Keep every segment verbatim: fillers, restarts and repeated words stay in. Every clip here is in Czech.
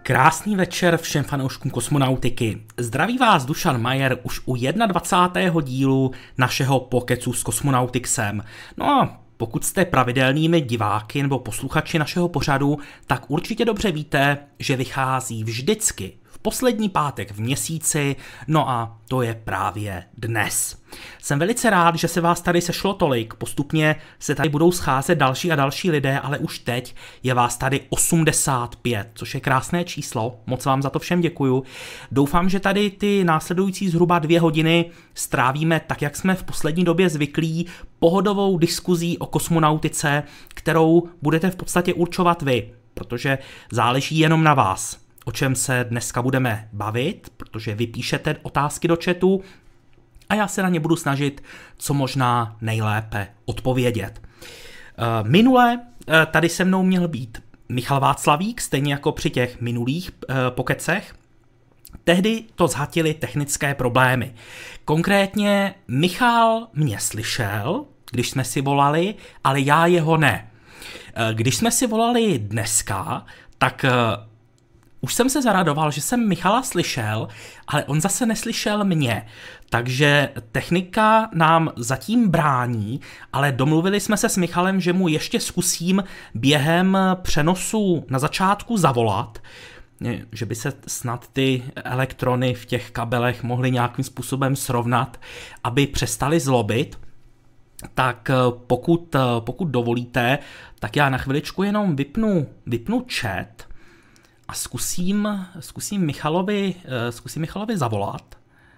Krásný večer všem fanouškům kosmonautiky. Zdraví vás Dušan Majer už u dvacátého prvního dílu našeho Pokecu s Kosmonautixem. No a pokud jste pravidelnými diváky nebo posluchači našeho pořadu, tak určitě dobře víte, že vychází vždycky v poslední pátek v měsíci, no a to je právě dnes. Jsem velice rád, že se vás tady sešlo tolik, postupně se tady budou scházet další a další lidé, ale už teď je vás tady osmdesát pět, což je krásné číslo, moc vám za to všem děkuju. Doufám, že tady ty následující zhruba dvě hodiny strávíme tak, jak jsme v poslední době zvyklí, pohodovou diskuzí o kosmonautice, kterou budete v podstatě určovat vy, protože záleží jenom na vás, o čem se dneska budeme bavit, protože vy píšete otázky do chatu a já se na ně budu snažit co možná nejlépe odpovědět. Minule tady se mnou měl být Michal Václavík, stejně jako při těch minulých pokecech. Tehdy to zhatily technické problémy. Konkrétně Michal mě slyšel, když jsme si volali, ale já jeho ne. Když jsme si volali dneska, tak už jsem se zaradoval, že jsem Michala slyšel, ale on zase neslyšel mě. Takže technika nám zatím brání, ale domluvili jsme se s Michalem, že mu ještě zkusím během přenosu na začátku zavolat, že by se snad ty elektrony v těch kabelech mohly nějakým způsobem srovnat, aby přestali zlobit. Tak pokud, pokud dovolíte, tak já na chviličku jenom vypnu, vypnu chat a zkusím, zkusím, Michalovi, zkusím Michalovi zavolat.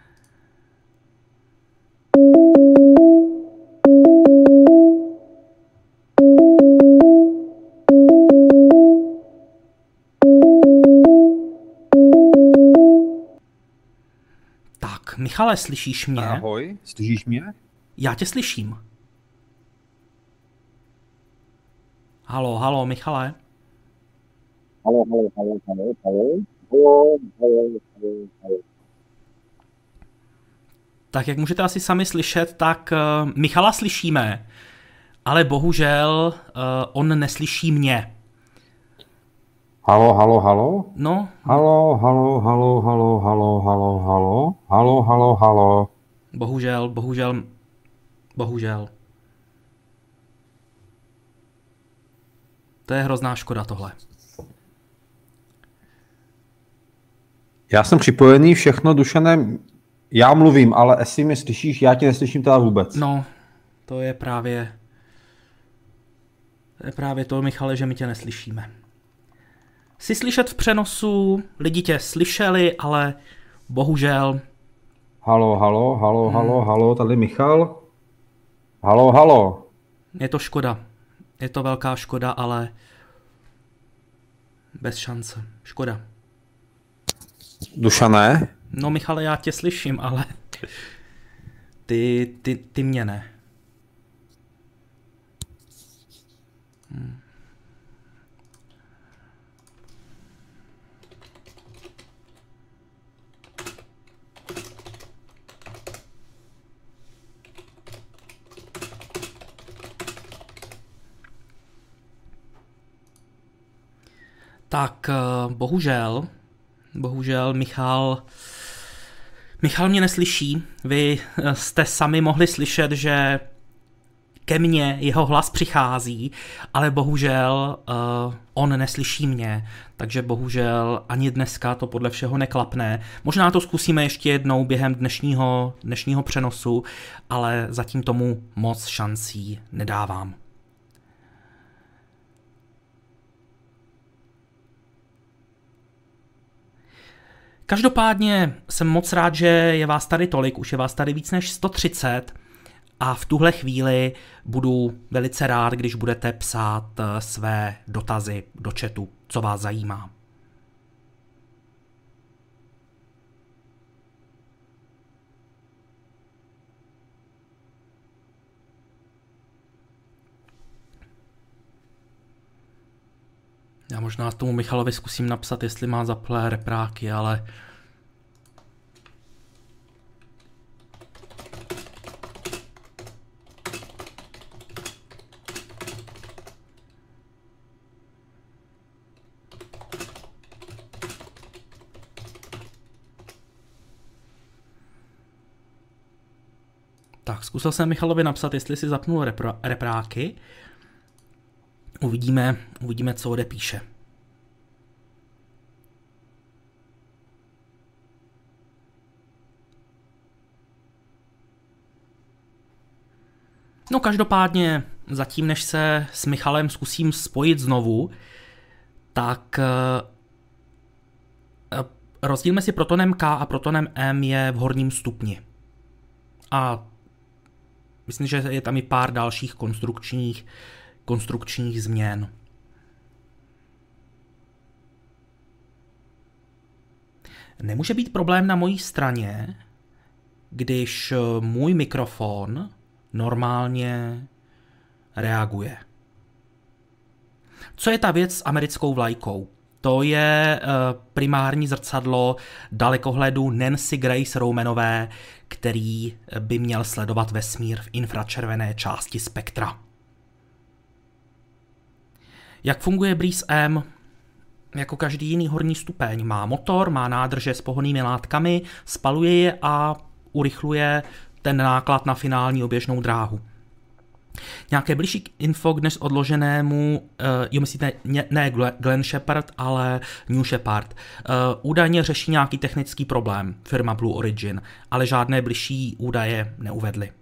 Tak, Michale, slyšíš mě? Ahoj, slyšíš mě? Já tě slyším. Halo, halo, Michale. Halo, halo, halo, halo, halo, halo, halo, halo, halo. Tak jak můžete asi sami slyšet, tak uh, Michala slyšíme, ale bohužel uh, on neslyší mě. Halo, halo, halo? No. Halo, halo, halo, halo, halo, halo, halo, halo, halo, halo. Bohužel, bohužel, bohužel. To je hrozná škoda tohle. Já jsem připojený, všechno, Dušanem, já mluvím, ale jestli mě slyšíš, já tě neslyším teda vůbec. No, to je právě, to je právě to, Michale, že my tě neslyšíme. Jsi slyšet v přenosu, lidi tě slyšeli, ale bohužel... Halo, halo, halo, hmm. halo, halo, tady Michal. Halo, halo. Je to škoda. Je to velká škoda, ale bez šance. Škoda. Dušané? No, Michale, já tě slyším, ale ty, ty, ty mě ne. Hmm. Tak bohužel, bohužel Michal, Michal mě neslyší. Vy jste sami mohli slyšet, že ke mně jeho hlas přichází, ale bohužel uh, on neslyší mě, takže bohužel ani dneska to podle všeho neklapne. Možná to zkusíme ještě jednou během dnešního, dnešního přenosu, ale zatím tomu moc šancí nedávám. Každopádně jsem moc rád, že je vás tady tolik, už je vás tady víc než sto třicet a v tuhle chvíli budu velice rád, když budete psát své dotazy do chatu, co vás zajímá. Já možná tomu Michalovi zkusím napsat, jestli má zaplé repráky, ale... Tak, zkusil jsem Michalovi napsat, jestli si zapnul repro, repráky. Uvidíme, uvidíme, co odepíše. No každopádně, zatím než se s Michalem zkusím spojit znovu, tak rozdíl mezi protonem K a protonem M je v horním stupni. A myslím, že je tam i pár dalších konstrukčních, konstrukčních změn. Nemůže být problém na mojí straně, když můj mikrofon normálně reaguje. Co je ta věc s americkou vlajkou? To je uh, primární zrcadlo dalekohledu Nancy Grace Romanové, který by měl sledovat vesmír v infračervené části spektra. Jak funguje Breeze M? Jako každý jiný horní stupeň. Má motor, má nádrže s pohonnými látkami, spaluje je a urychluje ten náklad na finální oběžnou dráhu. Nějaké blížší info k dnes odloženému, uh, jo myslíte, ne, ne Glenn Shepard, ale New Shepard. Uh, údajně řeší nějaký technický problém, firma Blue Origin, ale žádné bližší údaje neuvedly.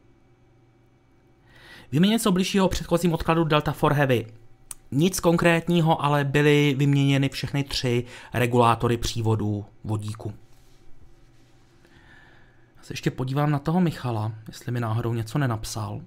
Víme něco bližšího o předchozím odkladu Delta four Heavy. Nic konkrétního, ale byly vyměněny všechny tři regulátory přívodu vodíku. Já se ještě podívám na toho Michala, jestli mi náhodou něco nenapsal.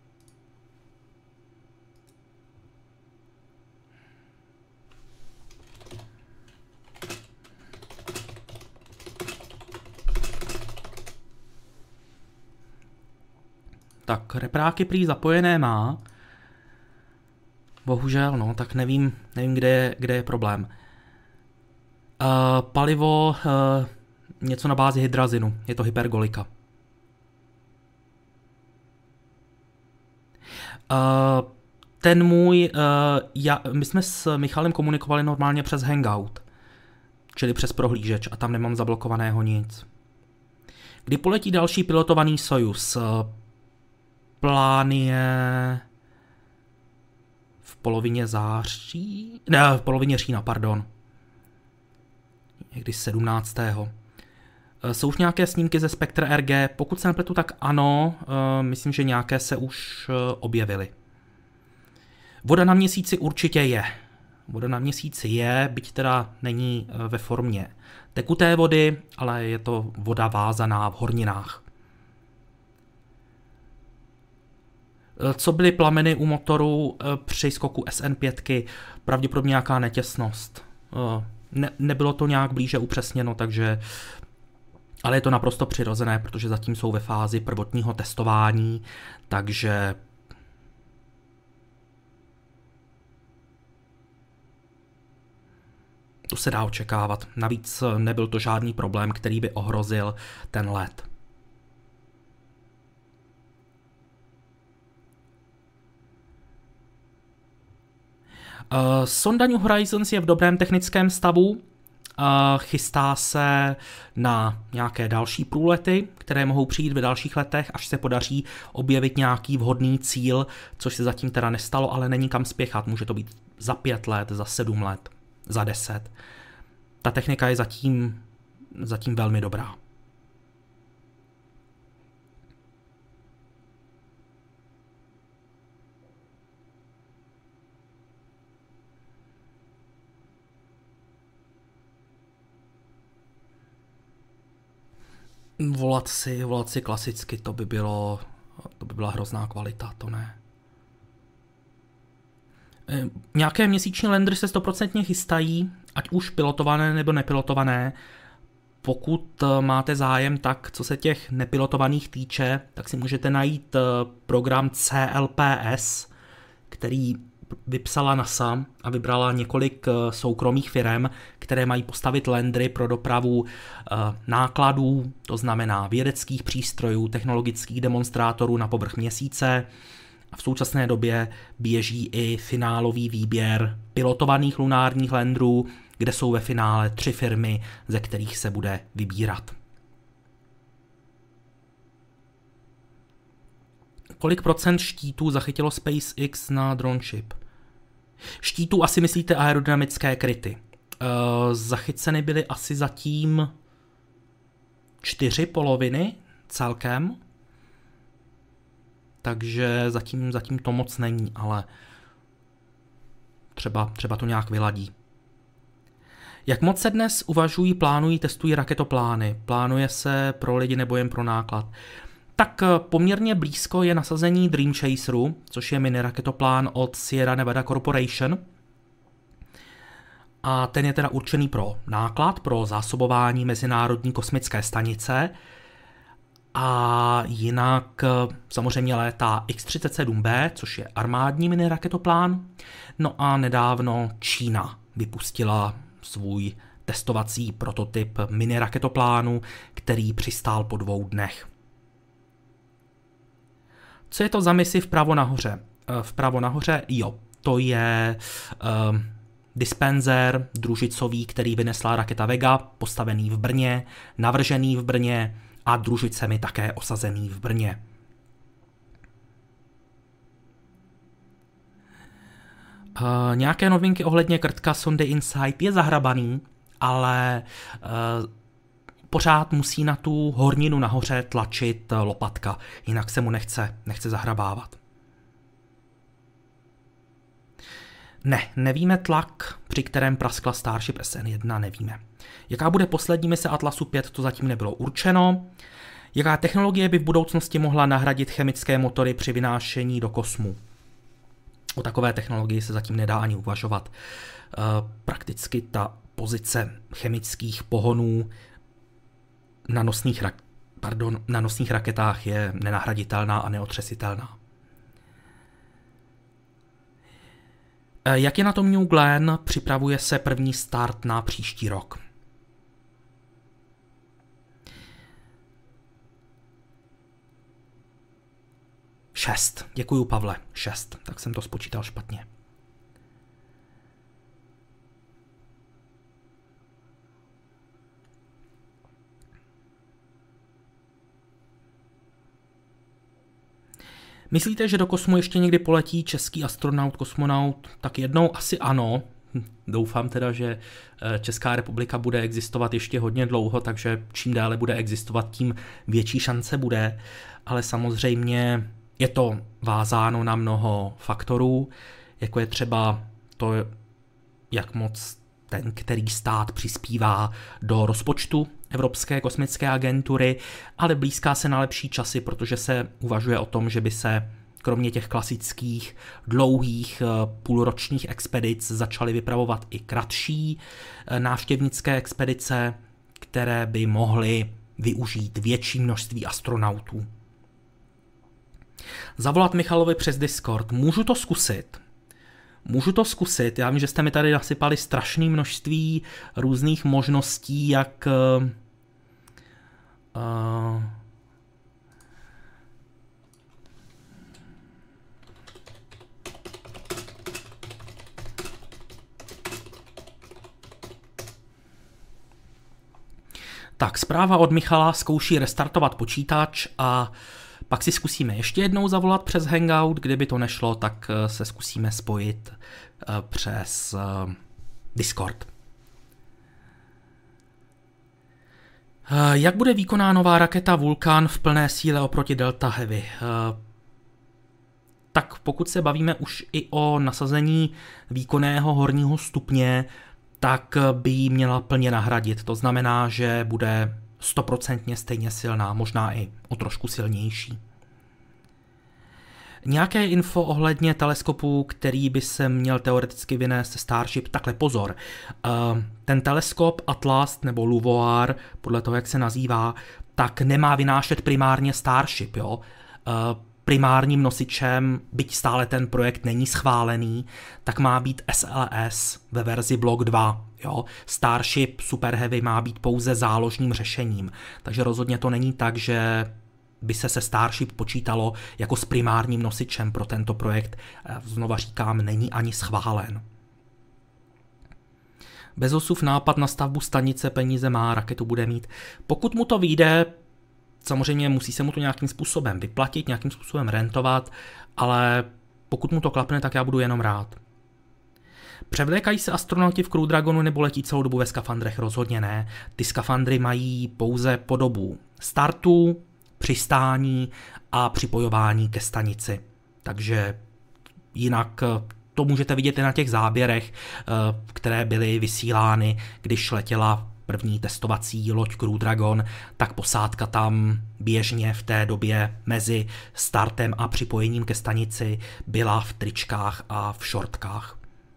Tak, repráky prý zapojené má. Bohužel, no, tak nevím, nevím kde, je, kde je problém. Uh, palivo, uh, něco na bázi hydrazinu, je to hypergolika. Uh, ten můj, uh, já, my jsme s Michalem komunikovali normálně přes Hangout, čili přes prohlížeč a tam nemám zablokovaného nic. Kdy poletí další pilotovaný Sojuz? Uh, plán je v polovině září, ne, v polovině října, pardon. Někdy sedmnáctého Jsou už nějaké snímky ze Spectra R G? Pokud se nepletu, tak ano, myslím, že nějaké se už objevily. Voda na měsíci určitě je. Voda na měsíci je, byť teda není ve formě tekuté vody, ale je to voda vázaná v horninách. Co byly plameny u motoru při skoku S N pět? Pravděpodobně nějaká netěsnost. Ne, nebylo to nějak blíže upřesněno, takže, ale je to naprosto přirozené, protože zatím jsou ve fázi prvotního testování, takže to se dá očekávat. Navíc nebyl to žádný problém, který by ohrozil ten let. Uh, sonda New Horizons je v dobrém technickém stavu, uh, chystá se na nějaké další průlety, které mohou přijít v dalších letech, až se podaří objevit nějaký vhodný cíl, což se zatím teda nestalo, ale není kam spěchat, může to být za pět let, za sedm let, za deset. Ta technika je zatím, zatím velmi dobrá. Volat si, volat si klasicky, to by bylo, to by byla hrozná kvalita, to ne. E, nějaké měsíční landry se stoprocentně chystají, ať už pilotované nebo nepilotované. Pokud máte zájem, tak co se těch nepilotovaných týče, tak si můžete najít program C L P S, který vypsala NASA a vybrala několik soukromých firem, které mají postavit landry pro dopravu nákladů, to znamená vědeckých přístrojů, technologických demonstrátorů na povrch měsíce. A v současné době běží i finálový výběr pilotovaných lunárních landrů, kde jsou ve finále tři firmy, ze kterých se bude vybírat. Kolik procent štítů zachytilo SpaceX na Droneship? Štítů asi myslíte aerodynamické kryty. Uh, zachyceny byly asi zatím čtyři poloviny celkem. Takže zatím, zatím to moc není, ale třeba, třeba to nějak vyladí. Jak moc se dnes uvažují, plánují, testují raketoplány? Plánuje se pro lidi nebo jen pro náklad? Tak poměrně blízko je nasazení Dream Chaseru, což je mini raketoplán od Sierra Nevada Corporation. A ten je teda určený pro náklad, pro zásobování Mezinárodní kosmické stanice. A jinak samozřejmě létá X třicet sedm B, což je armádní mini raketoplán. No a nedávno Čína vypustila svůj testovací prototyp mini raketoplánu, který přistál po dvou dnech. Co je to za misi vpravo nahoře? Vpravo nahoře, jo, to je uh, dispenser družicový, který vynesla raketa Vega, postavený v Brně, navržený v Brně a družicemi také osazený v Brně. Uh, nějaké novinky ohledně krtka sondy InSight je zahrabaný, ale uh, pořád musí na tu horninu nahoře tlačit lopatka, jinak se mu nechce, nechce zahrabávat. Ne, nevíme tlak, při kterém praskla Starship S N jedna, nevíme. Jaká bude poslední mise Atlasu pět, to zatím nebylo určeno. Jaká technologie by v budoucnosti mohla nahradit chemické motory při vynášení do kosmu? O takové technologii se zatím nedá ani uvažovat. Prakticky ta pozice chemických pohonů na nosných, rak- pardon, na nosných raketách je nenahraditelná a neotřesitelná. Jak je na tom New Glenn? Připravuje se první start na příští rok. Šest. Děkuju, Pavle. Šest. Tak jsem to spočítal špatně. Myslíte, že do kosmu ještě někdy poletí český astronaut, kosmonaut? Tak jednou asi ano. Doufám teda, že Česká republika bude existovat ještě hodně dlouho, takže čím dále bude existovat, tím větší šance bude. Ale samozřejmě je to vázáno na mnoho faktorů, jako je třeba to, jak moc ten, který stát přispívá do rozpočtu Evropské kosmické agentury, ale blízká se na lepší časy, protože se uvažuje o tom, že by se kromě těch klasických dlouhých půlročních expedic začaly vypravovat i kratší návštěvnické expedice, které by mohly využít větší množství astronautů. Zavolat Michalovi přes Discord. Můžu to zkusit? Můžu to zkusit. Já vím, že jste mi tady nasypali strašné množství různých možností, jak uh, uh, Tak, zpráva od Michala, zkouší restartovat počítač a pak si zkusíme ještě jednou zavolat přes Hangout. Kdyby to nešlo, tak se zkusíme spojit přes Discord. Jak bude výkonná nová raketa Vulcan v plné síle oproti Delta Heavy? Tak pokud se bavíme už i o nasazení výkonného horního stupně, tak by ji měla plně nahradit. To znamená, že bude stoprocentně stejně silná, možná i o trošku silnější. Nějaké info ohledně teleskopu, který by se měl teoreticky vynést Starship, takhle pozor. Ten teleskop Atlas nebo Luvoir, podle toho, jak se nazývá, tak nemá vynášet primárně Starship, jo. Primárním nosičem, byť stále ten projekt není schválený, tak má být S L S ve verzi Block dva. Jo? Starship Super Heavy má být pouze záložním řešením, takže rozhodně to není tak, že by se se Starship počítalo jako s primárním nosičem pro tento projekt. Znova říkám, není ani schválen. Bezosův nápad na stavbu stanice peníze má, raketu bude mít. Pokud mu to vyjde, samozřejmě musí se mu to nějakým způsobem vyplatit, nějakým způsobem rentovat, ale pokud mu to klapne, tak já budu jenom rád. Převlékají se astronauti v Crew Dragonu nebo letí celou dobu ve skafandrech? Rozhodně ne. Ty skafandry mají pouze podobu startu, přistání a připojování ke stanici. Takže jinak to můžete vidět i na těch záběrech, které byly vysílány, když letěla první testovací loď Crew Dragon, tak posádka tam běžně v té době mezi startem a připojením ke stanici byla v tričkách a v šortkách.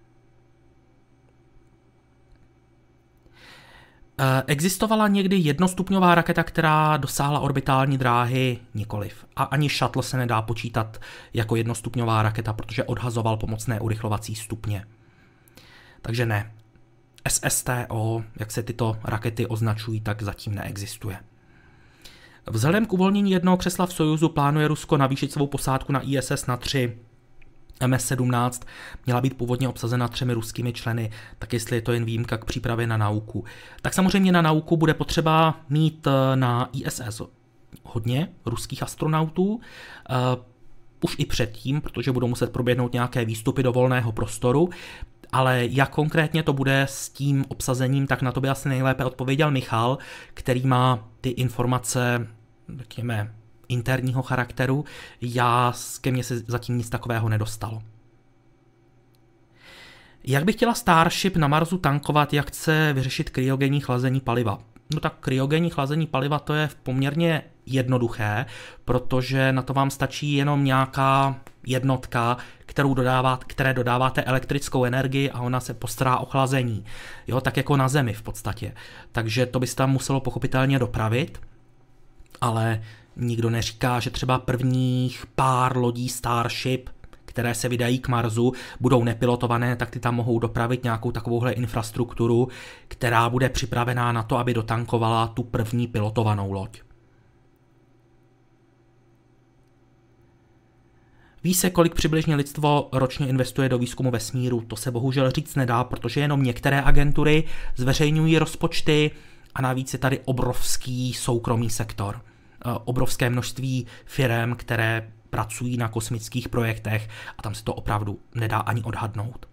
Existovala někdy jednostupňová raketa, která dosáhla orbitální dráhy? Nikoliv. A ani shuttle se nedá počítat jako jednostupňová raketa, protože odhazoval pomocné urychlovací stupně. Takže ne. S S T O, jak se tyto rakety označují, tak zatím neexistuje. Vzhledem k uvolnění jednoho křesla v Sojuzu plánuje Rusko navýšit svou posádku na I S S na tři. M S sedmnáct měla být původně obsazena třemi ruskými členy, tak jestli je to jen výjimka k přípravě na nauku. Tak samozřejmě na nauku bude potřeba mít na I S S hodně ruských astronautů, uh, už i předtím, protože budou muset proběhnout nějaké výstupy do volného prostoru, ale jak konkrétně to bude s tím obsazením, tak na to by asi nejlépe odpověděl Michal, který má ty informace, řekněme, interního charakteru. Já ke mně se zatím nic takového nedostalo. Jak by chtěla Starship na Marsu tankovat, jak chce vyřešit kryogenní chlazení paliva? No tak kryogenní chlazení paliva to je poměrně jednoduché, protože na to vám stačí jenom nějaká jednotka, kterou dodávat, které dodáváte elektrickou energii a ona se postará o chlazení. Jo, tak jako na Zemi v podstatě. Takže to by se tam muselo pochopitelně dopravit, ale nikdo neříká, že třeba prvních pár lodí Starship, které se vydají k Marsu, budou nepilotované, tak ty tam mohou dopravit nějakou takovouhle infrastrukturu, která bude připravená na to, aby dotankovala tu první pilotovanou loď. Ví se, kolik přibližně lidstvo ročně investuje do výzkumu vesmíru? To se bohužel říct nedá, protože jenom některé agentury zveřejňují rozpočty a navíc je tady obrovský soukromý sektor. Obrovské množství firem, které pracují na kosmických projektech a tam se to opravdu nedá ani odhadnout.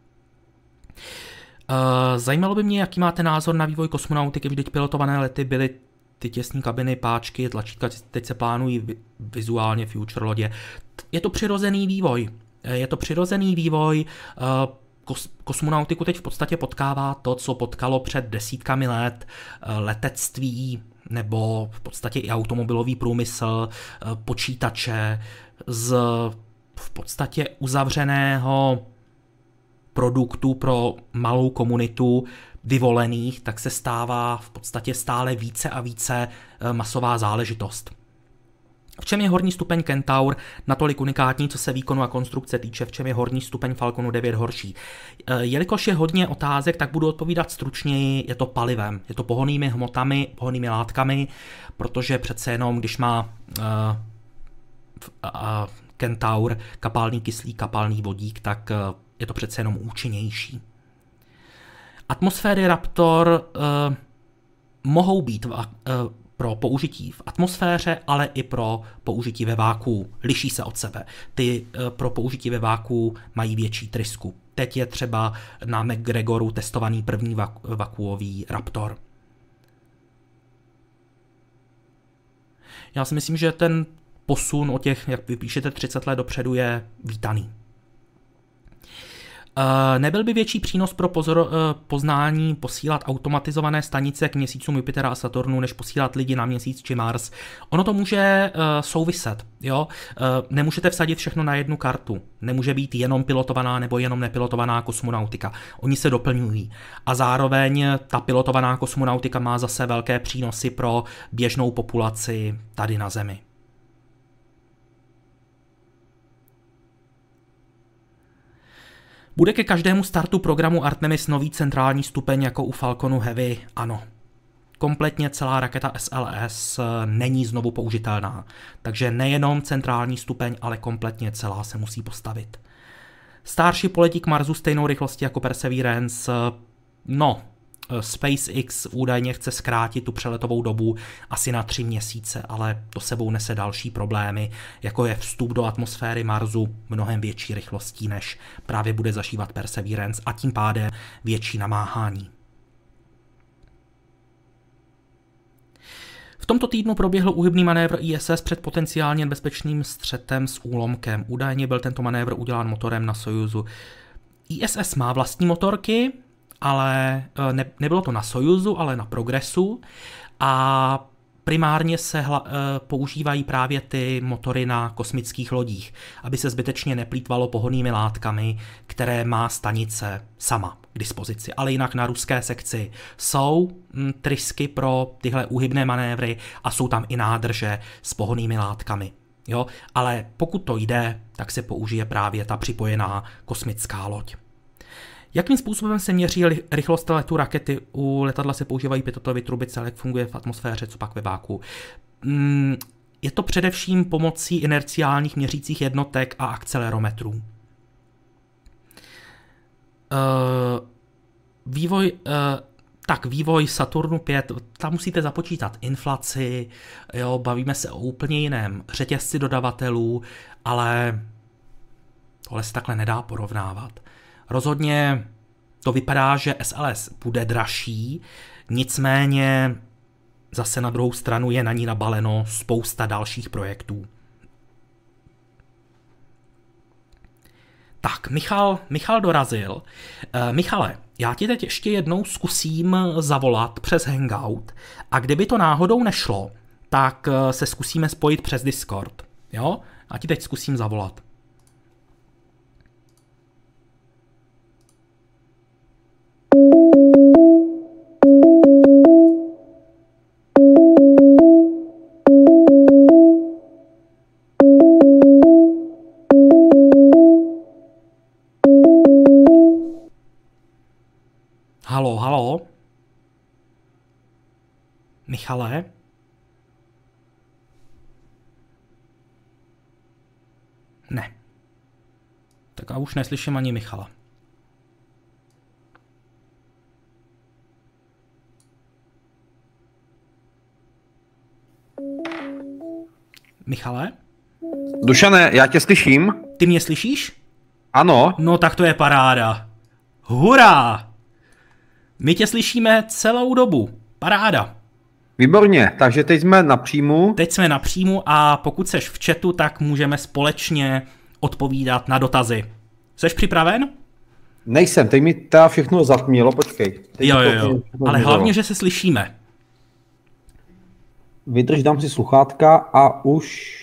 Zajímalo by mě, jaký máte názor na vývoj kosmonautiky, vždyť pilotované lety byly ty těsné kabiny, páčky, tlačítka, teď se plánují vizuálně future lodě. Je to přirozený vývoj. Je to přirozený vývoj. Kos, kosmonautiku teď v podstatě potkává to, co potkalo před desítkami let letectví, nebo v podstatě i automobilový průmysl, počítače z v podstatě uzavřeného produktu pro malou komunitu vyvolených, tak se stává v podstatě stále více a více masová záležitost. V čem je horní stupeň Kentaur natolik unikátní, co se výkonu a konstrukce týče, v čem je horní stupeň Falconu devět horší? Jelikož je hodně otázek, tak budu odpovídat stručněji, je to palivem, je to pohonnými hmotami, pohonnými látkami, protože přece jenom, když má uh, uh, Kentaur kapalný kyslík, kapalný vodík, tak uh, je to přece jenom účinnější. Atmosféry Raptor uh, mohou být uh, pro použití v atmosféře, ale i pro použití ve vákuu. Liší se od sebe. Ty pro použití ve vákuu mají větší trysku. Teď je třeba na McGregoru testovaný první vaku- vakuový Raptor. Já si myslím, že ten posun o těch, jak vy píšete, třicet let dopředu je vítaný. Nebyl by větší přínos pro pozor, poznání posílat automatizované stanice k měsícům Jupitera a Saturnu, než posílat lidi na měsíc či Mars? Ono to může uh, souviset, jo? Uh, nemůžete vsadit všechno na jednu kartu. Nemůže být jenom pilotovaná nebo jenom nepilotovaná kosmonautika. Oni se doplňují. A zároveň ta pilotovaná kosmonautika má zase velké přínosy pro běžnou populaci tady na Zemi. Bude ke každému startu programu Artemis nový centrální stupeň jako u Falconu Heavy? Ano. Kompletně celá raketa S L S není znovu použitelná. Takže nejenom centrální stupeň, ale kompletně celá se musí postavit. Starship poletí k Marsu stejnou rychlostí jako Perseverance? No, SpaceX údajně chce zkrátit tu přeletovou dobu asi na tři měsíce, ale to sebou nese další problémy, jako je vstup do atmosféry Marsu mnohem větší rychlostí, než právě bude zažívat Perseverance a tím pádem větší namáhání. V tomto týdnu proběhl úhybný manévr I S S před potenciálně nebezpečným střetem s úlomkem. Údajně byl tento manévr udělán motorem na Sojuzu. I S S má vlastní motorky, ale ne, nebylo to na Sojuzu, ale na Progressu a primárně se hla, používají právě ty motory na kosmických lodích, aby se zbytečně neplýtvalo pohonnými látkami, které má stanice sama k dispozici. Ale jinak na ruské sekci jsou m, trysky pro tyhle úhybné manévry a jsou tam i nádrže s pohonnými látkami. Jo? Ale pokud to jde, tak se použije právě ta připojená kosmická loď. Jakým způsobem se měří rychlost letu rakety? U letadla se používají pětotové trubice, ale jak funguje v atmosféře, co pak ve váku? Je to především pomocí inerciálních měřících jednotek a akcelerometrů. Vývoj, tak vývoj Saturnu pět, tam musíte započítat inflaci, jo, bavíme se o úplně jiném řetězci dodavatelů, ale tohle se takhle nedá porovnávat. Rozhodně to vypadá, že S L S bude dražší, nicméně zase na druhou stranu je na ní nabaleno spousta dalších projektů. Tak, Michal, Michal dorazil. E, Michale, já ti teď ještě jednou zkusím zavolat přes Hangout a kdyby to náhodou nešlo, tak se zkusíme spojit přes Discord. Jo? Já ti teď zkusím zavolat. Halo, halo? Michale? Ne. Tak a už neslyším ani Michala. Michale? Dušane, já tě slyším. Ty mě slyšíš? Ano. No tak to je paráda. Hurá! My tě slyšíme celou dobu. Paráda. Výborně, takže teď jsme na příjmu. Teď jsme na příjmu a pokud seš v chatu, tak můžeme společně odpovídat na dotazy. Seš připraven? Nejsem, teď mi teda všechno zatmělo, počkej. Teď jo, jo, jo, ale hlavně, že se slyšíme. Vydrž, dám si sluchátka a už...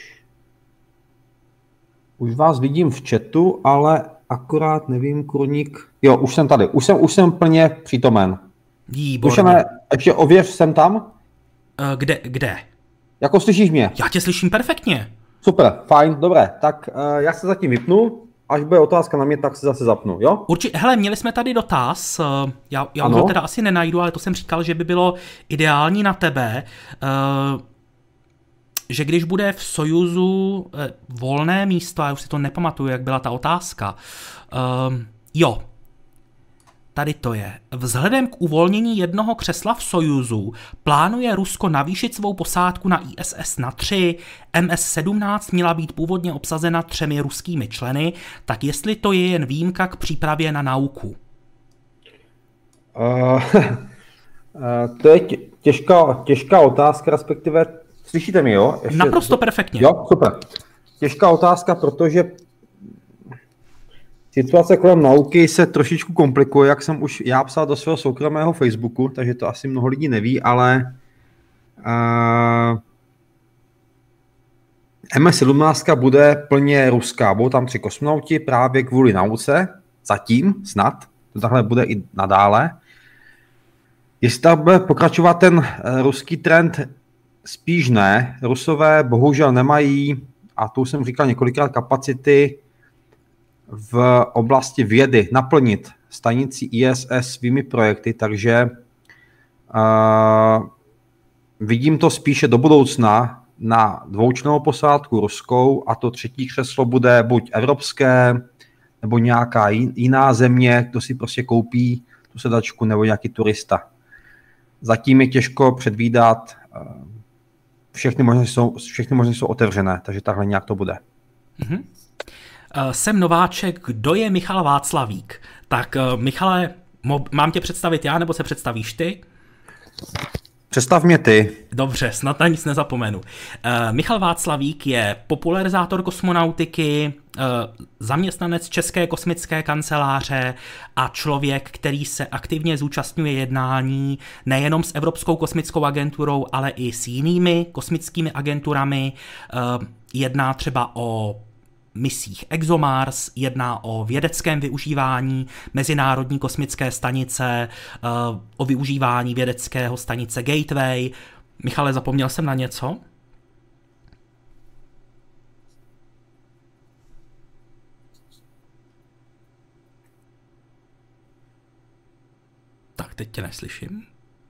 Už vás vidím v chatu, ale akorát nevím, kurník... Jo, už jsem tady, už jsem, už jsem plně přítomen. Výborně. Můžeme, ještě ověř, jsem tam? Uh, kde, kde? Jako slyšíš mě? Já tě slyším perfektně. Super, fajn, dobré, tak uh, já se zatím vypnu, až bude otázka na mě, tak se zase zapnu, jo? Určitě, hele, měli jsme tady dotaz, uh, já, já ho teda asi nenajdu, ale to jsem říkal, že by bylo ideální na tebe, uh, že když bude v Sojuzu uh, volné místo, já už si to nepamatuju, jak byla ta otázka, uh, jo, tady to je. Vzhledem k uvolnění jednoho křesla v Sojuzu plánuje Rusko navýšit svou posádku na I S S na tři. M S sedmnáct měla být původně obsazena třemi ruskými členy, tak jestli to je jen výjimka k přípravě na nauku? Uh, uh, to je těžká, těžká otázka, respektive, slyšíte mi, jo? Ještě... Naprosto perfektně. Jo, super. Těžká otázka, protože situace kolem nauky se trošičku komplikuje, jak jsem už já psal do svého soukromého Facebooku, takže to asi mnoho lidí neví, ale uh, M S sedmnáct bude plně ruská. Budou tam tři kosmonauti právě kvůli nauce, zatím snad, to takhle bude i nadále. Jestli tam bude pokračovat ten uh, ruský trend, spíš ne. Rusové bohužel nemají, a to už jsem říkal několikrát, kapacity v oblasti vědy naplnit stanici I S S svými projekty, takže uh, vidím to spíše do budoucna na dvoučlennou posádku ruskou a to třetí křeslo bude buď evropské, nebo nějaká jiná země, kdo si prostě koupí tu sedačku, nebo nějaký turista. zatím je těžko předvídat, všechny možnosti jsou, všechny možnosti jsou otevřené, takže takhle nějak to bude. Mm-hmm. Uh, jsem nováček, kdo je Michal Václavík? Tak uh, Michale, mo- mám tě představit já, nebo se představíš ty? Představ mě ty. Dobře, snad na nic nezapomenu. Uh, Michal Václavík je popularizátor kosmonautiky, uh, zaměstnanec České kosmické kanceláře a člověk, který se aktivně zúčastňuje jednání nejenom s Evropskou kosmickou agenturou, ale i s jinými kosmickými agenturami. Uh, jedná třeba o misích ExoMars, jedná o vědeckém využívání Mezinárodní kosmické stanice, o využívání vědeckého stanice Gateway. Michale, zapomněl jsem na něco? Tak, teď tě neslyším.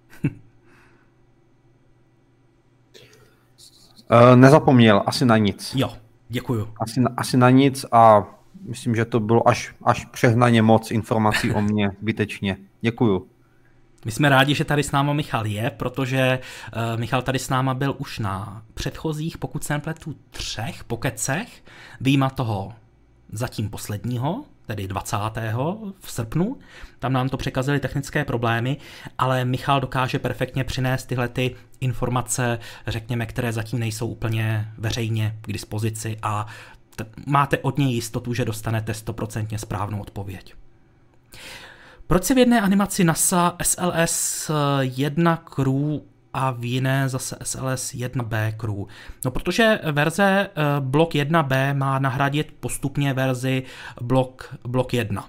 uh, nezapomněl, asi na nic. Jo. Děkuju. Asi na, asi na nic a myslím, že to bylo až, až přehnaně moc informací o mně, zbytečně. Děkuju. My jsme rádi, že tady s náma Michal je, protože uh, Michal tady s náma byl už na předchozích, pokud se nepletu, třech pokecech, vyjma toho zatím posledního, tedy dvacátého v srpnu. Tam nám to překazily technické problémy, ale Michal dokáže perfektně přinést tyhle ty informace, řekněme, které zatím nejsou úplně veřejně k dispozici a t- máte od něj jistotu, že dostanete stoprocentně správnou odpověď. Proč se v jedné animaci NASA S L S jedna Crew a v jiné zase S L S jedna B Crew? No, protože verze Block jedna B má nahradit postupně verzi Block, Block jedna.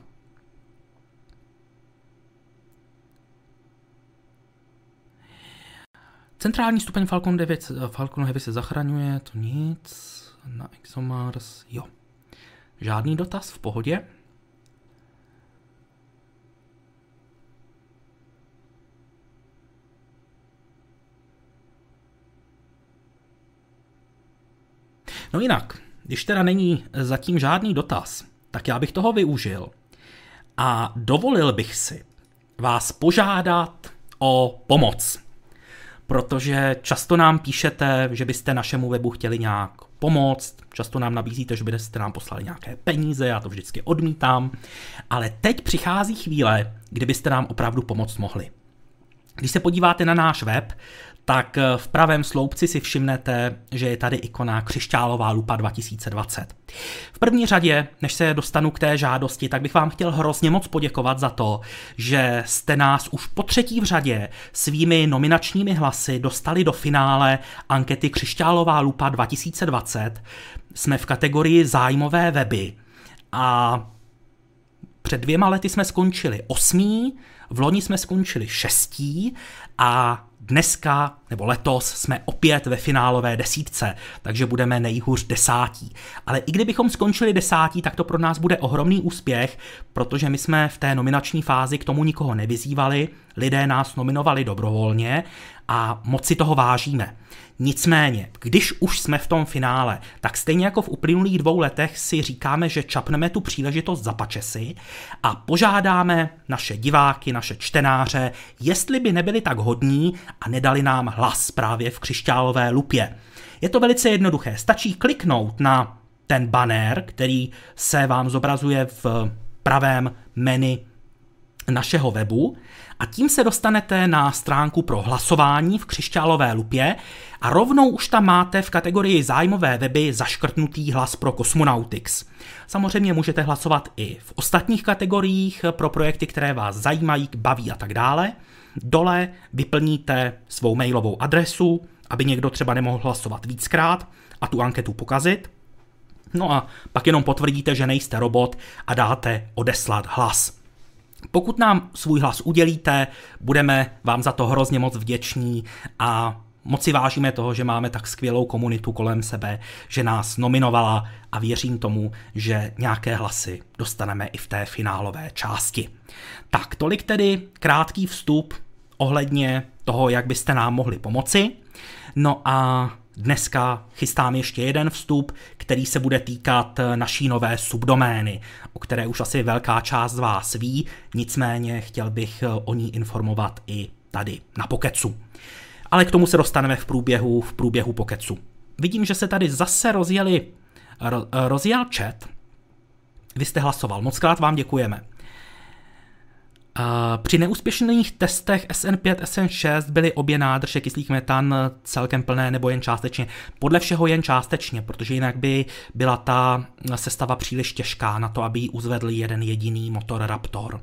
Centrální stupeň Falcon devět, Falcon Heavy se zachraňuje, to nic. Na ExoMars, jo. Žádný dotaz, v pohodě. No jinak, když teda není zatím žádný dotaz, tak já bych toho využil a dovolil bych si vás požádat o pomoc. Protože často nám píšete, že byste našemu webu chtěli nějak pomoct, často nám nabízíte, že byste nám poslali nějaké peníze, já to vždycky odmítám, ale teď přichází chvíle, kdybyste nám opravdu pomoct mohli. Když se podíváte na náš web, tak v pravém sloupci si všimnete, že je tady ikona Křišťálová lupa dva tisíce dvacet. V první řadě, než se dostanu k té žádosti, tak bych vám chtěl hrozně moc poděkovat za to, že jste nás už po třetí v řadě svými nominačními hlasy dostali do finále ankety Křišťálová lupa dva tisíce dvacet. Jsme v kategorii zájmové weby a před dvěma lety jsme skončili osmý, v loni jsme skončili šestí a dneska, nebo letos, jsme opět ve finálové desítce, takže budeme nejhůř desátí. Ale i kdybychom skončili desátí, tak to pro nás bude ohromný úspěch, protože my jsme v té nominační fázi k tomu nikoho nevyzývali, lidé nás nominovali dobrovolně a moc si toho vážíme. Nicméně, když už jsme v tom finále, tak stejně jako v uplynulých dvou letech si říkáme, že čapneme tu příležitost za pačesy a požádáme naše diváky, naše čtenáře, jestli by nebyli tak hodní a nedali nám hlas právě v Křišťálové lupě. Je to velice jednoduché, stačí kliknout na ten banner, který se vám zobrazuje v pravém menu našeho webu a tím se dostanete na stránku pro hlasování v Křišťálové lupě a rovnou už tam máte v kategorii zájmové weby zaškrtnutý hlas pro Cosmonautics. Samozřejmě můžete hlasovat i v ostatních kategoriích pro projekty, které vás zajímají, baví a tak dále. Dole vyplníte svou mailovou adresu, aby někdo třeba nemohl hlasovat víckrát a tu anketu pokazit. No a pak jenom potvrdíte, že nejste robot a dáte odeslat hlas. Pokud nám svůj hlas udělíte, budeme vám za to hrozně moc vděční a moc si vážíme toho, že máme tak skvělou komunitu kolem sebe, že nás nominovala a věřím tomu, že nějaké hlasy dostaneme i v té finálové části. Tak tolik tedy krátký vstup ohledně toho, jak byste nám mohli pomoci. No a dneska chystám ještě jeden vstup, který se bude týkat naší nové subdomény, o které už asi velká část z vás ví, nicméně chtěl bych o ní informovat i tady na Pokecu. Ale k tomu se dostaneme v průběhu, v průběhu Pokecu. Vidím, že se tady zase rozjeli, ro, rozjel chat. Vy jste hlasoval, moc krát vám děkujeme. Uh, při neúspěšných testech S N pět, S N šest byly obě nádrže kyslík metan celkem plné nebo jen částečně. Podle všeho jen částečně, protože jinak by byla ta sestava příliš těžká na to, aby ji uzvedl jeden jediný motor Raptor.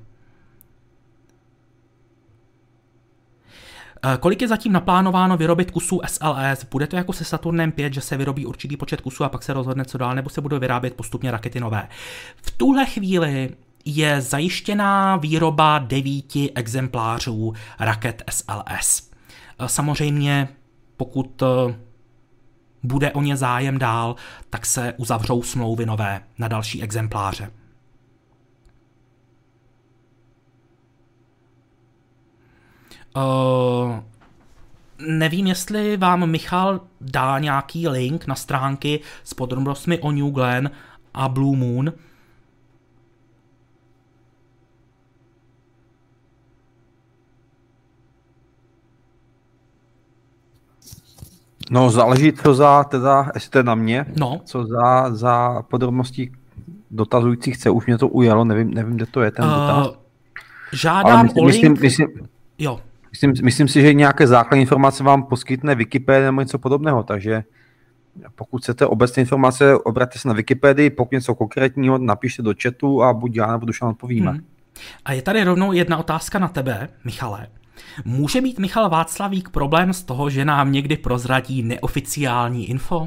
Uh, kolik je zatím naplánováno vyrobit kusů S L S? Bude to jako se Saturnem pět, že se vyrobí určitý počet kusů a pak se rozhodne co dál, nebo se budou vyrábět postupně rakety nové? V tuhle chvíli je zajištěná výroba devíti exemplářů raket S L S. Samozřejmě, pokud bude o ně zájem dál, tak se uzavřou smlouvy nové na další exempláře. Uh, nevím, jestli vám Michal dá nějaký link na stránky s podrobnostmi o New Glenn a Blue Moon. No, záleží, co za, teda, jestli to je na mě, no. co za, za podrobnosti dotazujících chce, už mě to ujelo, nevím, nevím kde to je ten dotaz. Uh, žádám myslím, o link. Myslím, myslím, jo. Myslím, myslím si, že nějaké základní informace vám poskytne Wikipedie nebo něco podobného, takže pokud chcete obecné informace, obraťte se na Wikipedii, pokud něco konkrétního, napište do chatu a buď já nebo Dušan odpovíme. Hmm. A je tady rovnou jedna otázka na tebe, Michale. Může mít Michal Václavík problém z toho, že nám někdy prozradí neoficiální info?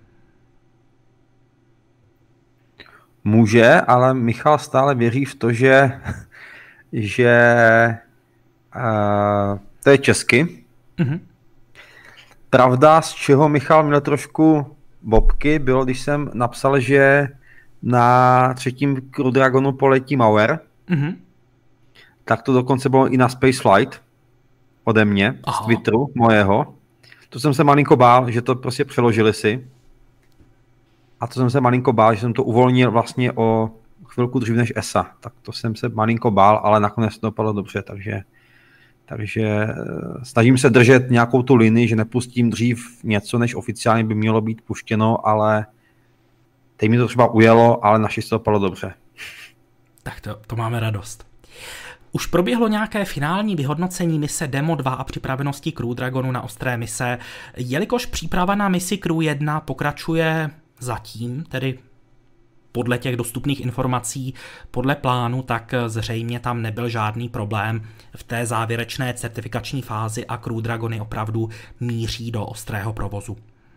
Může, ale Michal stále věří v to, že, že uh, to je česky. Mm-hmm. Pravda, z čeho Michal měl trošku bobky, bylo, když jsem napsal, že na třetím Crew Dragonu poletí Mauer, mm-hmm. tak to dokonce bylo i na Spaceflight ode mě, Aha. z Twitteru mojeho. To jsem se malinko bál, že to prostě přeložili si. A to jsem se malinko bál, že jsem to uvolnil vlastně o chvilku dřív než E S A. Tak to jsem se malinko bál, ale nakonec to dopadlo dobře, takže, takže snažím se držet nějakou tu linii, že nepustím dřív něco, než oficiálně by mělo být puštěno, ale teď mi to třeba ujelo, ale naštěstí to dopadlo dobře. Tak to, to máme radost. Už proběhlo nějaké finální vyhodnocení mise Demo dva a připravenosti Crew Dragonu na ostré mise, jelikož příprava na misi Crew jedna pokračuje zatím, tedy podle těch dostupných informací, podle plánu, tak zřejmě tam nebyl žádný problém v té závěrečné certifikační fázi a Crew Dragony opravdu míří do ostrého provozu.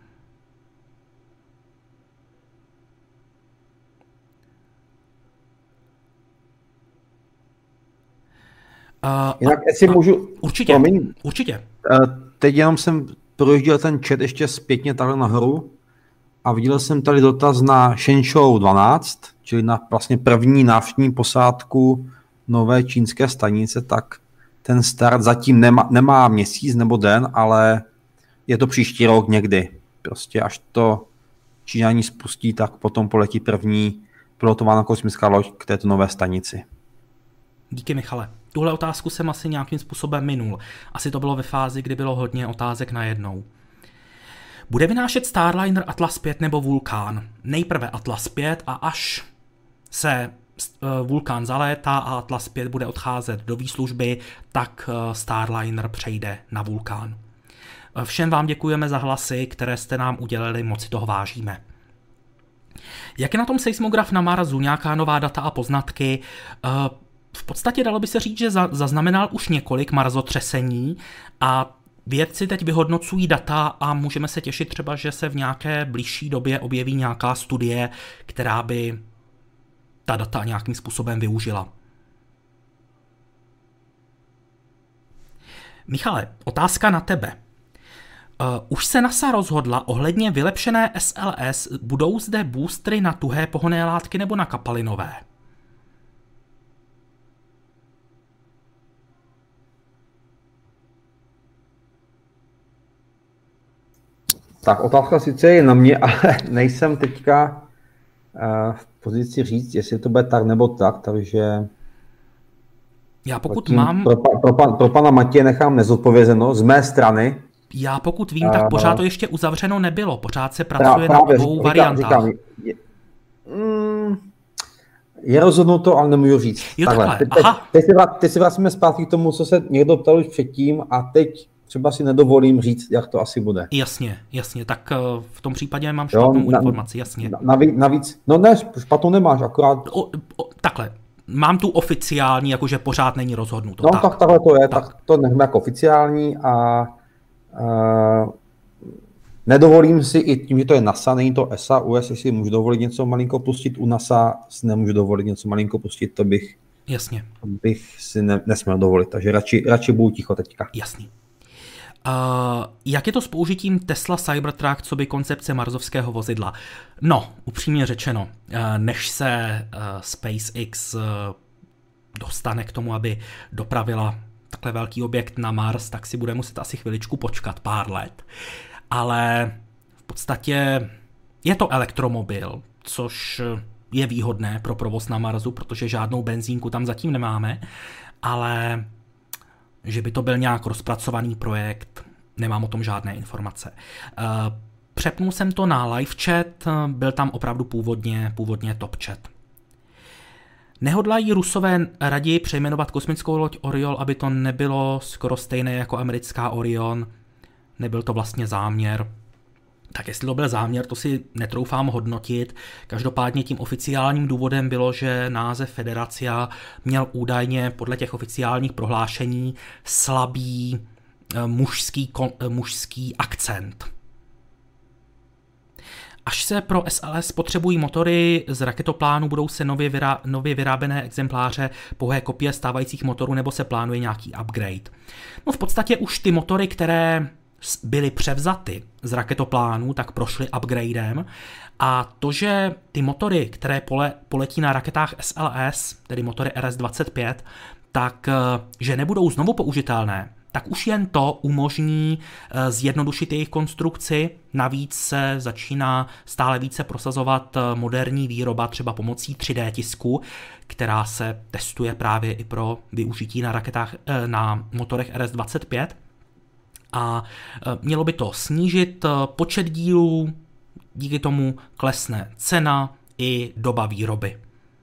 Uh, Jinak, jestli můžu... Určitě, promiň, určitě. Uh, teď jenom jsem projížděl ten chat ještě zpětně takhle nahoru a viděl jsem tady dotaz na Shenzhou dvanáct, čili na vlastně první návštěvní posádku nové čínské stanice, tak ten start zatím nemá, nemá měsíc nebo den, ale je to příští rok někdy. Prostě až to Číňani spustí, tak potom poletí první pilotovaná kosmická loď k této nové stanici. Díky, Michale. Tuhle otázku jsem asi nějakým způsobem minul. Asi to bylo ve fázi, kdy bylo hodně otázek najednou. Bude vynášet Starliner Atlas pět nebo Vulkán? Nejprve Atlas pět a až se Vulkán zalétá a Atlas pět bude odcházet do výslužby, tak Starliner přejde na Vulkán. Všem vám děkujeme za hlasy, které jste nám udělali, moc si toho vážíme. Jak je na tom seismograf na Marsu? Nějaká nová data a poznatky? V podstatě dalo by se říct, že zaznamenal už několik marzotřesení a vědci teď vyhodnocují data a můžeme se těšit třeba, že se v nějaké blížší době objeví nějaká studie, která by ta data nějakým způsobem využila. Michale, otázka na tebe. Uh, už se NASA rozhodla ohledně vylepšené S L S, budou zde boostry na tuhé pohonné látky nebo na kapalinové? Tak otázka sice je na mě, ale nejsem teďka uh, v pozici říct, jestli to bude tak nebo tak, takže Já pokud Tím mám... Pro, pa, pro, pan, pro pana Matěje nechám nezodpovězeno z mé strany. Já pokud vím, tak pořád to ještě uzavřeno nebylo. Pořád se pracuje Prá, právě, na obou říkám, variantách. Říkám, je, mm, je rozhodnuto, ale nemůžu říct. Jo, takhle. takhle. Teď, teď, Aha. teď, si vrát, teď si vracíme zpátky k tomu, co se někdo ptal už předtím a teď třeba si nedovolím říct, jak to asi bude. Jasně, jasně. Tak v tom případě mám špatnou na, informaci, jasně. Navíc, navíc, no ne, špatnou nemáš, akorát... O, o, takhle. Mám tu oficiální, jakože pořád není rozhodnuto. No tak, tak takhle to je, tak, tak to nechme jako oficiální a, a nedovolím si i tím, že to je NASA, není to E S A, U S, jestli můžu dovolit něco malinko pustit, u NASA si nemůžu dovolit něco malinko pustit, to bych, jasně. bych si ne, nesměl dovolit, takže radši, radši budu ticho teďka. Jasný. Uh, jak je to s použitím Tesla Cybertruck co by koncepce marsovského vozidla? No, upřímně řečeno, uh, než se uh, SpaceX uh, dostane k tomu, aby dopravila takhle velký objekt na Mars, tak si bude muset asi chviličku počkat, pár let. Ale v podstatě je to elektromobil, což je výhodné pro provoz na Marsu, protože žádnou benzínku tam zatím nemáme, ale že by to byl nějak rozpracovaný projekt, nemám o tom žádné informace. Přepnul jsem to na live chat, byl tam opravdu původně, původně top chat. Nehodlají Rusové raději přejmenovat kosmickou loď Orion, aby to nebylo skoro stejné jako americká Orion? Nebyl to vlastně záměr. Tak jestli to byl záměr, to si netroufám hodnotit. Každopádně tím oficiálním důvodem bylo, že název Federacia měl údajně podle těch oficiálních prohlášení slabý mužský, mužský akcent. Až se pro S L S potřebují motory z raketoplánu, budou se nově, vyrá, nově vyrábené exempláře pouhé kopie stávajících motorů, nebo se plánuje nějaký upgrade? No v podstatě už ty motory, které byly převzaty z raketoplánu, tak prošly upgradem a to, že ty motory, které pole, poletí na raketách S L S, tedy motory R S dvacet pět, tak že nebudou znovu použitelné, tak už jen to umožní zjednodušit jejich konstrukci. Navíc se začíná stále více prosazovat moderní výroba třeba pomocí tři dé tisku, která se testuje právě i pro využití na raketách, na motorech R S dvacet pět. A mělo by to snížit počet dílů, díky tomu klesne cena i doba výroby.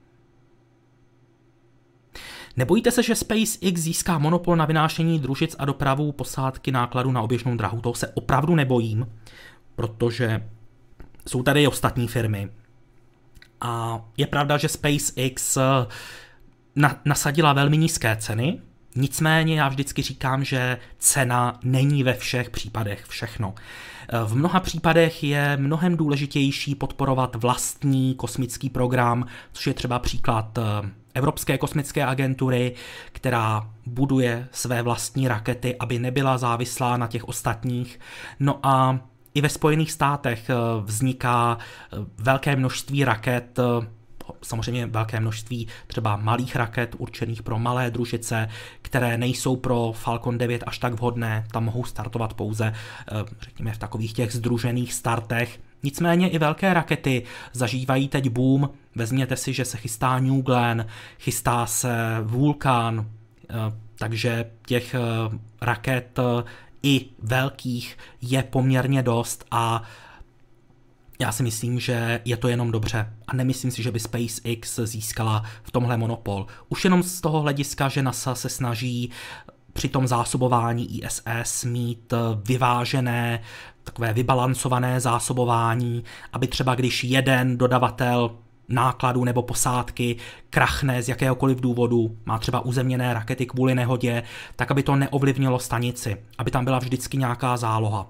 Nebojíte se, že SpaceX získá monopol na vynášení družic a dopravu posádky nákladu na oběžnou dráhu? Toho se opravdu nebojím, protože jsou tady i ostatní firmy. A je pravda, že SpaceX na- nasadila velmi nízké ceny, nicméně já vždycky říkám, že cena není ve všech případech všechno. V mnoha případech je mnohem důležitější podporovat vlastní kosmický program, což je třeba příklad Evropské kosmické agentury, která buduje své vlastní rakety, aby nebyla závislá na těch ostatních. No a i ve Spojených státech vzniká velké množství raket, samozřejmě velké množství třeba malých raket určených pro malé družice, které nejsou pro Falcon devět až tak vhodné, tam mohou startovat pouze, řekněme, v takových těch sdružených startech. Nicméně i velké rakety zažívají teď boom. Vezměte si, že se chystá New Glenn, chystá se Vulcan, takže těch raket i velkých je poměrně dost a já si myslím, že je to jenom dobře a nemyslím si, že by SpaceX získala v tomhle monopol. Už jenom z toho hlediska, že NASA se snaží při tom zásobování I S S mít vyvážené, takové vybalancované zásobování, aby třeba když jeden dodavatel nákladu nebo posádky krachne z jakéhokoliv důvodu, má třeba uzemněné rakety kvůli nehodě, tak aby to neovlivnilo stanici, aby tam byla vždycky nějaká záloha.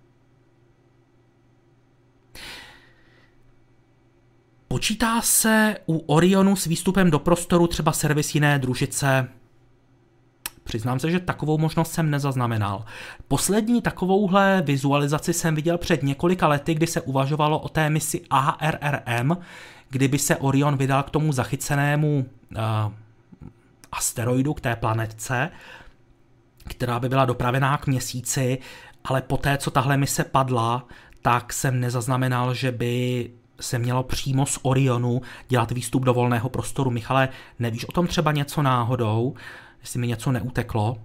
Počítá se u Orionu s výstupem do prostoru třeba servis jiné družice? Přiznám se, že takovou možnost jsem nezaznamenal. Poslední takovouhle vizualizaci jsem viděl před několika lety, kdy se uvažovalo o té misi A R R M, kdyby se Orion vydal k tomu zachycenému uh, asteroidu, k té planetce, která by byla dopravená k měsíci, ale poté, co tahle mise padla, tak jsem nezaznamenal, že by se mělo přímo z Orionu dělat výstup do volného prostoru. Michale, nevíš o tom třeba něco náhodou? Jestli mi něco neuteklo?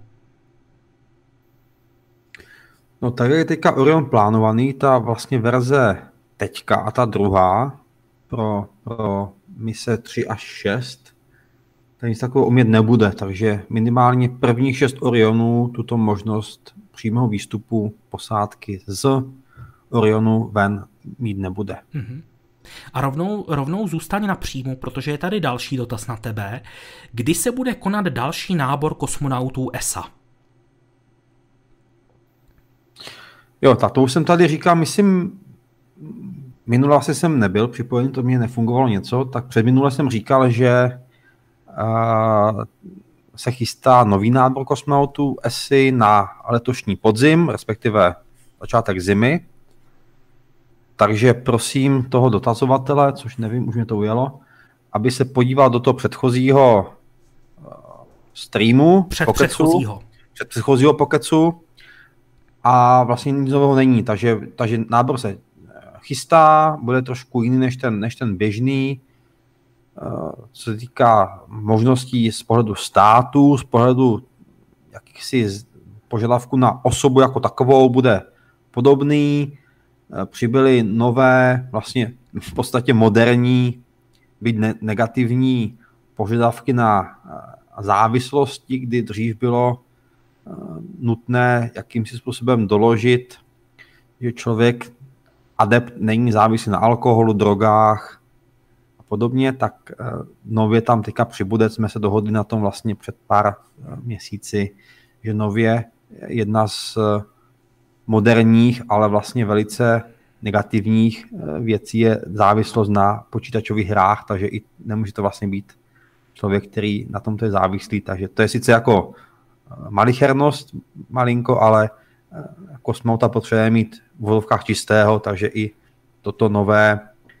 No tak je teďka Orion plánovaný, ta vlastně verze teďka a ta druhá pro, pro mise tři až šest, tak nic takového umět nebude, takže minimálně prvních šest Orionů tuto možnost přímého výstupu posádky z Orionu ven mít nebude. Mm-hmm. A rovnou, rovnou zůstaň na příjmu, protože je tady další dotaz na tebe. Kdy se bude konat další nábor kosmonautů E S A? Jo, tak to už jsem tady říkal, myslím, minule asi jsem nebyl připojený, to mě nefungovalo něco, tak předminule jsem říkal, že uh, se chystá nový nábor kosmonautů E S I na letošní podzim, respektive začátek zimy. Takže prosím toho dotazovatele, což nevím, už mě to ujelo, aby se podíval do toho předchozího streamu, Před pokecu, předchozího. před předchozího pokecu a vlastně nic nového není, takže, takže nábor se chystá, bude trošku jiný než ten, než ten běžný, co se týká možností z pohledu státu, z pohledu jakýchsi požadavků na osobu jako takovou bude podobný. Přibyly nové, vlastně v podstatě moderní, byť ne- negativní požadavky na závislosti, kdy dřív bylo nutné jakýmsi způsobem doložit, že člověk adept není závislý na alkoholu, drogách a podobně, tak nově tam teďka přibude, jsme se dohodli na tom vlastně před pár měsíci, že nově jedna z moderních, ale vlastně velice negativních věcí je závislost na počítačových hrách, takže i nemůže to vlastně být člověk, který na tomto je závislý, takže to je sice jako malichernost malinko, ale kosmonauta potřebuje mít v vodovkách čistého, takže i toto nové,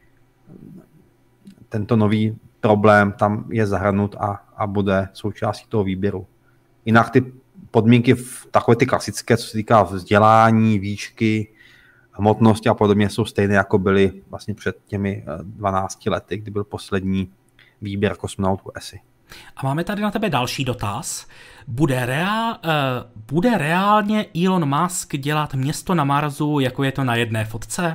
tento nový problém tam je zahrnut a, a bude součástí toho výběru. Jinak ty podmínky v takové ty klasické, co se týká vzdělání, výšky, hmotnosti a podobně, jsou stejné, jako byly vlastně před těmi dvanácti lety, kdy byl poslední výběr kosmonautů E S I. A máme tady na tebe další dotaz. Bude, reál, uh, bude reálně Elon Musk dělat město na Marsu, jako je to na jedné fotce?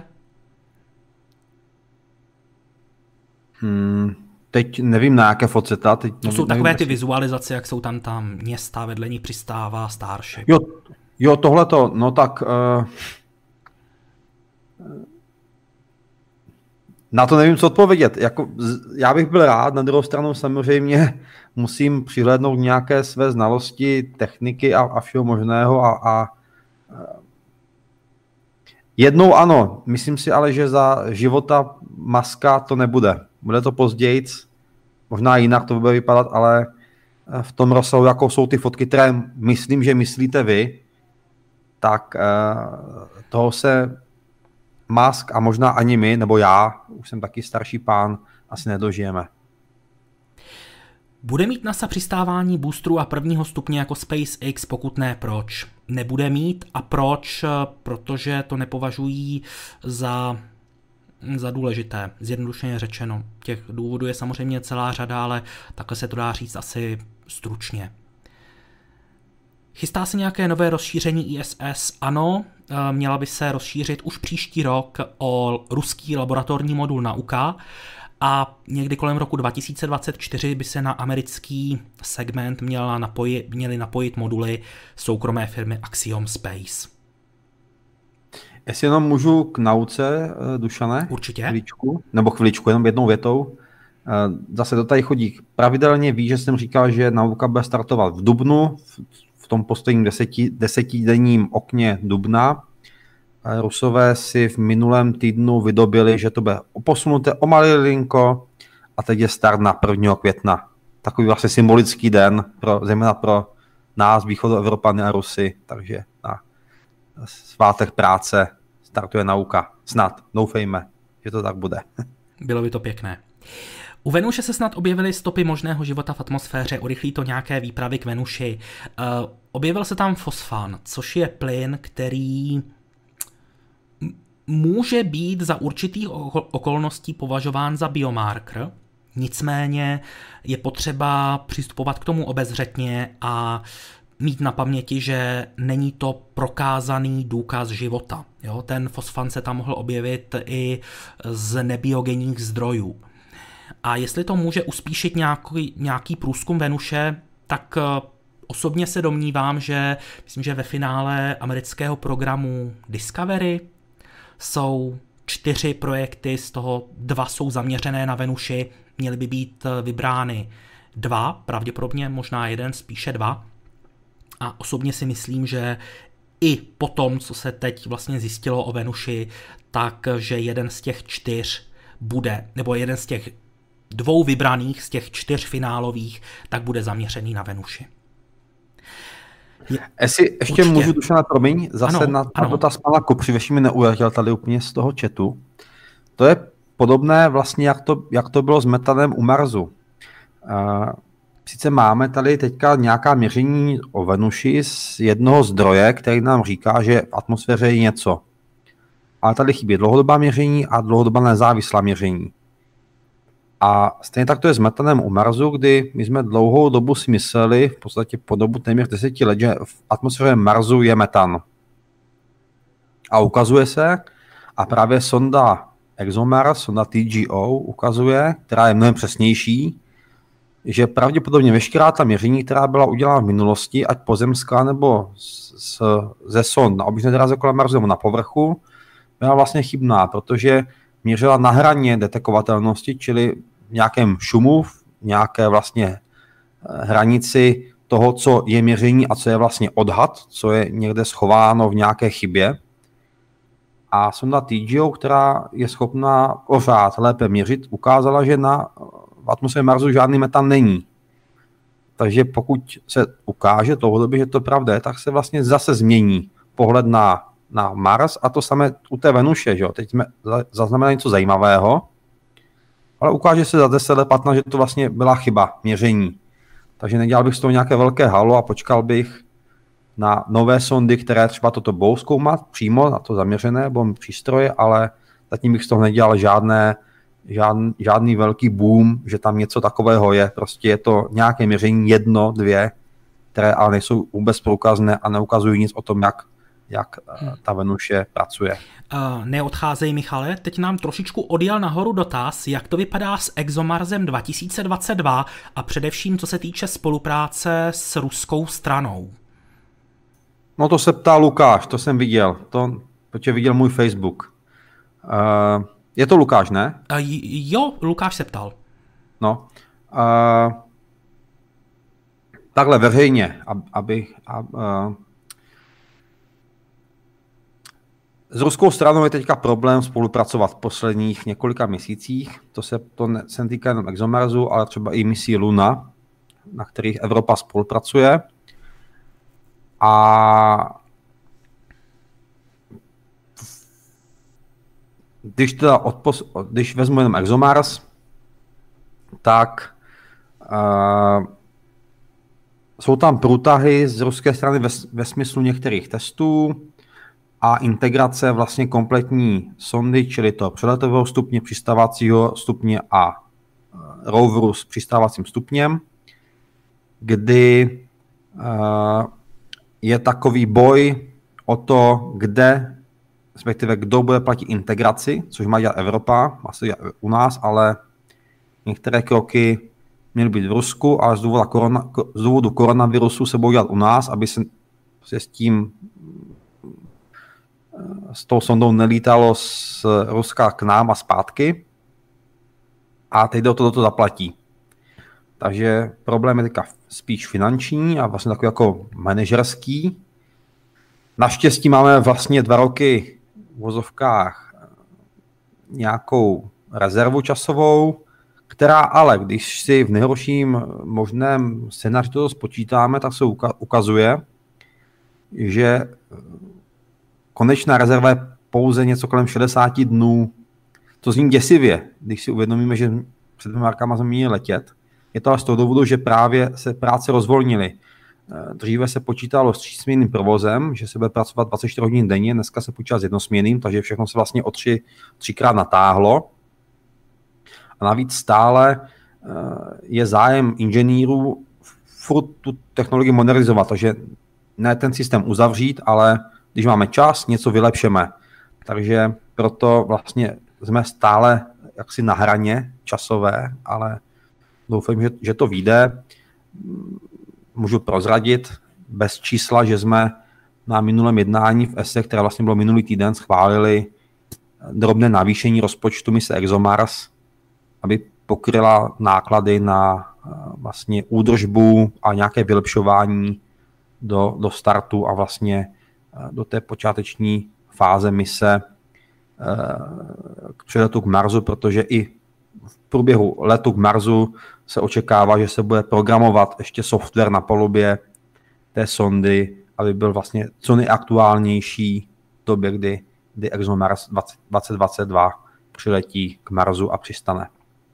Hmm, teď nevím, na jaké fotce ta. Teď to nevím, jsou takové nevím, ty jestli... vizualizace, jak jsou tam tam města, vedle ní přistává Starship. Jo, jo tohleto, no tak... Uh... Na to nevím, co odpovědět. Jako, já bych byl rád, na druhou stranu samozřejmě musím přihlédnout nějaké své znalosti, techniky a, a všeho možného. A, a jednou ano, myslím si ale, že za života Muska to nebude. Bude to později, možná jinak to bude vypadat, ale v tom rozsahu, jako jsou ty fotky, které myslím, že myslíte vy, tak toho se Musk a možná ani my, nebo já, už jsem taky starší pán, asi nedožijeme. Bude mít NASA přistávání boosterů a prvního stupně jako SpaceX, pokud ne, proč? Nebude mít a proč? Protože to nepovažují za, za důležité, zjednodušeně řečeno. Těch důvodů je samozřejmě celá řada, ale takhle se to dá říct asi stručně. Chystá se nějaké nové rozšíření I S S? Ano, měla by se rozšířit už příští rok o ruský laboratorní modul Nauka a někdy kolem roku dva tisíce dvacet čtyři by se na americký segment měla napojit, měly napojit moduly soukromé firmy Axiom Space. Jestli jenom můžu k nauce, Dušane? Určitě. Chviličku, nebo chviličku, jenom jednou větou. Zase do tady chodí pravidelně, ví, že jsem říkal, že Nauka bude startovat v dubnu, v tom posledním deseti, desetidenním okně dubna. Rusové si v minulém týdnu vydobili, že to bude posunuté o malilinko a teď je start na prvního května. Takový vlastně symbolický den, pro, zejména pro nás, východoevropany a Rusy, takže na svátek práce startuje Nauka. Snad, doufejme, že to tak bude. Bylo by to pěkné. U Venuše se snad objevily stopy možného života v atmosféře, urychlí to nějaké výpravy k Venuši. Uh, objevil se tam fosfan, což je plyn, který může být za určitých okolností považován za biomarker, nicméně je potřeba přistupovat k tomu obezřetně a mít na paměti, že není to prokázaný důkaz života. Jo? Ten fosfan se tam mohl objevit i z nebiogenních zdrojů. A jestli to může uspíšit nějaký, nějaký průzkum Venuše, tak osobně se domnívám, že myslím, že ve finále amerického programu Discovery jsou čtyři projekty, z toho dva jsou zaměřené na Venuši, měly by být vybrány dva, pravděpodobně možná jeden, spíše dva. A osobně si myslím, že i po tom, co se teď vlastně zjistilo o Venuši, tak že jeden z těch čtyř bude, nebo jeden z těch dvou vybraných, z těch čtyř finálových, tak bude zaměřený na Venuši. Jestli ještě určitě můžu, Dušana, promiň, zase ano, na, na dotaz pana Kopři, ještě mi neujatil tady úplně z toho chatu. To je podobné vlastně, jak to, jak to bylo s metanem u Marsu. Uh, sice máme tady teďka nějaká měření o Venuši z jednoho zdroje, který nám říká, že v atmosféře je něco. Ale tady chybí dlouhodobá měření a dlouhodobá nezávislá měření. A stejně tak to je s metanem u Marsu, kdy my jsme dlouhou dobu si mysleli, v podstatě po dobu téměř deseti let, že v atmosféře Marsu je metan. A ukazuje se, a právě sonda ExoMars, sonda T G O ukazuje, která je mnohem přesnější, že pravděpodobně veškerá ta měření, která byla udělána v minulosti, ať pozemská nebo z, ze sond na oběžné dráze kolem Marsu nebo na povrchu, byla vlastně chybná, protože měřila na hraně detekovatelnosti, čili v nějakém šumu, v nějaké vlastně hranici toho, co je měření a co je vlastně odhad, co je někde schováno v nějaké chybě. A sonda T G O, která je schopná pořád lépe měřit, ukázala, že na v atmosféře Marsu žádný metan není. Takže pokud se ukáže dlouhodobě, že to pravda je, tak se vlastně zase změní pohled na, na Mars a to samé u té Venuše. Že jo? Teď jsme zaznamenali něco zajímavého, ale ukáže se za deset let, patnáct, že to vlastně byla chyba měření. Takže nedělal bych z toho nějaké velké halo a počkal bych na nové sondy, které třeba toto budou zkoumat přímo na to zaměřené, budou přístroje, ale zatím bych z toho nedělal žádné Žádný, žádný velký boom, že tam něco takového je. Prostě je to nějaké měření jedno, dvě, které ale nejsou vůbec průkazné a neukazují nic o tom, jak, jak hmm. ta Venuše pracuje. Uh, neodcházej, Michale, teď nám trošičku odjel nahoru dotaz, jak to vypadá s ExoMarsem dva tisíce dvacet dva a především co se týče spolupráce s ruskou stranou. No to se ptá Lukáš, to jsem viděl, to, protože viděl můj Facebook. Uh, Je to Lukáš, ne? Uh, jo, Lukáš se ptal. No. Uh, takhle veřejně, aby... aby uh, s ruskou stranou je teďka problém spolupracovat v posledních několika měsících. To se to ne, se netýká jenom ExoMarsu, ale třeba i misí Luna, na kterých Evropa spolupracuje. A Když, teda odpos- když vezmu jenom ExoMars, tak uh, jsou tam průtahy z ruské strany ve, ve smyslu některých testů a integrace vlastně kompletní sondy, čili to přeletového stupně, přistávacího stupně a uh, roveru s přistávacím stupněm, kdy uh, je takový boj o to, kde respektive kdo bude platit integraci, což má dělat Evropa, má se dělat u nás, ale některé kroky měly být v Rusku, ale z důvodu, korona, z důvodu koronavirusu se budou dělat u nás, aby se, se s tím s tou sondou nelítalo z Ruska k nám a zpátky. A teď do toho to zaplatí. Takže problém je teďka spíš finanční a vlastně takový jako manažerský. Naštěstí máme vlastně dva roky v vozovkách nějakou rezervu časovou, která ale, když si v nejhorším možném scénáři to spočítáme, tak se ukazuje, že konečná rezerva je pouze něco kolem šedesát dnů. To zní děsivě, když si uvědomíme, že před dvěma rokama jsme měli letět. Je to ale z toho důvodu, že právě se práce rozvolnily. Dříve se počítalo s třísměnným provozem, že se bude pracovat dvacet čtyři hodin denně, dneska se počítá s jednosměnným, takže všechno se vlastně o tři, třikrát natáhlo. A navíc stále je zájem inženýrů furt tu technologii modernizovat, takže ne ten systém uzavřít, ale když máme čas, něco vylepšeme. Takže proto vlastně jsme stále jaksi na hraně časové, ale doufám, že, že to vyjde. Můžu prozradit bez čísla, že jsme na minulém jednání v E S E, které vlastně bylo minulý týden, schválili drobné navýšení rozpočtu mise ExoMars, aby pokryla náklady na vlastně údržbu a nějaké vylepšování do, do startu a vlastně do té počáteční fáze mise k přiletu k Marsu, protože i v průběhu letu k Marsu se očekává, že se bude programovat ještě software na palubě té sondy, aby byl vlastně co nejaktuálnější v době, kdy, kdy ExoMars dvacet dvacet dva přiletí k Marsu a přistane.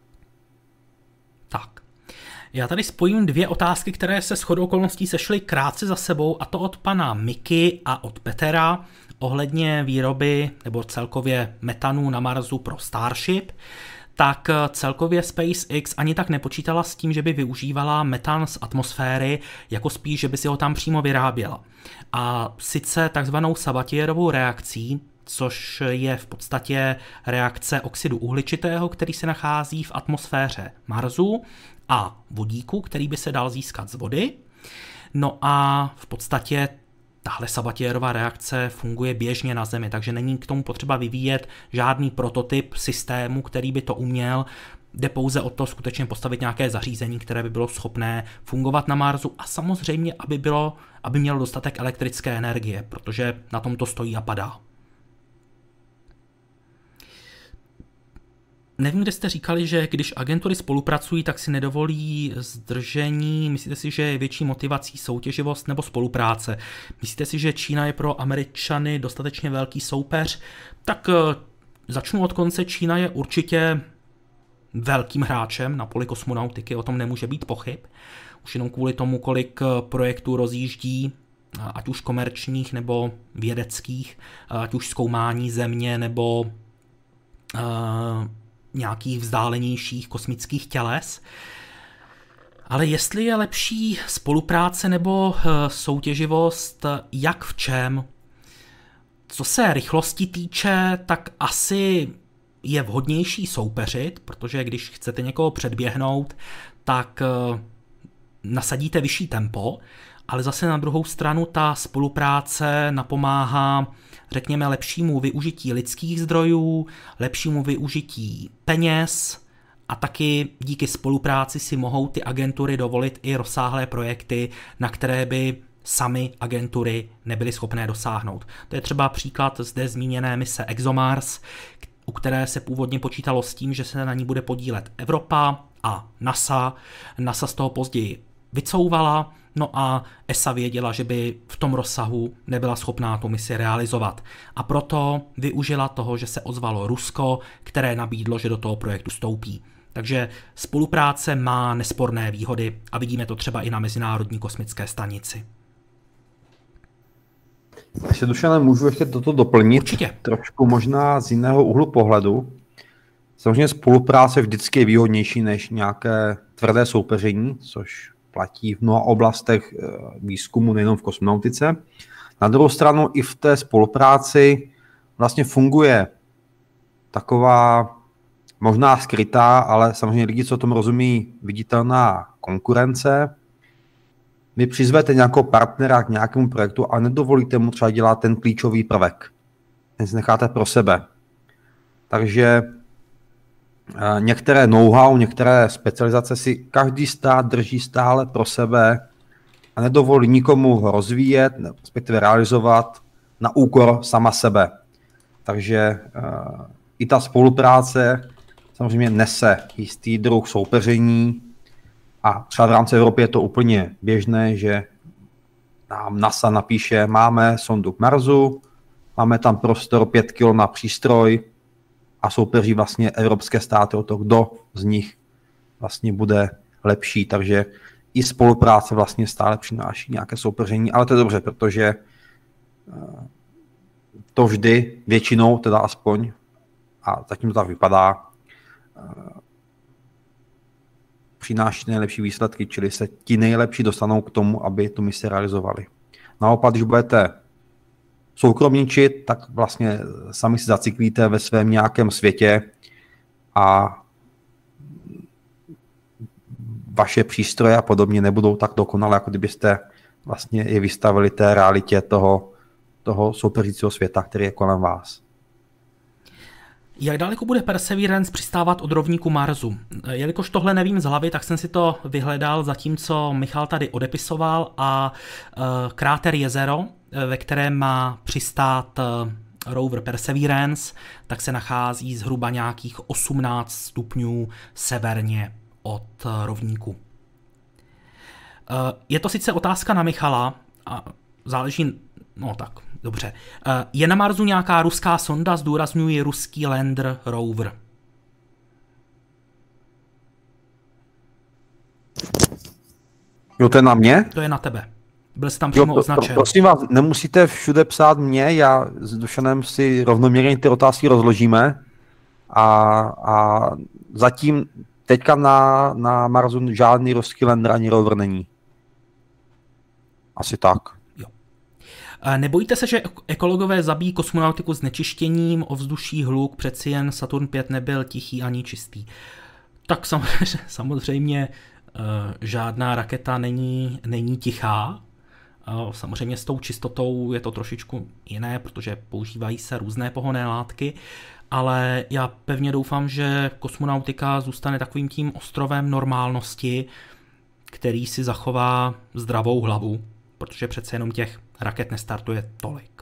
Tak. Já tady spojím dvě otázky, které se shodou okolností sešly krátce za sebou, a to od pana Miky a od Petera ohledně výroby nebo celkově metanu na Marsu pro Starship. Tak celkově SpaceX ani tak nepočítala s tím, že by využívala metan z atmosféry, jako spíš, že by si ho tam přímo vyráběla. A sice takzvanou Sabatierovou reakcí, což je v podstatě reakce oxidu uhličitého, který se nachází v atmosféře Marsu, a vodíku, který by se dal získat z vody. No a v podstatě tahle Sabatierová reakce funguje běžně na Zemi, takže není k tomu potřeba vyvíjet žádný prototyp systému, který by to uměl. Jde pouze o to skutečně postavit nějaké zařízení, které by bylo schopné fungovat na Marsu, a samozřejmě, aby, bylo, aby mělo dostatek elektrické energie, protože na tom to stojí a padá. Nevím, kde jste říkali, že když agentury spolupracují, tak si nedovolí zdržení. Myslíte si, že je větší motivací soutěživost nebo spolupráce? Myslíte si, že Čína je pro Američany dostatečně velký soupeř? Tak začnu od konce. Čína je určitě velkým hráčem na poli kosmonautiky, o tom nemůže být pochyb. Už jenom kvůli tomu, kolik projektů rozjíždí, ať už komerčních nebo vědeckých, ať už zkoumání Země nebo uh, nějakých vzdálenějších kosmických těles. Ale jestli je lepší spolupráce nebo soutěživost, jak v čem? Co se rychlosti týče, tak asi je vhodnější soupeřit, protože když chcete někoho předběhnout, tak nasadíte vyšší tempo, ale zase na druhou stranu ta spolupráce napomáhá, řekněme, lepšímu využití lidských zdrojů, lepšímu využití peněz, a taky díky spolupráci si mohou ty agentury dovolit i rozsáhlé projekty, na které by sami agentury nebyly schopné dosáhnout. To je třeba příklad zde zmíněné mise ExoMars, u které se původně počítalo s tím, že se na ní bude podílet Evropa a NASA. NASA z toho později vycouvala, no a E S A věděla, že by v tom rozsahu nebyla schopná tu misi realizovat. A proto využila toho, že se ozvalo Rusko, které nabídlo, že do toho projektu vstoupí. Takže spolupráce má nesporné výhody a vidíme to třeba i na Mezinárodní kosmické stanici. Ještě, Dušane, můžu ještě toto doplnit? Určitě. Trošku možná z jiného úhlu pohledu. Samozřejmě spolupráce vždycky je výhodnější než nějaké tvrdé soupeření, což platí v mnoha oblastech výzkumu, nejenom v kosmonautice. Na druhou stranu i v té spolupráci vlastně funguje taková možná skrytá, ale samozřejmě lidi, co tomu rozumí, viditelná konkurence. Vy přizvete nějakého partnera k nějakému projektu a nedovolíte mu třeba dělat ten klíčový prvek. Ten si necháte pro sebe. Takže některé know-how, některé specializace si každý stát drží stále pro sebe a nedovolí nikomu ho rozvíjet, respektive realizovat na úkor sama sebe. Takže uh, i ta spolupráce samozřejmě nese jistý druh soupeření a třeba v rámci Evropy je to úplně běžné, že nám NASA napíše, máme sondu k Marsu, máme tam prostor pět kilo na přístroj a soupeří vlastně evropské státy o to, kdo z nich vlastně bude lepší. Takže i spolupráce vlastně stále přináší nějaké soupeření, ale to je dobře, protože to vždy, většinou teda aspoň, a zatím to tak vypadá, přináší nejlepší výsledky, čili se ti nejlepší dostanou k tomu, aby tu misi realizovali. Naopak, když budete soukromničit, tak vlastně sami si zacyklíte ve svém nějakém světě a vaše přístroje a podobně nebudou tak dokonalé, jako kdybyste vlastně je vystavili té realitě toho, toho soupeřícího světa, který je kolem vás. Jak daleko bude Perseverance přistávat od rovníku Marsu? Jelikož tohle nevím z hlavy, tak jsem si to vyhledal, zatímco Michal tady odepisoval, a uh, kráter Jezero, ve kterém má přistát uh, rover Perseverance, tak se nachází zhruba nějakých osmnáct stupňů severně od uh, rovníku. Uh, je to sice otázka na Michala, a záleží, no tak, dobře. Je na Marsu nějaká ruská sonda, zdůrazňuji ruský Lander rover? Jo, to je na mě? To je na tebe. Byl jsi tam přímo jo, označen. Prosím vás, nemusíte všude psát mě, já s Dušanem si rovnoměrně ty otázky rozložíme a, a zatím teďka na, na Marsu žádný ruský Lander ani rover není. Asi tak. Nebojíte se, že ekologové zabíjí kosmonautiku znečištěním, ovzduší, hluk, přeci jen Saturn pět nebyl tichý ani čistý? Tak samozřejmě, samozřejmě žádná raketa není, není tichá. Samozřejmě s tou čistotou je to trošičku jiné, protože používají se různé pohonné látky, ale já pevně doufám, že kosmonautika zůstane takovým tím ostrovem normálnosti, který si zachová zdravou hlavu, protože přece jenom těch raket nestartuje tolik.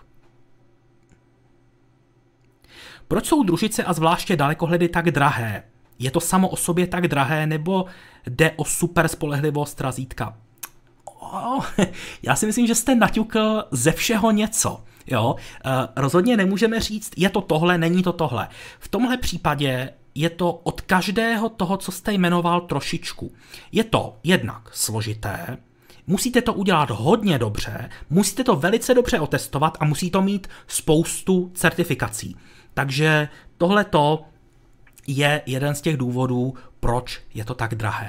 Proč jsou družice a zvláště dalekohledy tak drahé? Je to samo o sobě tak drahé, nebo jde o super spolehlivost razítka? Oh, já si myslím, že jste naťukl ze všeho něco. Jo? Rozhodně nemůžeme říct, je to tohle, není to tohle. V tomhle případě je to od každého toho, co jste jmenoval, trošičku. Je to jednak složité, musíte to udělat hodně dobře, musíte to velice dobře otestovat a musí to mít spoustu certifikací. Takže tohleto je jeden z těch důvodů, proč je to tak drahé.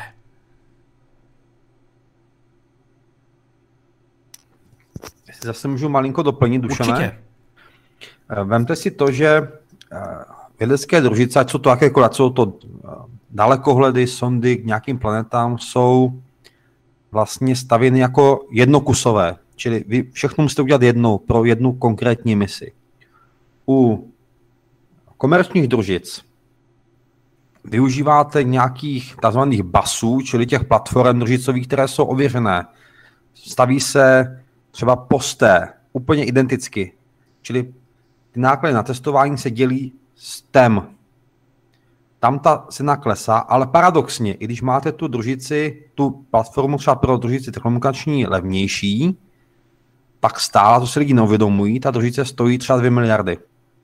Jestli zase můžu malinko doplnit, Dušane? Určitě. Vemte si to, že vědecké družice, ať jsou to jakékoliv, ať jsou to dalekohledy, sondy k nějakým planetám, jsou vlastně stavěny jako jednokusové. Čili vy všechno musíte udělat jednou pro jednu konkrétní misi. U komerčních družic využíváte nějakých tzv. basů, čili těch platform družicových, které jsou ověřené. Staví se třeba posté, úplně identicky. Čili ty náklady na testování se dělí s tem. Tam ta cena klesá, ale paradoxně, i když máte tu družici, tu platformu třeba pro družici telekomunikační levnější, pak stále, to se lidi neuvědomují, ta družice stojí třeba dvě miliardy.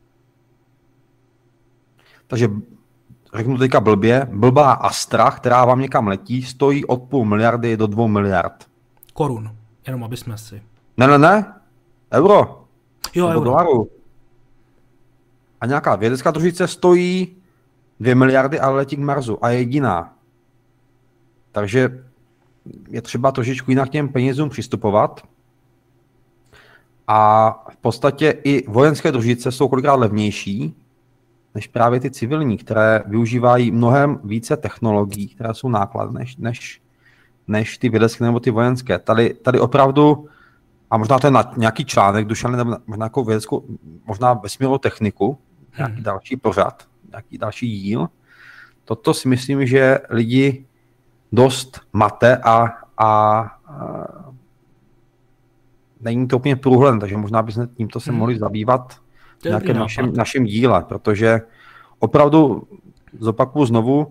Takže řeknu teďka blbě, blbá Astra, která vám někam letí, stojí od půl miliardy do dvou miliard. Korun, jenom aby jsme si... Ne, ne, ne, euro. Jo, euro. Dolaru. A nějaká vědecká družice stojí dvě miliardy, ale letí k Marsu a je jediná. Takže je třeba trošičku jinak k těm penězům přistupovat. A v podstatě i vojenské družice jsou kolikrát levnější než právě ty civilní, které využívají mnohem více technologií, které jsou nákladné než, než, než ty vědecké nebo ty vojenské. Tady, tady opravdu, a možná to je na nějaký článek, Dušan, nebo možná nějakou vědeckou, možná vesmírnou techniku, nějaký hmm. další pořad, nějaký další díl. Toto si myslím, že lidi dost mate a, a, a není to úplně průhledné, takže možná bychom tímto se hmm. mohli zabývat v nějakém našem, našem díle, protože opravdu, zopakuju znovu,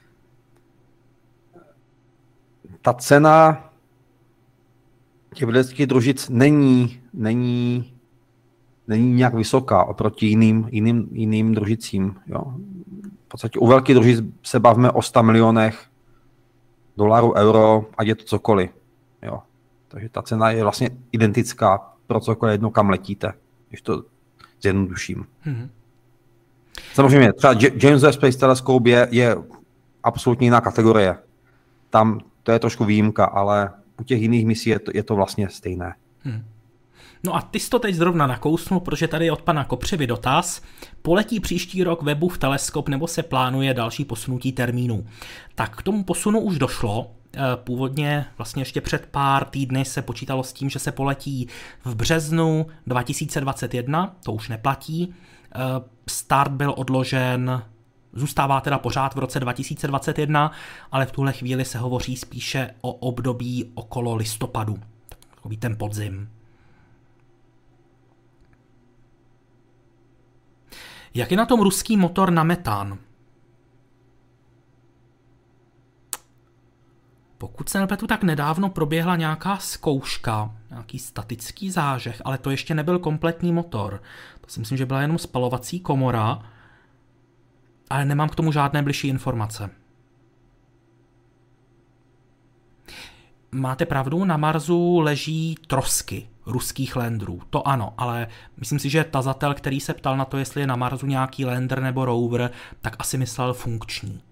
ta cena těch vědeckých družic není, není, není nějak vysoká oproti jiným, jiným, jiným družicím. Jo. V podstatě u velkých družic se bavíme o sto milionech dolarů, euro, ať je to cokoliv. Jo. Takže ta cena je vlastně identická pro cokoliv jedno, kam letíte, když to zjednoduším. Mm-hmm. Samozřejmě, třeba James Webb Space Telescope je, je absolutně jiná kategorie. Tam to je trošku výjimka, ale u těch jiných misí je to, je to vlastně stejné. Hmm. No a ty jsi to teď zrovna nakousnul, protože tady je od pana Kopřivy dotaz. Poletí příští rok Webbův teleskop nebo se plánuje další posunutí termínu? Tak k tomu posunu už došlo. Původně vlastně ještě před pár týdny se počítalo s tím, že se poletí v březnu dva tisíce dvacet jedna, to už neplatí. Start byl odložen, zůstává teda pořád v roce dva tisíce dvacet jedna, ale v tuhle chvíli se hovoří spíše o období okolo listopadu. Takový ten podzim. Jak je na tom ruský motor na metan? Pokud se nepletu, tak nedávno proběhla nějaká zkouška, nějaký statický zážeh, ale to ještě nebyl kompletní motor. To si myslím, že byla jenom spalovací komora, ale nemám k tomu žádné bližší informace. Máte pravdu, na Marsu leží trosky ruských landrů, to ano, ale myslím si, že tazatel, který se ptal na to, jestli je na Marsu nějaký lander nebo rover, tak asi myslel funkční.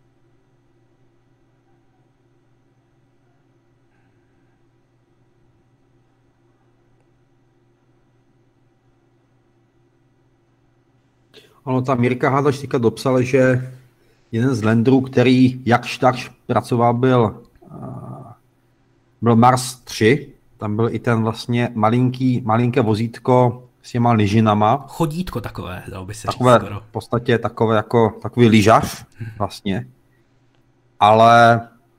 Ano, ta Mirka Hádaš teďka dopsal, že jeden z landrů, který jakž takž pracoval, byl, byl Mars tři. Tam byl i ten vlastně malinký, malinké vozítko s těma lyžinama. Chodítko takové, dalo by se takové, říct skoro. V podstatě takové jako takový lyžař vlastně. Ale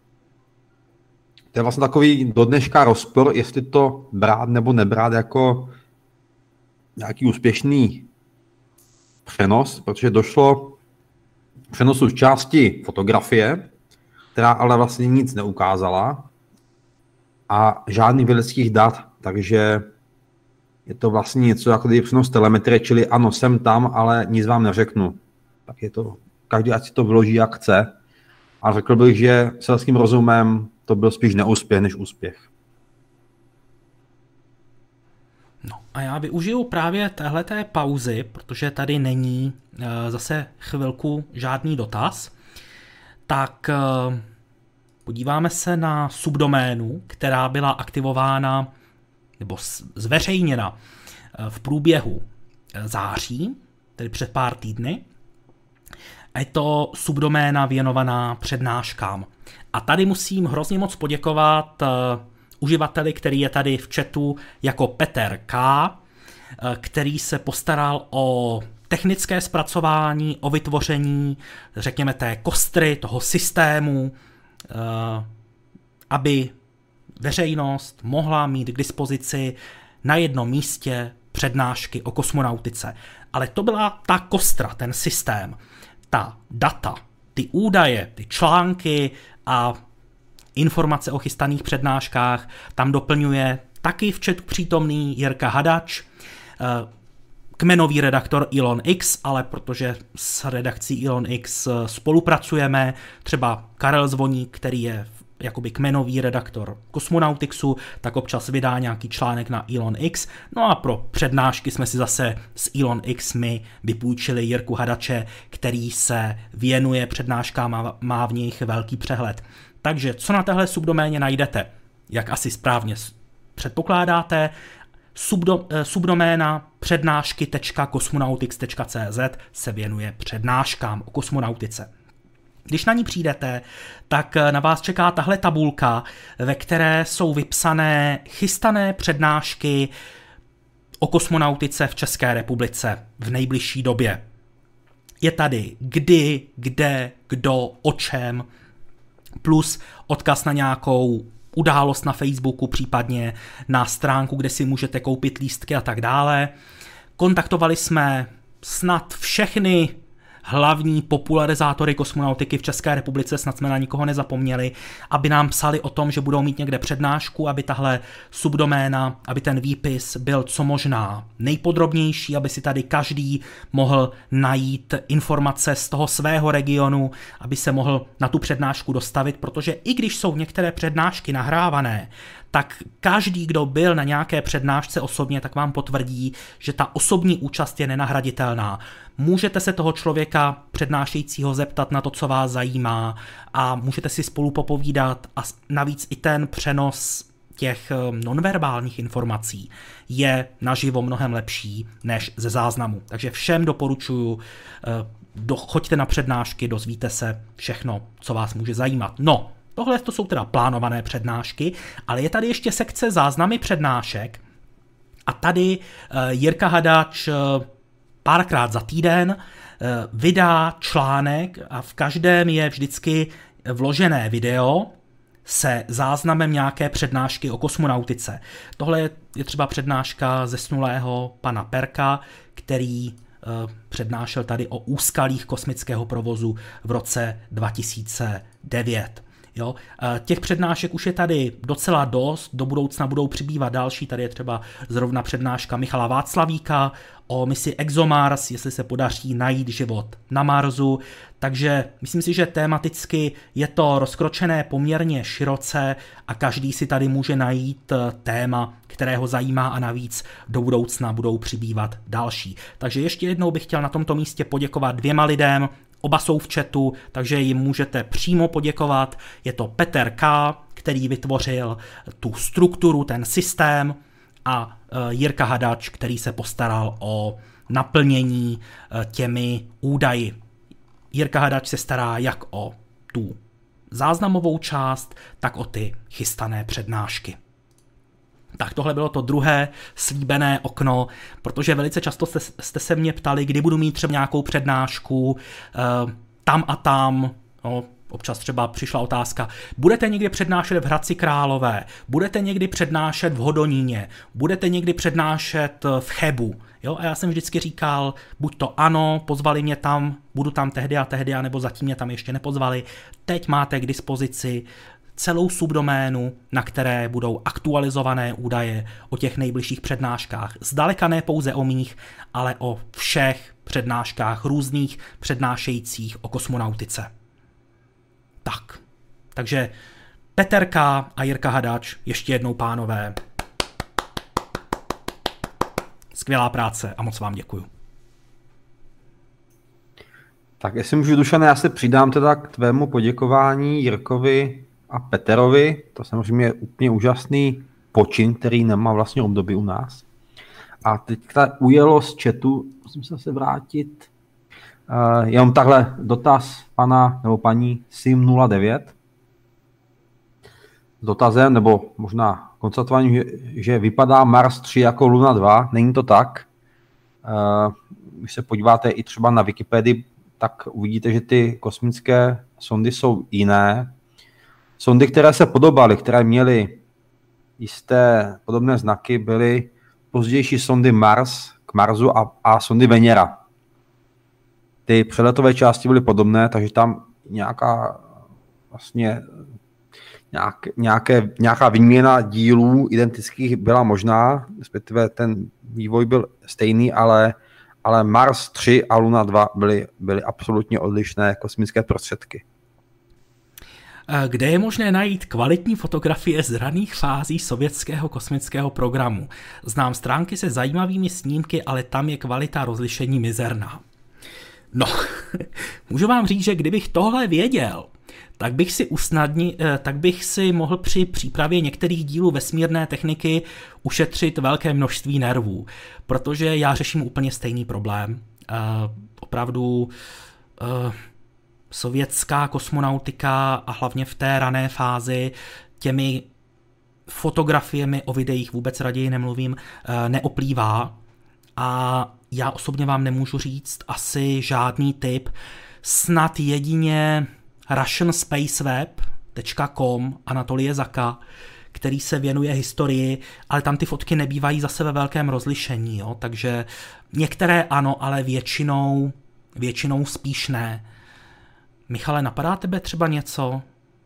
to je vlastně takový do dneška rozpor, jestli to brát nebo nebrát jako nějaký úspěšný přenos, protože došlo k přenosu z části fotografie, která ale vlastně nic neukázala a žádných vědeckých dat, takže je to vlastně něco jako kdyby přenos telemetrie, čili ano, jsem tam, ale nic vám neřeknu. Tak je to, každý ať si to vloží jak chce, a řekl bych, že selským rozumem to byl spíš neúspěch než úspěch. No a já využiju právě téhleté pauzy, protože tady není e, zase chvilku žádný dotaz, tak e, podíváme se na subdoménu, která byla aktivována nebo zveřejněna e, v průběhu září, tedy před pár týdny. A je to subdoména věnovaná přednáškám. A tady musím hrozně moc poděkovat e, uživateli, který je tady v chatu jako Petr K., který se postaral o technické zpracování, o vytvoření, řekněme, té kostry, toho systému, aby veřejnost mohla mít k dispozici na jednom místě přednášky o kosmonautice. Ale to byla ta kostra, ten systém, ta data, ty údaje, ty články a informace o chystaných přednáškách tam doplňuje taky v chatu přítomný Jirka Hadač, kmenový redaktor Elon X, ale protože s redakcí Elon X spolupracujeme, třeba Karel Zvoník, který je jakoby kmenový redaktor Kosmonautixu, tak občas vydá nějaký článek na Elon X. No a pro přednášky jsme si zase s Elon X my vypůjčili Jirku Hadače, který se věnuje přednáškám a má v nich velký přehled. Takže co na téhle subdoméně najdete? Jak asi správně předpokládáte, subdo, subdoména přednášky tečka kosmonautix tečka cé zet se věnuje přednáškám o kosmonautice. Když na ní přijdete, tak na vás čeká tahle tabulka, ve které jsou vypsané chystané přednášky o kosmonautice v České republice v nejbližší době. Je tady kdy, kde, kdo, o čem, plus odkaz na nějakou událost na Facebooku, případně na stránku, kde si můžete koupit lístky a tak dále. Kontaktovali jsme snad všechny hlavní popularizátory kosmonautiky v České republice, snad jsme na nikoho nezapomněli, aby nám psali o tom, že budou mít někde přednášku, aby tahle subdoména, aby ten výpis byl co možná nejpodrobnější, aby si tady každý mohl najít informace z toho svého regionu, aby se mohl na tu přednášku dostavit, protože i když jsou některé přednášky nahrávané, tak každý, kdo byl na nějaké přednášce osobně, tak vám potvrdí, že ta osobní účast je nenahraditelná. Můžete se toho člověka přednášejícího zeptat na to, co vás zajímá a můžete si spolu popovídat a navíc i ten přenos těch nonverbálních informací je naživo mnohem lepší než ze záznamu. Takže všem doporučuji, do, choďte na přednášky, dozvíte se všechno, co vás může zajímat. No, tohle to jsou teda plánované přednášky, ale je tady ještě sekce záznamy přednášek a tady Jirka Hadač párkrát za týden vydá článek a v každém je vždycky vložené video se záznamem nějaké přednášky o kosmonautice. Tohle je třeba přednáška zesnulého pana Perka, který přednášel tady o úskalích kosmického provozu v roce dva tisíce devět. Jo? Těch přednášek už je tady docela dost, do budoucna budou přibývat další, tady je třeba zrovna přednáška Michala Václavíka o misi ExoMars, jestli se podaří najít život na Marsu, takže myslím si, že tematicky je to rozkročené poměrně široce a každý si tady může najít téma, které ho zajímá a navíc do budoucna budou přibývat další. Takže ještě jednou bych chtěl na tomto místě poděkovat dvěma lidem. Oba jsou v chatu, takže jim můžete přímo poděkovat. Je to Petr K., který vytvořil tu strukturu, ten systém, a Jirka Hadač, který se postaral o naplnění těmi údaji. Jirka Hadač se stará jak o tu záznamovou část, tak o ty chystané přednášky. Tak tohle bylo to druhé slíbené okno, protože velice často jste, jste se mě ptali, kdy budu mít třeba nějakou přednášku eh, tam a tam, no, občas třeba přišla otázka, budete někdy přednášet v Hradci Králové, budete někdy přednášet v Hodoníně, budete někdy přednášet v Chebu, jo, a já jsem vždycky říkal, buď to ano, pozvali mě tam, budu tam tehdy a tehdy, anebo zatím mě tam ještě nepozvali, teď máte k dispozici celou subdoménu, na které budou aktualizované údaje o těch nejbližších přednáškách. Zdaleka ne pouze o mých, ale o všech přednáškách různých přednášejících o kosmonautice. Tak, takže Petr K. a Jirka Hadač, ještě jednou pánové. Skvělá práce a moc vám děkuju. Tak jestli můžu, Dušane, já se přidám teda k tvému poděkování Jirkovi a Peterovi. To samozřejmě je úplně úžasný počin, který nemá vlastně období u nás. A teďka ujelo z chatu, musím se zase vrátit, uh, jenom takhle dotaz pana nebo paní Sim nula devět. S dotazem, nebo možná konstatováním, že, že vypadá Mars tři jako Luna dva. Není to tak. Uh, když se podíváte i třeba na Wikipedii, tak uvidíte, že ty kosmické sondy jsou jiné. Sondy, které se podobaly, které měly jisté podobné znaky, byly pozdější sondy Mars k Marsu a, a sondy Venera. Ty přeletové části byly podobné, takže tam nějaká vlastně nějak, nějaké, nějaká výměna dílů identických byla možná, respektive ten vývoj byl stejný, ale, ale Mars tři a Luna dva byly, byly absolutně odlišné kosmické prostředky. Kde je možné najít kvalitní fotografie z raných fází sovětského kosmického programu? Znám stránky se zajímavými snímky, ale tam je kvalita rozlišení mizerná. No, můžu vám říct, že kdybych tohle věděl, tak bych si usnadni, tak bych si mohl při přípravě některých dílů vesmírné techniky ušetřit velké množství nervů, protože já řeším úplně stejný problém. Uh, opravdu uh, sovětská kosmonautika a hlavně v té rané fázi těmi fotografiemi o videích vůbec raději nemluvím, neoplývá a já osobně vám nemůžu říct asi žádný tip, snad jedině russian space web tečka com Anatolie Zaka, který se věnuje historii, ale tam ty fotky nebývají zase ve velkém rozlišení, jo? Takže některé ano, ale většinou většinou spíš ne. Michale, napadá tebe třeba něco?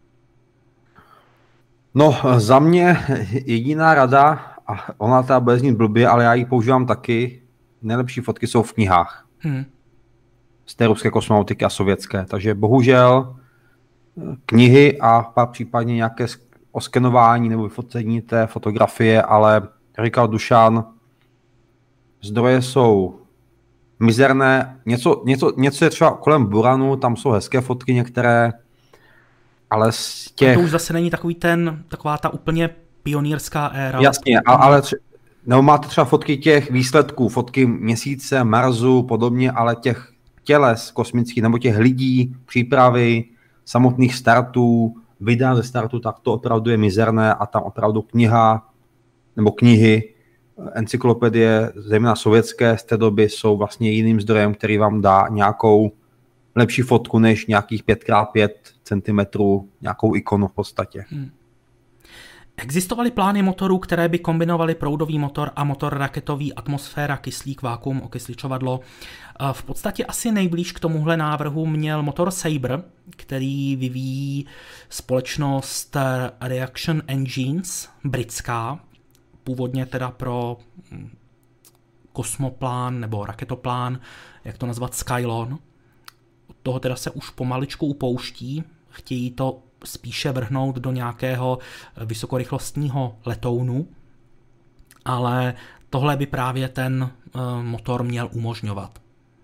No, za mě jediná rada, a ona teda bude znít blbě, ale já ji používám taky, nejlepší fotky jsou v knihách. Hmm. Z té ruské kosmonautiky a sovětské. Takže bohužel knihy a pak případně nějaké oskenování nebo vyfocení té fotografie, ale říkal Dušan, zdroje jsou mizerné. Něco, něco, něco je třeba kolem Buranu, tam jsou hezké fotky některé, ale z těch... A to už zase není takový ten, taková ta úplně pionýrská éra. Jasně, a, ale tře... nebo máte třeba fotky těch výsledků, fotky měsíce, Marsu, podobně, ale těch těles kosmických nebo těch lidí, přípravy, samotných startů, videa ze startu, tak to opravdu je mizerné a tam opravdu kniha nebo knihy, encyklopedie, zejména sovětské z té doby, jsou vlastně jiným zdrojem, který vám dá nějakou lepší fotku než nějakých pět krát pět centimetrů, nějakou ikonu v podstatě. Hmm. Existovaly plány motorů, které by kombinovaly proudový motor a motor raketový, atmosféra, kyslík, vákuum, okysličovadlo. V podstatě asi nejblíž k tomuhle návrhu měl motor Sabre, který vyvíjí společnost Reaction Engines, britská, původně teda pro kosmoplán nebo raketoplán, jak to nazvat, Skylon. Od toho teda se už pomaličku upouští, chtějí to spíše vrhnout do nějakého vysokorychlostního letounu, ale tohle by právě ten motor měl umožňovat.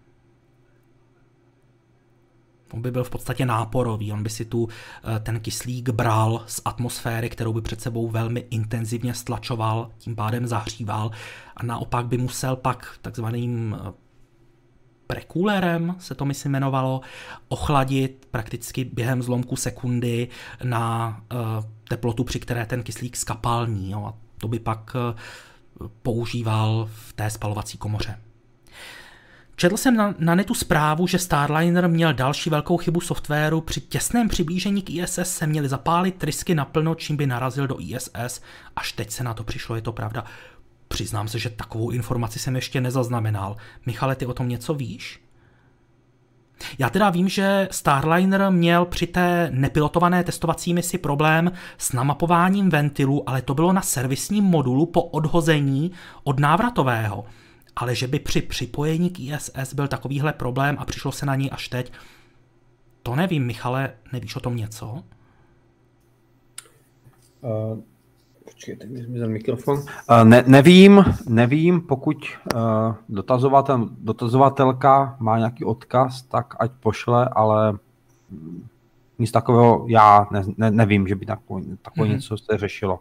On by byl v podstatě náporový, on by si tu ten kyslík bral z atmosféry, kterou by před sebou velmi intenzivně stlačoval, tím pádem zahříval a naopak by musel pak takzvaným prekulerem, se to myslím jmenovalo, ochladit prakticky během zlomku sekundy na uh, teplotu, při které ten kyslík skapalní. Jo, a to by pak uh, používal v té spalovací komoře. Četl jsem na, na netu zprávu, že Starliner měl další velkou chybu softwaru. Při těsném přiblížení k I S S se měly zapálit trysky naplno, čím by narazil do I S S. Až teď se na to přišlo, je to pravda. Přiznám se, že takovou informaci jsem ještě nezaznamenal. Michale, ty o tom něco víš? Já teda vím, že Starliner měl při té nepilotované testovací misi problém s namapováním ventilu, ale to bylo na servisním modulu po odhození od návratového. Ale že by při připojení k I S S byl takovýhle problém a přišlo se na něj až teď, to nevím. Michale, nevíš o tom něco? Uh... Počkejte, mi zmizel mikrofon. Uh, ne, nevím, nevím, pokud uh, dotazovatel, dotazovatelka má nějaký odkaz, tak ať pošle, ale nic takového já ne, ne, nevím, že by takový, takové mm-hmm. něco se řešilo.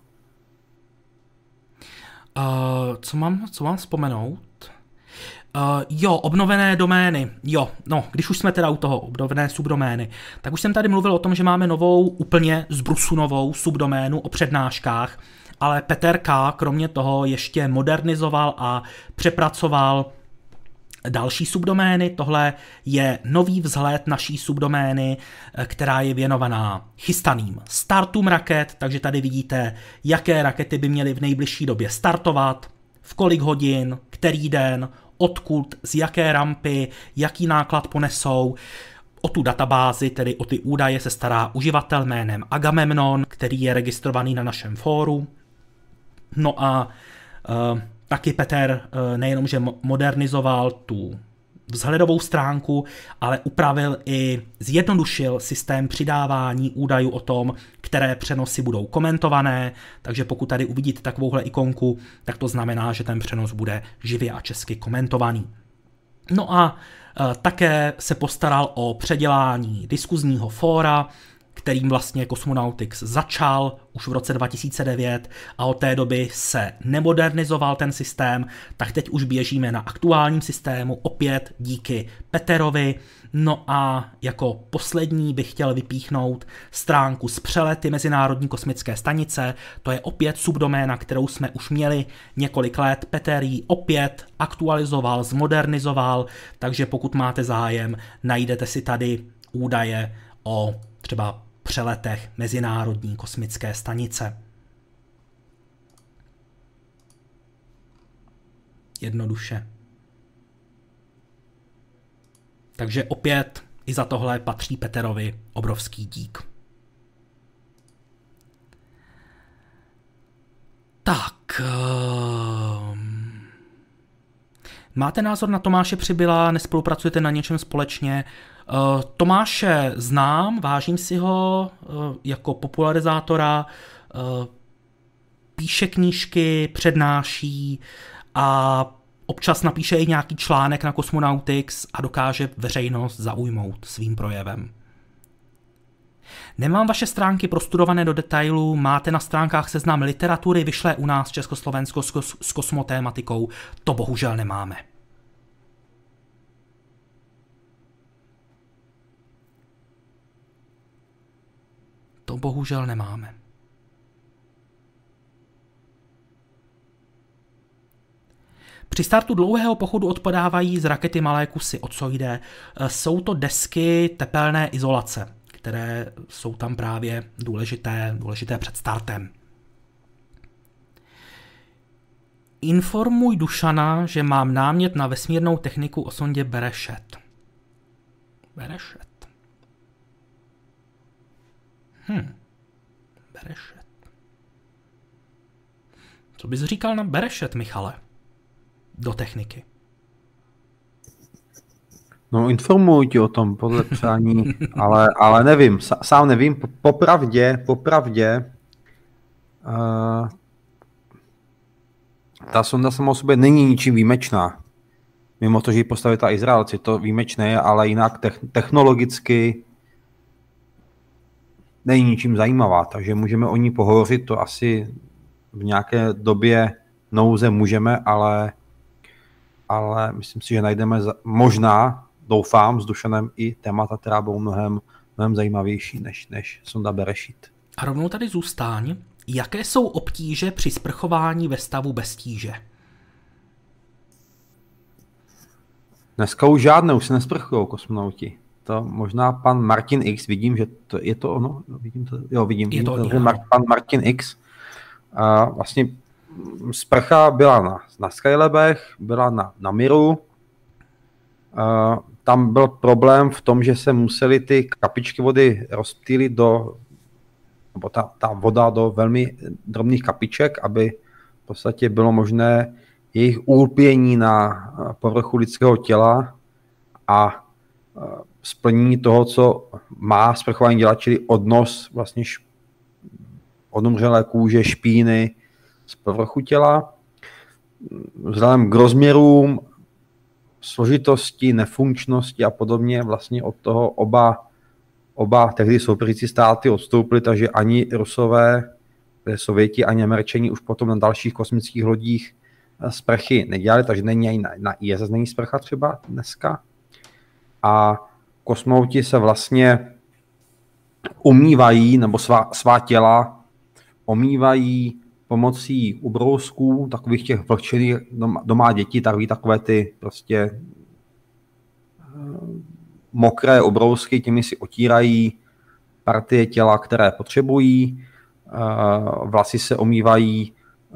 Uh, co mám, co mám vzpomenout? Uh, jo, obnovené domény. Jo, no, když už jsme teda u toho, obnovené subdomény, tak už jsem tady mluvil o tom, že máme novou, úplně z brusu novou subdoménu o přednáškách, ale Petr K. kromě toho ještě modernizoval a přepracoval další subdomény. Tohle je nový vzhled naší subdomény, která je věnovaná chystaným startům raket, takže tady vidíte, jaké rakety by měly v nejbližší době startovat, v kolik hodin, který den, odkud, z jaké rampy, jaký náklad ponesou. O tu databázi, tedy o ty údaje, se stará uživatel jménem Agamemnon, který je registrovaný na našem fóru. No a uh, taky Petr uh, nejenom, že modernizoval tu vzhledovou stránku, ale upravil i zjednodušil systém přidávání údajů o tom, které přenosy budou komentované, takže pokud tady uvidíte takovouhle ikonku, tak to znamená, že ten přenos bude živě a česky komentovaný. No a e, také se postaral o předělání diskuzního fóra, kterým vlastně Cosmonautics začal už v roce dva tisíce devět a od té doby se nemodernizoval ten systém, tak teď už běžíme na aktuálním systému, opět díky Peterovi. No a jako poslední bych chtěl vypíchnout stránku s přelety Mezinárodní kosmické stanice, to je opět subdoména, kterou jsme už měli několik let, Petr ji opět aktualizoval, zmodernizoval, takže pokud máte zájem, najdete si tady údaje o třeba přeletech Mezinárodní kosmické stanice. Jednoduše. Takže opět i za tohle patří Peterovi obrovský dík. Tak. Uh... Máte názor na Tomáše Přibyla? Nespolupracujete na něčem společně? Uh, Tomáše znám, vážím si ho uh, jako popularizátora, uh, píše knížky, přednáší a občas napíše i nějaký článek na Cosmonautics a dokáže veřejnost zaujmout svým projevem. Nemám vaše stránky prostudované do detailu, máte na stránkách seznam literatury vyšlé u nás Československo s, kos- s kosmotématikou, to bohužel nemáme. To bohužel nemáme. Při startu dlouhého pochodu odpadávají z rakety malé kusy. O co jde? Jsou to desky tepelné izolace, které jsou tam právě důležité, důležité před startem. Informuj Dušana, že mám námět na vesmírnou techniku o sondě Berešet. Berešet. Hm. Berešet. Co bys říkal na Berešet, Michale? Do techniky. No, informuji ti o tom podle přání, ale, ale nevím, sám nevím, popravdě, popravdě, uh, ta sonda sama o sobě není ničím výjimečná. Mimo to, že ji postavili ta Izraelci, to výjimečné je, ale jinak technologicky není ničím zajímavá, takže můžeme o ní pohovořit, to asi v nějaké době nouze můžeme, ale, ale myslím si, že najdeme za, možná, doufám, s Dušanem i témata, která budou mnohem, mnohem zajímavější než, než sonda Berešit. A rovnou tady zůstaň. Jaké jsou obtíže při sprchování ve stavu bez tíže? Dneska už žádné, už se nesprchují kosmonauti. To možná pan Martin X, vidím, že to je to ono, vidím to, jo, vidím, vidím to, to Mar, pan Martin X. A vlastně sprcha byla na, na Skylabech, byla na, na Miru. A tam byl problém v tom, že se museli ty kapičky vody rozptýlit do, nebo ta, ta voda do velmi drobných kapiček, aby v podstatě bylo možné jejich úlpění na povrchu lidského těla a splnění toho, co má sprchování dělat, čili odnos vlastně š, odumřelé kůže, špíny z povrchu těla. Vzhledem k rozměrům, složitosti, nefunkčnosti a podobně vlastně od toho oba, oba tehdy soupeřící státy odstoupily, takže ani Rusové, Sověti, ani Američani už potom na dalších kosmických lodích sprchy nedělali, takže není ani na, na I S S není sprcha třeba dneska. A kosmonauti se vlastně umývají, nebo svá, svá těla omývají pomocí ubrousků, takových těch vlhčených doma, doma dětí, takový takové ty prostě mokré ubrousky, těmi si otírají partie těla, které potřebují. Vlasy se omývají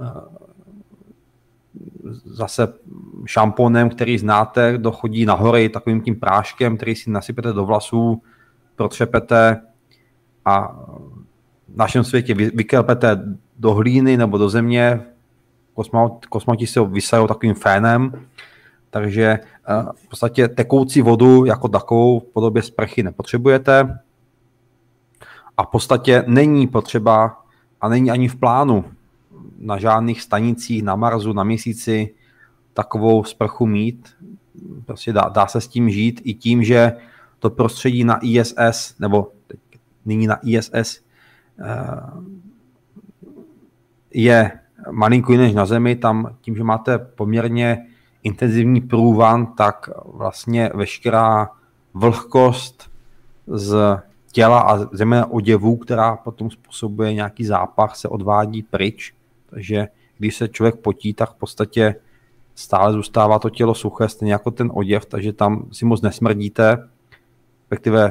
zase šamponem, který znáte, dochodí na hory takovým tím práškem, který si nasypete do vlasů, protřepete a v našem světě vykelpete do hlíny nebo do země. Kosmonauti se vysajou takovým fénem, takže v podstatě tekoucí vodu jako takovou v podobě sprchy nepotřebujete a v podstatě není potřeba a není ani v plánu na žádných stanicích na Marsu, na Měsíci takovou sprchu mít. Prostě dá, dá se s tím žít i tím, že to prostředí na I S S, nebo teď, nyní na I S S, je malinko jiné než na Zemi. Tam tím, že máte poměrně intenzivní průvan, tak vlastně veškerá vlhkost z těla a země oděvů, která potom způsobuje nějaký zápach, se odvádí pryč. Takže když se člověk potí, tak v podstatě stále zůstává to tělo suché, stejně jako ten oděv, takže tam si moc nesmrdíte, respektive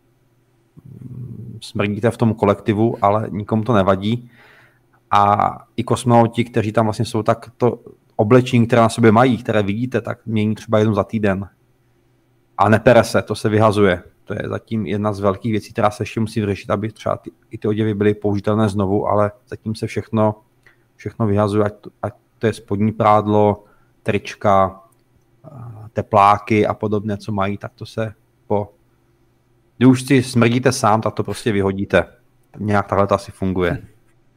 smrdíte v tom kolektivu, ale nikomu to nevadí. A i kosmonauti, kteří tam vlastně jsou, tak to oblečení, které na sobě mají, které vidíte, tak mění třeba jednou za týden. A nepere se, to se vyhazuje. To je zatím jedna z velkých věcí, která se ještě musí vyřešit, aby třeba ty, i ty oděvy byly použitelné znovu, ale zatím se všechno, všechno vyhazuje, ať to, ať to je spodní prádlo, trička, tepláky a podobně, co mají, tak to se po... Když už si smrdíte sám, tak to prostě vyhodíte. Nějak takhle to asi funguje. Hm.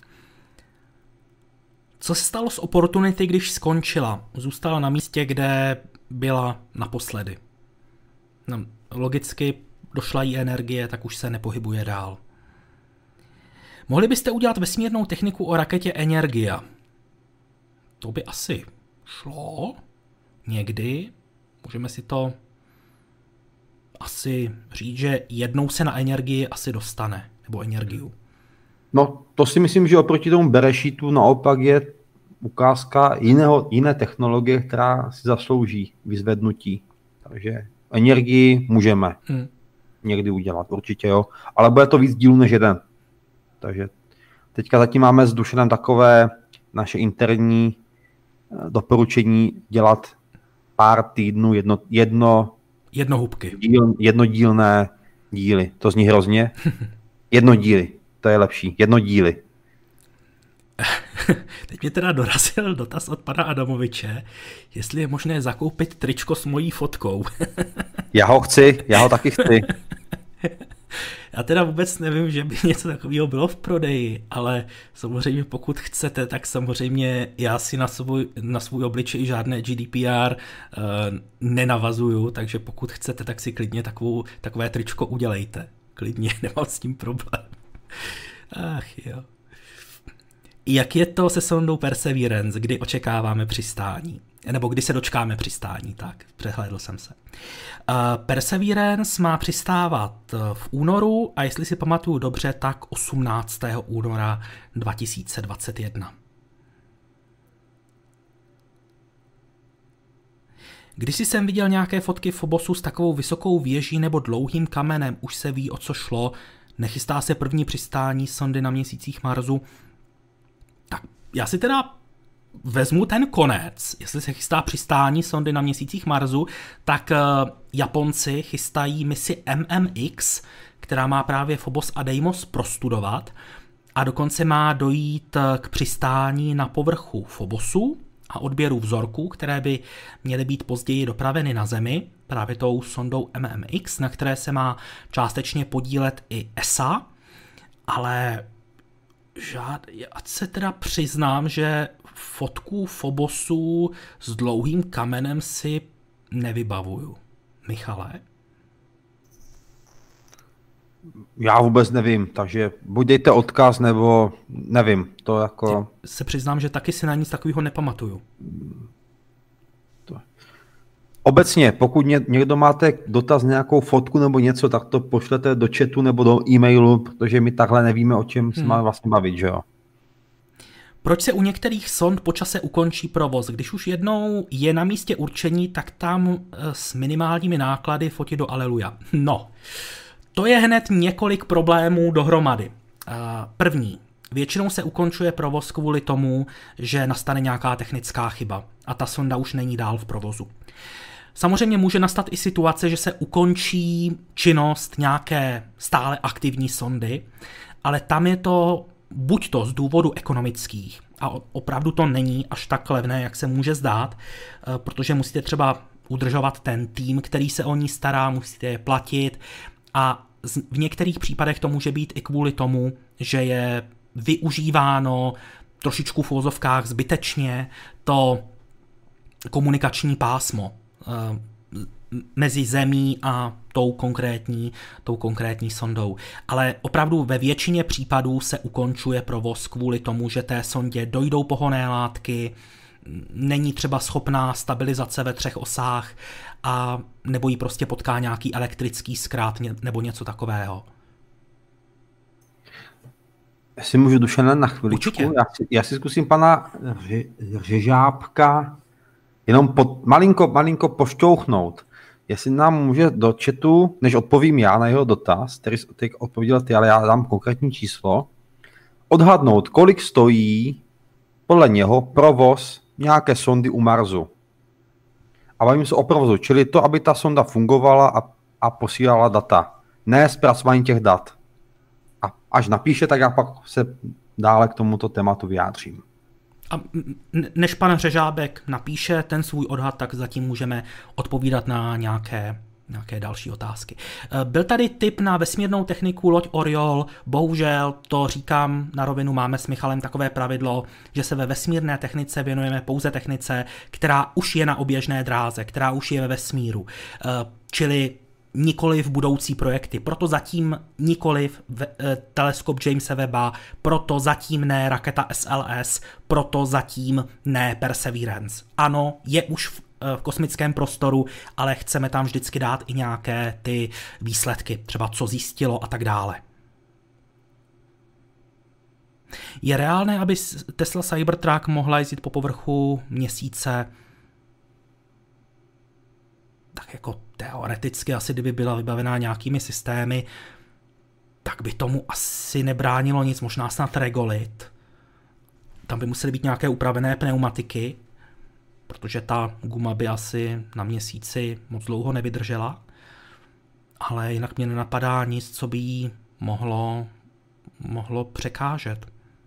Co se stalo s Opportunity, když skončila? Zůstala na místě, kde byla naposledy. No, logicky došla jí energie, tak už se nepohybuje dál. Mohli byste udělat vesmírnou techniku o raketě Energia? To by asi šlo. Někdy. Můžeme si to asi říct, že jednou se na energii asi dostane. Nebo energiu. No, to si myslím, že oproti tomu Beresheetu naopak je ukázka jiného, jiné technologie, která si zaslouží vyzvednutí. Takže energii můžeme hmm. někdy udělat, určitě jo. Ale bude to víc dílů než jeden. Takže teďka zatím máme s Dušanem takové naše interní doporučení dělat pár týdnů jedno, jedno jednohubky. Díl, jednodílné díly. To zní hrozně. Jednodíly. To je lepší. Jednodíly. Teď mě teda dorazil dotaz od pana Adamoviče, jestli je možné zakoupit tričko s mojí fotkou. Já ho chci, já ho taky chci. Já teda vůbec nevím, že by něco takového bylo v prodeji, ale samozřejmě pokud chcete, tak samozřejmě já si na svůj, na svůj obličej žádné G D P R uh, nenavazuju, takže pokud chcete, tak si klidně takovou, takové tričko udělejte. Klidně, nemám s tím problém. Ach jo. Jak je to se sondou Perseverance, kdy očekáváme přistání? Nebo kdy se dočkáme přistání, tak, přehlédl jsem se. Uh, Perseverance má přistávat v únoru a jestli si pamatuju dobře, tak osmnáctého února dva tisíce dvacet jedna. Když jsem viděl nějaké fotky Phobosu s takovou vysokou věží nebo dlouhým kamenem, už se ví, o co šlo, nechystá se první přistání sondy na měsících Marsu. Tak já si teda vezmu ten konec, jestli se chystá přistání sondy na měsících Marsu, tak uh, Japonci chystají misi M M X, která má právě Phobos a Deimos prostudovat a dokonce má dojít k přistání na povrchu Phobosu a odběru vzorků, které by měly být později dopraveny na Zemi, právě tou sondou M M X, na které se má částečně podílet i E S A, ale žád, ať se teda přiznám, že fotku Phobosu s dlouhým kamenem si nevybavuju. Michale? Já vůbec nevím, takže buď dejte odkaz, nebo nevím, to jako... Já se přiznám, že taky si na nic takového nepamatuju. To... Obecně, pokud někdo máte dotaz na nějakou fotku nebo něco, tak to pošlete do chatu nebo do e-mailu, protože my takhle nevíme, o čem se hmm. máme vlastně bavit, že jo? Proč se u některých sond po čase ukončí provoz? Když už jednou je na místě určení, tak tam s minimálními náklady fotit do aleluja. No, to je hned několik problémů dohromady. První. Většinou se ukončuje provoz kvůli tomu, že nastane nějaká technická chyba a ta sonda už není dál v provozu. Samozřejmě může nastat i situace, že se ukončí činnost nějaké stále aktivní sondy, ale tam je to buď to z důvodu ekonomických, a opravdu to není až tak levné, jak se může zdát, protože musíte třeba udržovat ten tým, který se o ní stará, musíte je platit a v některých případech to může být i kvůli tomu, že je využíváno trošičku v uvozovkách zbytečně to komunikační pásmo mezi Zemí a tou konkrétní, tou konkrétní sondou. Ale opravdu ve většině případů se ukončuje provoz kvůli tomu, že té sondě dojdou pohonné látky, není třeba schopná stabilizace ve třech osách a nebo jí prostě potká nějaký elektrický zkrát nebo něco takového. Jestli můžu, Dušana, na chviličku. Já si, já si zkusím pana Řežábka jenom pod, malinko, malinko pošťouchnout. Jestli nám může do chatu, než odpovím já na jeho dotaz, který teď odpověděl ty, ale já dám konkrétní číslo, odhadnout, kolik stojí podle něho provoz nějaké sondy u Marsu. A bavím se o provozu, čili to, aby ta sonda fungovala a, a posílala data. Ne zpracování těch dat. A až napíše, tak já pak se dále k tomuto tématu vyjádřím. A než pan Řežábek napíše ten svůj odhad, tak zatím můžeme odpovídat na nějaké, nějaké další otázky. Byl tady tip na vesmírnou techniku loď Oriol, bohužel to říkám na rovinu, máme s Michalem takové pravidlo, že se ve vesmírné technice věnujeme pouze technice, která už je na oběžné dráze, která už je ve vesmíru, čili nikoliv budoucí projekty, proto zatím nikoliv v, e, teleskop Jamesa Webba, proto zatím ne raketa S L S, proto zatím ne Perseverance. Ano, je už v, e, v kosmickém prostoru, ale chceme tam vždycky dát i nějaké ty výsledky, třeba co zjistilo a tak dále. Je reálné, aby Tesla Cybertruck mohla jezdit po povrchu Měsíce? Tak jako teoreticky asi, kdyby byla vybavená nějakými systémy, tak by tomu asi nebránilo nic, možná snad regolit. Tam by musely být nějaké upravené pneumatiky, protože ta guma by asi na Měsíci moc dlouho nevydržela. Ale jinak mě nenapadá nic, co by jí mohlo, mohlo překážet.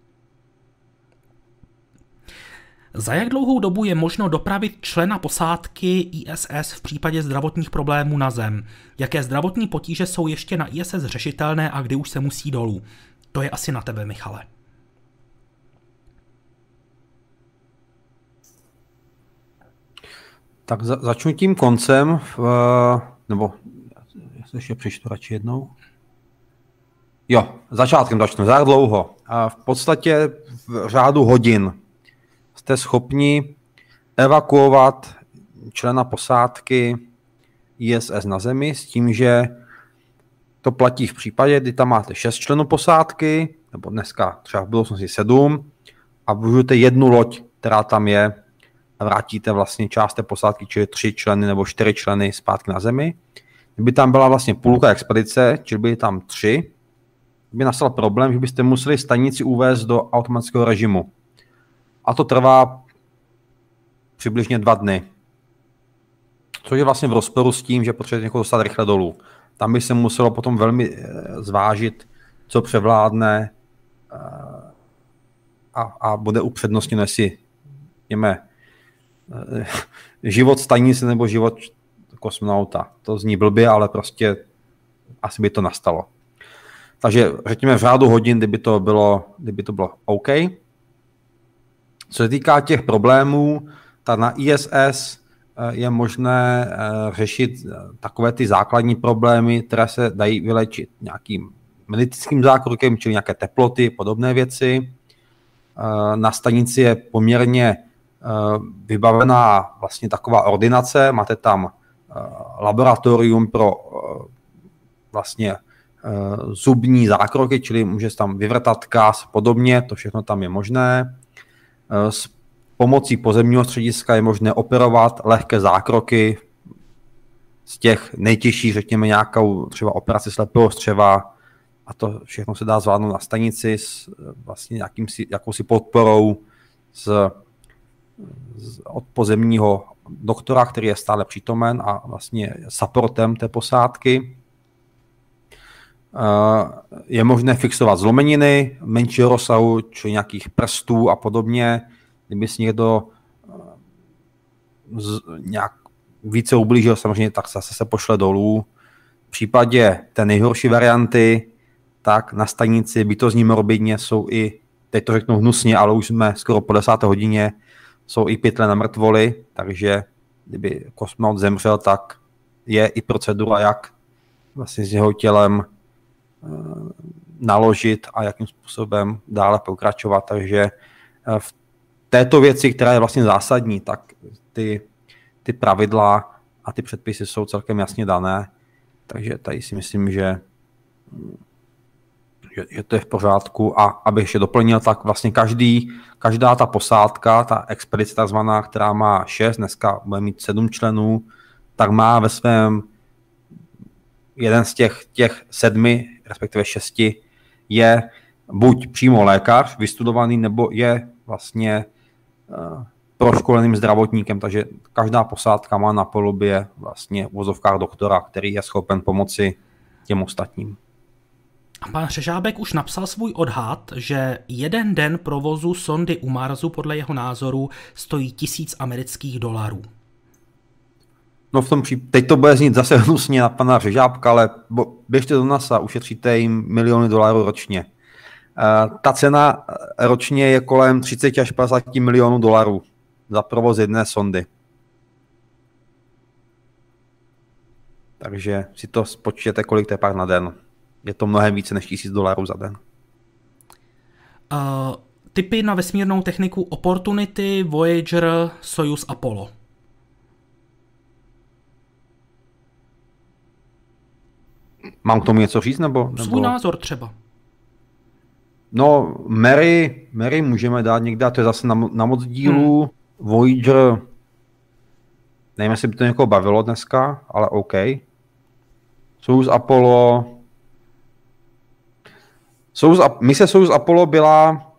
Za jak dlouhou dobu je možno dopravit člena posádky I S S v případě zdravotních problémů na Zem? Jaké zdravotní potíže jsou ještě na I S S řešitelné a kdy už se musí dolů? To je asi na tebe, Michale. Tak za, začnu tím koncem, v, nebo já se ještě přečtu radši jednou. Jo, začátkem začnu, za jak dlouho. A v podstatě v řádu hodin jste schopni evakuovat člena posádky I S S na Zemi s tím, že to platí v případě, kdy tam máte šest členů posádky, nebo dneska třeba v budoucnosti sedm, a využijete jednu loď, která tam je, a vrátíte vlastně část té posádky, čili tři členy nebo čtyři členy zpátky na Zemi. Kdyby tam byla vlastně půlka expedice, čili by tam tři, by nastal problém, že byste museli stanici uvést do automatického režimu. A to trvá přibližně dva dny. Což je vlastně v rozporu s tím, že potřebujete někoho dostat rychle dolů. Tam by se muselo potom velmi zvážit, co převládne a, a bude upřednostněno, jestli jdeme život stanice nebo život kosmonauta. To zní blbě, ale prostě asi by to nastalo. Takže řekněme v řádu hodin, kdyby to bylo, kdyby to bylo OK. Co se týká těch problémů, tak na I S S je možné řešit takové ty základní problémy, které se dají vylečit nějakým medicínským zákrokem, čili nějaké teploty, podobné věci. Na stanici je poměrně vybavená vlastně taková ordinace, máte tam laboratorium pro vlastně zubní zákroky, čili může se tam vyvrtat káz podobně, to všechno tam je možné. S pomocí pozemního střediska je možné operovat lehké zákroky z těch nejtěžších, řekněme nějakou třeba operaci slepého střeva, a to všechno se dá zvládnout na stanici s vlastně nějakým si, jakousi podporou z, z, od pozemního doktora, který je stále přítomen a vlastně supportem té posádky. Je možné fixovat zlomeniny menšího rozsahu, čili nějakých prstů a podobně. Kdyby si někdo z, nějak více ublížil, samozřejmě, tak zase se pošle dolů. V případě té nejhorší varianty, tak na stanici, by to zní morbidně, jsou i, teď to řeknu hnusně, ale už jsme skoro po desáté hodině, jsou i pytle na mrtvoly, takže kdyby kosmonaut zemřel, tak je i procedura, jak vlastně s jeho tělem naložit a jakým způsobem dále pokračovat. Takže v této věci, která je vlastně zásadní, tak ty, ty pravidla a ty předpisy jsou celkem jasně dané. Takže tady si myslím, že, že, že to je v pořádku. A abych ještě doplnil, tak vlastně každý, každá ta posádka, ta expedice takzvaná, která má šest, dneska bude mít sedm členů, tak má ve svém jeden z těch, těch sedmi, respektive šesti, je buď přímo lékař vystudovaný, nebo je vlastně proškoleným zdravotníkem, takže každá posádka má na palubě vlastně v vozovkách doktora, který je schopen pomoci těm ostatním. A pan Řežábek už napsal svůj odhad, že jeden den provozu sondy u Marsu podle jeho názoru stojí tisíc amerických dolarů. No v tom případě, teď to bude znít zase hnusně na pana Řežábka, ale běžte do NASA, ušetříte jim miliony dolarů ročně. Uh, ta cena ročně je kolem třicet až padesát milionů dolarů za provoz jedné sondy. Takže si to spočtěte, kolik to je pak na den. Je to mnohem více než tisíc dolarů za den. Uh, typy na vesmírnou techniku Opportunity, Voyager, Soyuz, Apollo. Mám k tomu něco říct, nebo? nebo... Svůj názor třeba. No, Mary, Mary můžeme dát někde, to je zase na, na moc dílů. Hmm. Voyager, nevím, jestli by to někoho bavilo dneska, ale OK. Soyuz Apollo. Soyuz, mise Soyuz Apollo byla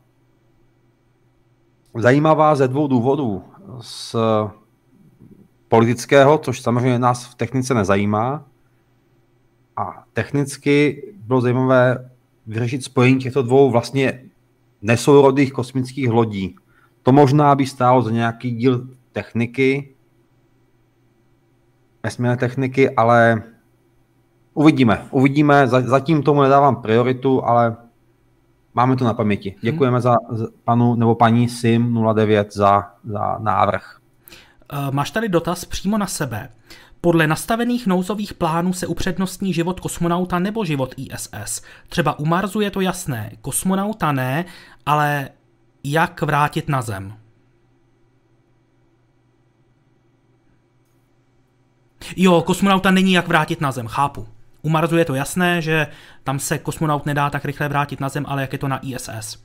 zajímavá ze dvou důvodů. Z politického, což samozřejmě nás v technice nezajímá. A technicky bylo zajímavé vyřešit spojení těchto dvou vlastně nesourodých kosmických lodí. To možná by stálo za nějaký díl techniky, vesmírné techniky, ale uvidíme. Uvidíme, zatím tomu nedávám prioritu, ale máme to na paměti. Děkujeme za, za panu nebo paní Sim nula devět za, za návrh. Máš tady dotaz přímo na sebe. Podle nastavených nouzových plánů se upřednostní život kosmonauta nebo život I S S. Třeba u Marsu je to jasné, kosmonauta ne, ale jak vrátit na Zem? Jo, kosmonauta není jak vrátit na Zem, chápu. U Marsu je to jasné, že tam se kosmonaut nedá tak rychle vrátit na Zem, ale jak je to na I S S?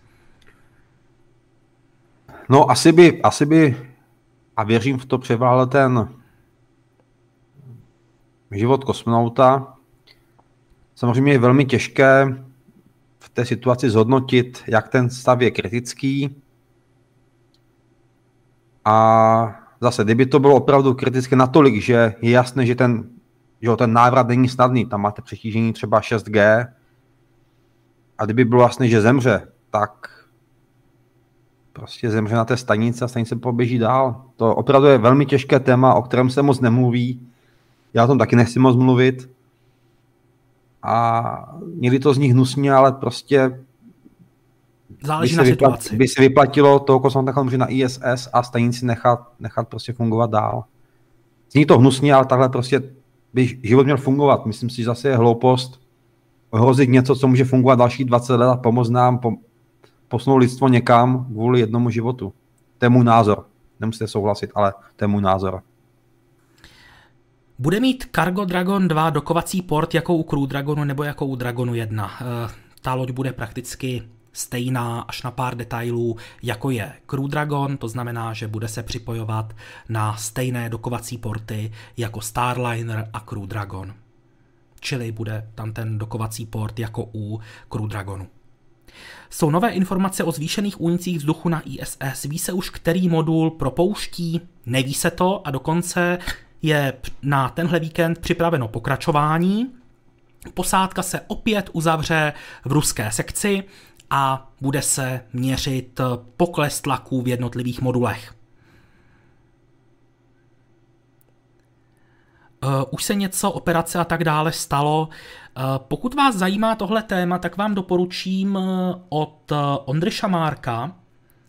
No asi by, asi by, a věřím v to, převládl ten život kosmonauta. Samozřejmě je velmi těžké v té situaci zhodnotit, jak ten stav je kritický. A zase, kdyby to bylo opravdu kritické natolik, že je jasné, že ten, že ten návrat není snadný, tam máte přetížení třeba šest G, a kdyby bylo jasné, že zemře, tak prostě zemře na té stanici a stanice poběží dál. To opravdu je velmi těžké téma, o kterém se moc nemluví. Já o tom taky nechci moc mluvit. A někdy to zní hnusně, ale prostě záleží na situaci. By se vyplatilo toho kosmonauta nechat na I S S a stanici nechat, nechat prostě fungovat dál. Zní to hnusně, ale takhle prostě by život měl fungovat. Myslím si, že zase je hloupost ohrozit něco, co může fungovat další dvacet let a pomoct nám po, posunout lidstvo někam kvůli jednomu životu. To je můj názor. Nemusíte souhlasit, ale to je můj názor. Bude mít Cargo Dragon dva dokovací port jako u Crew Dragonu nebo jako u Dragonu jedna. Ta loď bude prakticky stejná až na pár detailů, jako je Crew Dragon, to znamená, že bude se připojovat na stejné dokovací porty jako Starliner a Crew Dragon. Čili bude tam ten dokovací port jako u Crew Dragonu. Jsou nové informace o zvýšených únicích vzduchu na I S S. Ví se už, který modul propouští? Neví se to a dokonce je na tenhle víkend připraveno pokračování. Posádka se opět uzavře v ruské sekci a bude se měřit pokles tlaků v jednotlivých modulech. Uh, už se něco, operace a tak dále stalo. Uh, pokud vás zajímá tohle téma, tak vám doporučím od Ondry Šamárka uh,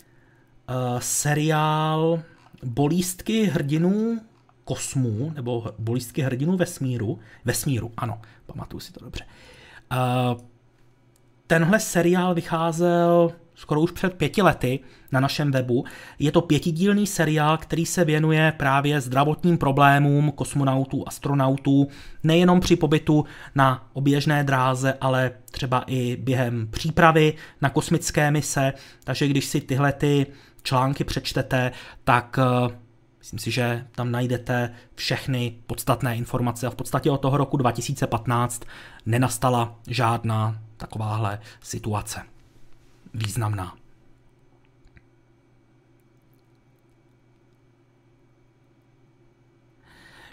seriál Bolístky hrdinů kosmu, nebo Bolístky hrdinů vesmíru. Vesmíru, ano, pamatuju si to dobře. Uh, tenhle seriál vycházel skoro už před pěti lety na našem webu. Je to pětidílný seriál, který se věnuje právě zdravotním problémům kosmonautů, astronautů, nejenom při pobytu na oběžné dráze, ale třeba i během přípravy na kosmické mise. Takže když si tyhle ty články přečtete, tak uh, myslím si, že tam najdete všechny podstatné informace a v podstatě od toho roku dva tisíce patnáct nenastala žádná takováhle situace významná.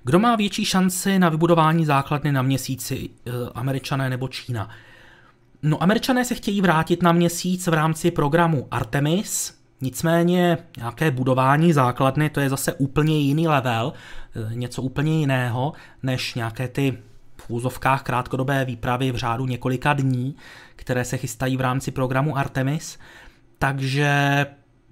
Kdo má větší šanci na vybudování základny na Měsíci, Američané nebo Čína? No, Američané se chtějí vrátit na Měsíc v rámci programu Artemis, nicméně nějaké budování základny, to je zase úplně jiný level, něco úplně jiného, než nějaké ty v úzovkách krátkodobé výpravy v řádu několika dní, které se chystají v rámci programu Artemis. Takže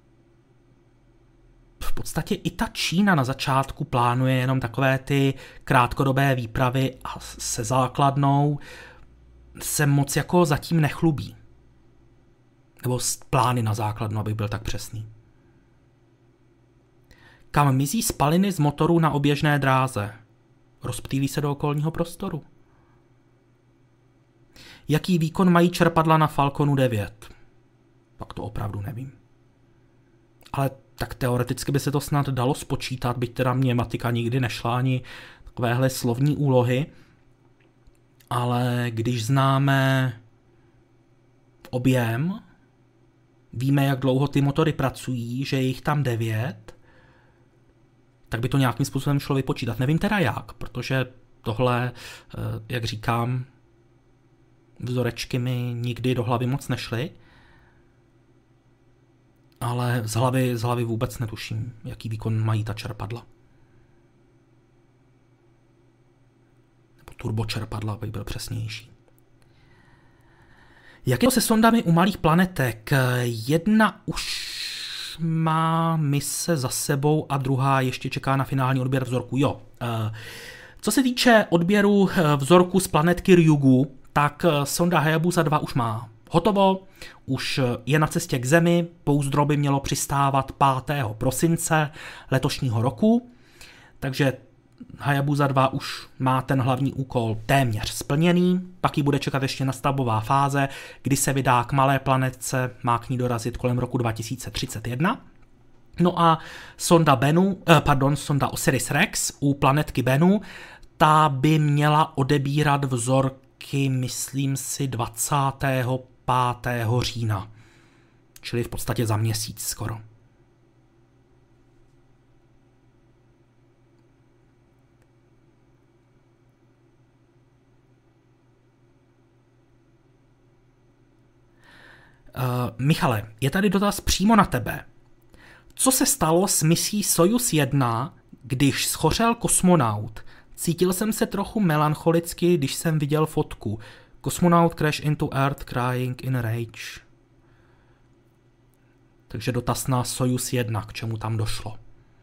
v podstatě i ta Čína na začátku plánuje jenom takové ty krátkodobé výpravy a se základnou se moc jako zatím nechlubí. Nebo plány na základnu, abych byl tak přesný. Kam mizí spaliny z motoru na oběžné dráze? Rozptýlí se do okolního prostoru. Jaký výkon mají čerpadla na Falconu devět? Pak to opravdu nevím. Ale tak teoreticky by se to snad dalo spočítat, byť teda mě matika nikdy nešla ani takovéhle slovní úlohy. Ale když známe objem, víme, jak dlouho ty motory pracují, že je jich tam devět, tak by to nějakým způsobem šlo vypočítat. Nevím teda jak, protože tohle, jak říkám, vzorečky mi nikdy do hlavy moc nešly, ale z hlavy, z hlavy vůbec netuším, jaký výkon mají ta čerpadla. Nebo turbočerpadla, abych byl přesnější. Jak je to se sondami u malých planetek? Jedna už má mise za sebou a druhá ještě čeká na finální odběr vzorku. Jo. Co se týče odběru vzorku z planetky Ryugu, tak sonda Hayabusa dva už má hotovo, už je na cestě k Zemi, pouzdro by mělo přistávat pátého prosince letošního roku, takže Hayabusa dva už má ten hlavní úkol téměř splněný, pak ji bude čekat ještě nastavbová fáze, kdy se vydá k malé planetce, má k ní dorazit kolem roku dva tisíce třicet jedna. No a sonda Bennu, eh, pardon, sonda Osiris-Rex u planetky Bennu, ta by měla odebírat vzorky, myslím si, dvacátého pátého října, čili v podstatě za měsíc skoro. Uh, Michale, je tady dotaz přímo na tebe. Co se stalo s misí Sojuz jedna, když schořel kosmonaut? Cítil jsem se trochu melancholicky, když jsem viděl fotku. Kosmonaut crash into Earth crying in rage. Takže dotaz na Sojuz jedna, k čemu tam došlo.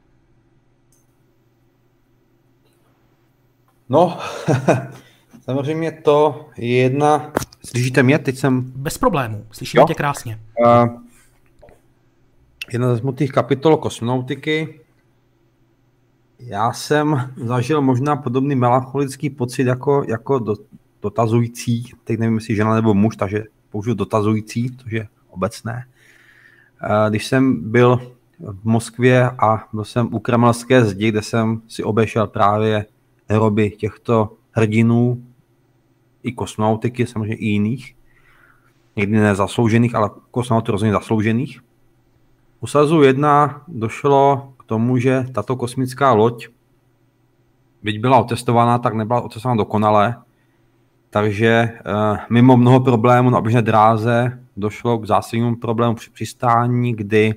No, samozřejmě to je jedna... Slyšíte mě? Teď jsem... Bez problémů, slyšíme tě krásně. Uh, jedna ze smutných kapitol kosmonautiky. Já jsem zažil možná podobný melancholický pocit jako, jako do, dotazující, teď nevím, jestli žena nebo muž, takže použiju dotazující, což je obecné. Uh, když jsem byl v Moskvě a byl jsem u Kremelské zdi, kde jsem si obešel právě hroby těchto hrdinů, i kosmonautiky, samozřejmě i jiných. Někdy nezasloužených, ale kosmonautů rozhodně zasloužených. U Sojuzu jedna došlo k tomu, že tato kosmická loď, byť byla otestovaná, tak nebyla otestovaná dokonale. Takže eh, mimo mnoho problémů na oběžné dráze došlo k zásadnímu problému při přistání, kdy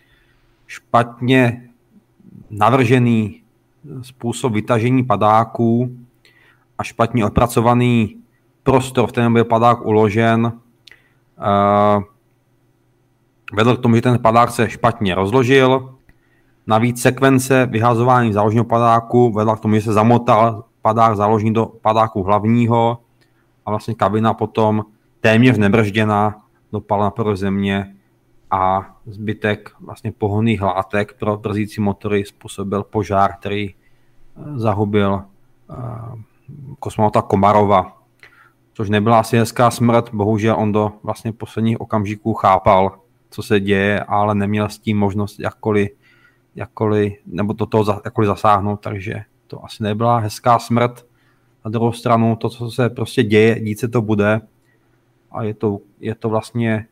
špatně navržený způsob vytažení padáků a špatně odpracovaný prostor, v kterém byl padák uložen, uh, vedl k tomu, že ten padák se špatně rozložil. Navíc sekvence vyhazování záložního padáku vedla k tomu, že se zamotal padák záložní do padáku hlavního a vlastně kabina potom téměř nebržděná dopadla na povrch země a zbytek vlastně pohonných látek pro brzící motory způsobil požár, který zahubil uh, kosmonauta Komarova, což nebyla asi hezká smrt, bohužel on do vlastně posledních okamžiků chápal, co se děje, ale neměl s tím možnost jakkoliv, jakkoliv nebo do toho jakkoliv zasáhnout, takže to asi nebyla hezká smrt. Na druhou stranu to, co se prostě děje, dít se to bude a je to, je to vlastně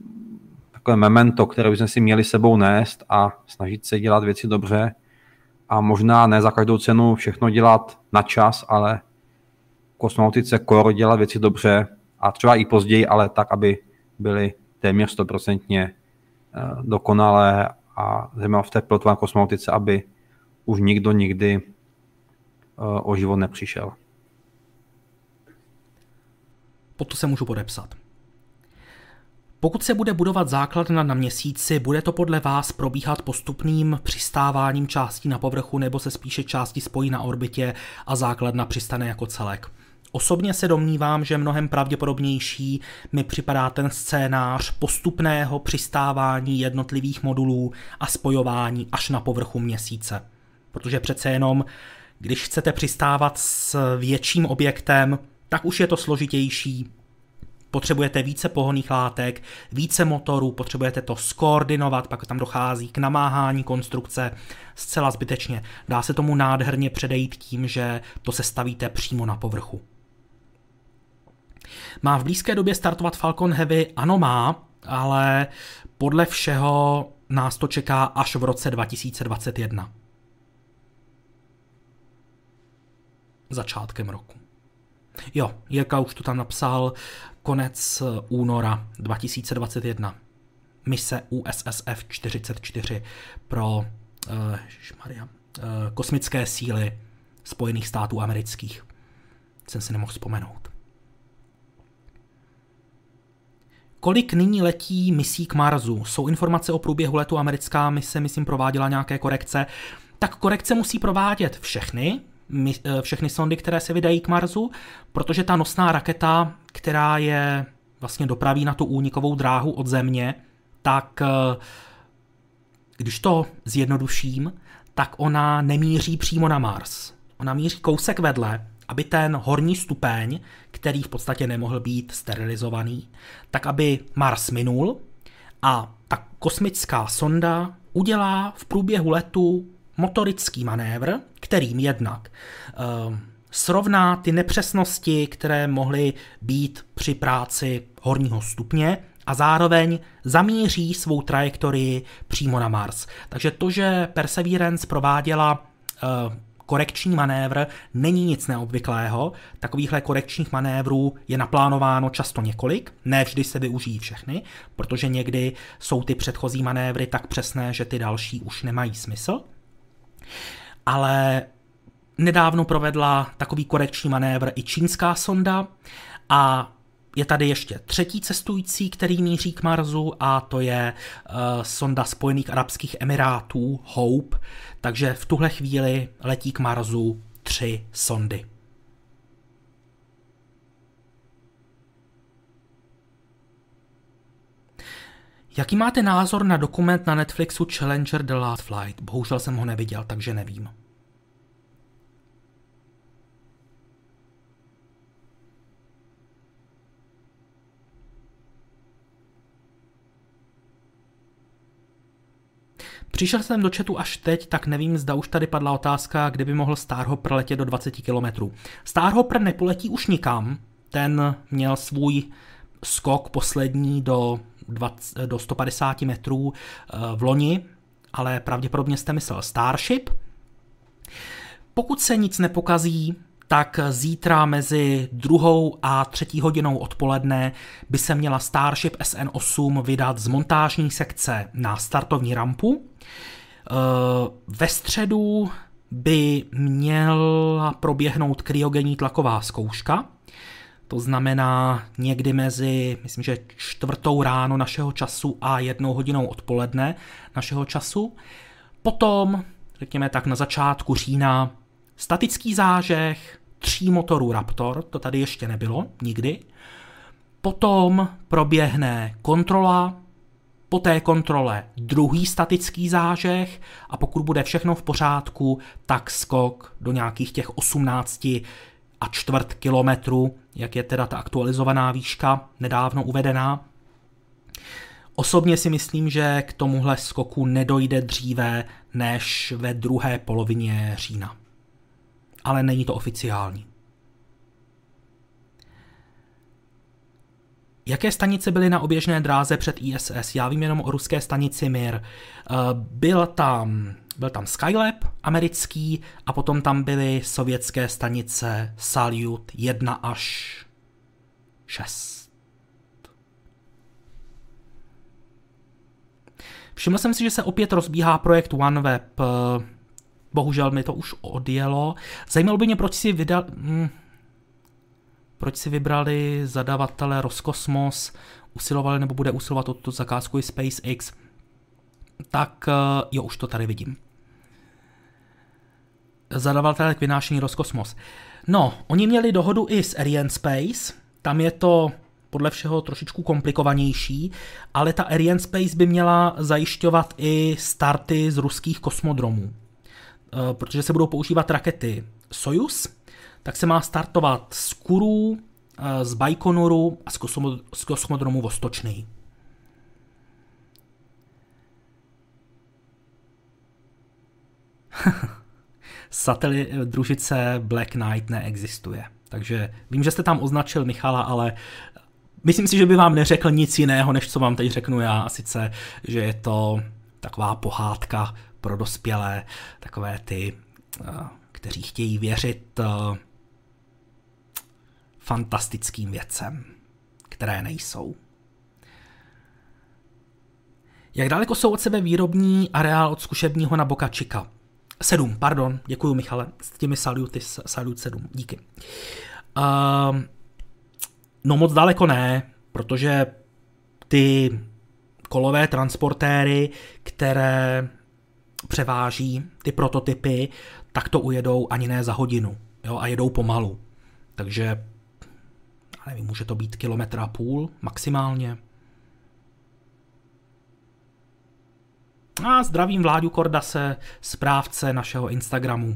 takové memento, které bychom si měli sebou nést a snažit se dělat věci dobře a možná ne za každou cenu všechno dělat na čas, ale v kosmonautice core dělat věci dobře a třeba i později, ale tak, aby byly téměř stoprocentně dokonalé a zejména v té pilotované kosmonautice, aby už nikdo nikdy o život nepřišel. Pod to se můžu podepsat. Pokud se bude budovat základna na měsíci, bude to podle vás probíhat postupným přistáváním částí na povrchu, nebo se spíše části spojí na orbitě a základna přistane jako celek? Osobně se domnívám, že mnohem pravděpodobnější mi připadá ten scénář postupného přistávání jednotlivých modulů a spojování až na povrchu měsíce. Protože přece jenom, když chcete přistávat s větším objektem, tak už je to složitější. Potřebujete více pohonných látek, více motorů, potřebujete to skoordinovat, pak tam dochází k namáhání konstrukce zcela zbytečně. Dá se tomu nádherně předejít tím, že to sestavíte přímo na povrchu. Má v blízké době startovat Falcon Heavy? Ano, má, ale podle všeho nás to čeká až v roce dva tisíce dvacet jedna. Začátkem roku. Jo, Jirka už to tam napsal, konec února dva tisíce dvacet jedna. Mise U S S F čtyřicet čtyři pro uh, šmaria, uh, kosmické síly Spojených států amerických. Jsem si nemohl vzpomenout. Kolik nyní letí misí k Marsu? Jsou informace o průběhu letu? Americká mise, myslím, prováděla nějaké korekce. Tak korekce musí provádět všechny, všechny sondy, které se vydají k Marsu, protože ta nosná raketa, která je vlastně dopraví na tu únikovou dráhu od Země, tak když to zjednoduším, tak ona nemíří přímo na Mars. Ona míří kousek vedle, aby ten horní stupeň, který v podstatě nemohl být sterilizovaný, tak aby Mars minul a ta kosmická sonda udělá v průběhu letu motorický manévr, kterým jednak uh, srovná ty nepřesnosti, které mohly být při práci horního stupně a zároveň zamíří svou trajektorii přímo na Mars. Takže to, že Perseverance prováděla uh, korekční manévr, není nic neobvyklého. Takovýchhle korekčních manévrů je naplánováno často několik, ne vždy se využijí všechny, protože někdy jsou ty předchozí manévry tak přesné, že ty další už nemají smysl. Ale nedávno provedla takový korekční manévr i čínská sonda a je tady ještě třetí cestující, který míří k Marsu a to je uh, sonda Spojených arabských emirátů Hope, takže v tuhle chvíli letí k Marsu tři sondy. Jaký máte názor na dokument na Netflixu Challenger The Last Flight? Bohužel jsem ho neviděl, takže nevím. Přišel jsem do chatu až teď, tak nevím, zda už tady padla otázka, kdyby mohl Starhopper letět do dvacet kilometrů. Starhopper nepoletí už nikam, ten měl svůj skok poslední do, dvacet, do sto padesát metrů v loni, ale pravděpodobně jste myslel Starship. Pokud se nic nepokazí, tak zítra mezi druhou a třetí hodinou odpoledne by se měla Starship S N osm vydat z montážní sekce na startovní rampu. Ve středu by měla proběhnout kryogenní tlaková zkouška. To znamená někdy mezi, myslím, že čtvrtou ráno našeho času a jednou hodinou odpoledne našeho času. Potom, řekněme tak na začátku října, statický zážeh tří motorů Raptor, to tady ještě nebylo nikdy. Potom proběhne kontrola, po té kontrole druhý statický zážeh a pokud bude všechno v pořádku, tak skok do nějakých těch osmnácti a čtvrt kilometru, jak je teda ta aktualizovaná výška nedávno uvedená. Osobně si myslím, že k tomuhle skoku nedojde dříve než ve druhé polovině října. Ale není to oficiální. Jaké stanice byly na oběžné dráze před I S S? Já vím jenom o ruské stanici Mir. Byl tam byl tam Skylab americký a potom tam byly sovětské stanice Salyut jedna až šest. Všiml jsem si, že se opět rozbíhá projekt OneWeb. Bohužel mi to už odjelo. Zajímalo by mě, proč si vydal... Hm. Proč si vybrali zadavatele Roskosmos, usilovali nebo bude usilovat o tuto zakázku i SpaceX. Tak jo, už to tady vidím. Zadavatel k vynášení Roskosmos. No, oni měli dohodu i s Arianespace, tam je to podle všeho trošičku komplikovanější, ale ta Arianespace by měla zajišťovat i starty z ruských kosmodromů. Protože se budou používat rakety Sojuz, tak se má startovat z Kourou, z Bajkonuru a z kosmodromu Vostočný. Satelit družice Black Knight neexistuje. Takže vím, že jste tam označil Michala, ale myslím si, že by vám neřekl nic jiného, než co vám teď řeknu já. A sice, že je to taková pohádka pro dospělé, takové ty, kteří chtějí věřit fantastickým věcem, které nejsou. Jak daleko jsou od sebe výrobní areál od zkušebního na Boca Chica? sedm, pardon, děkuju Michale, s těmi Salyuty, Salyut sedm, díky. Uh, no moc daleko ne, protože ty kolové transportéry, které převáží ty prototypy, tak to ujedou ani ne za hodinu, jo, a jedou pomalu. Takže, já nevím, může to být kilometr a půl maximálně. A zdravím Vláďu Kordase, správce našeho Instagramu.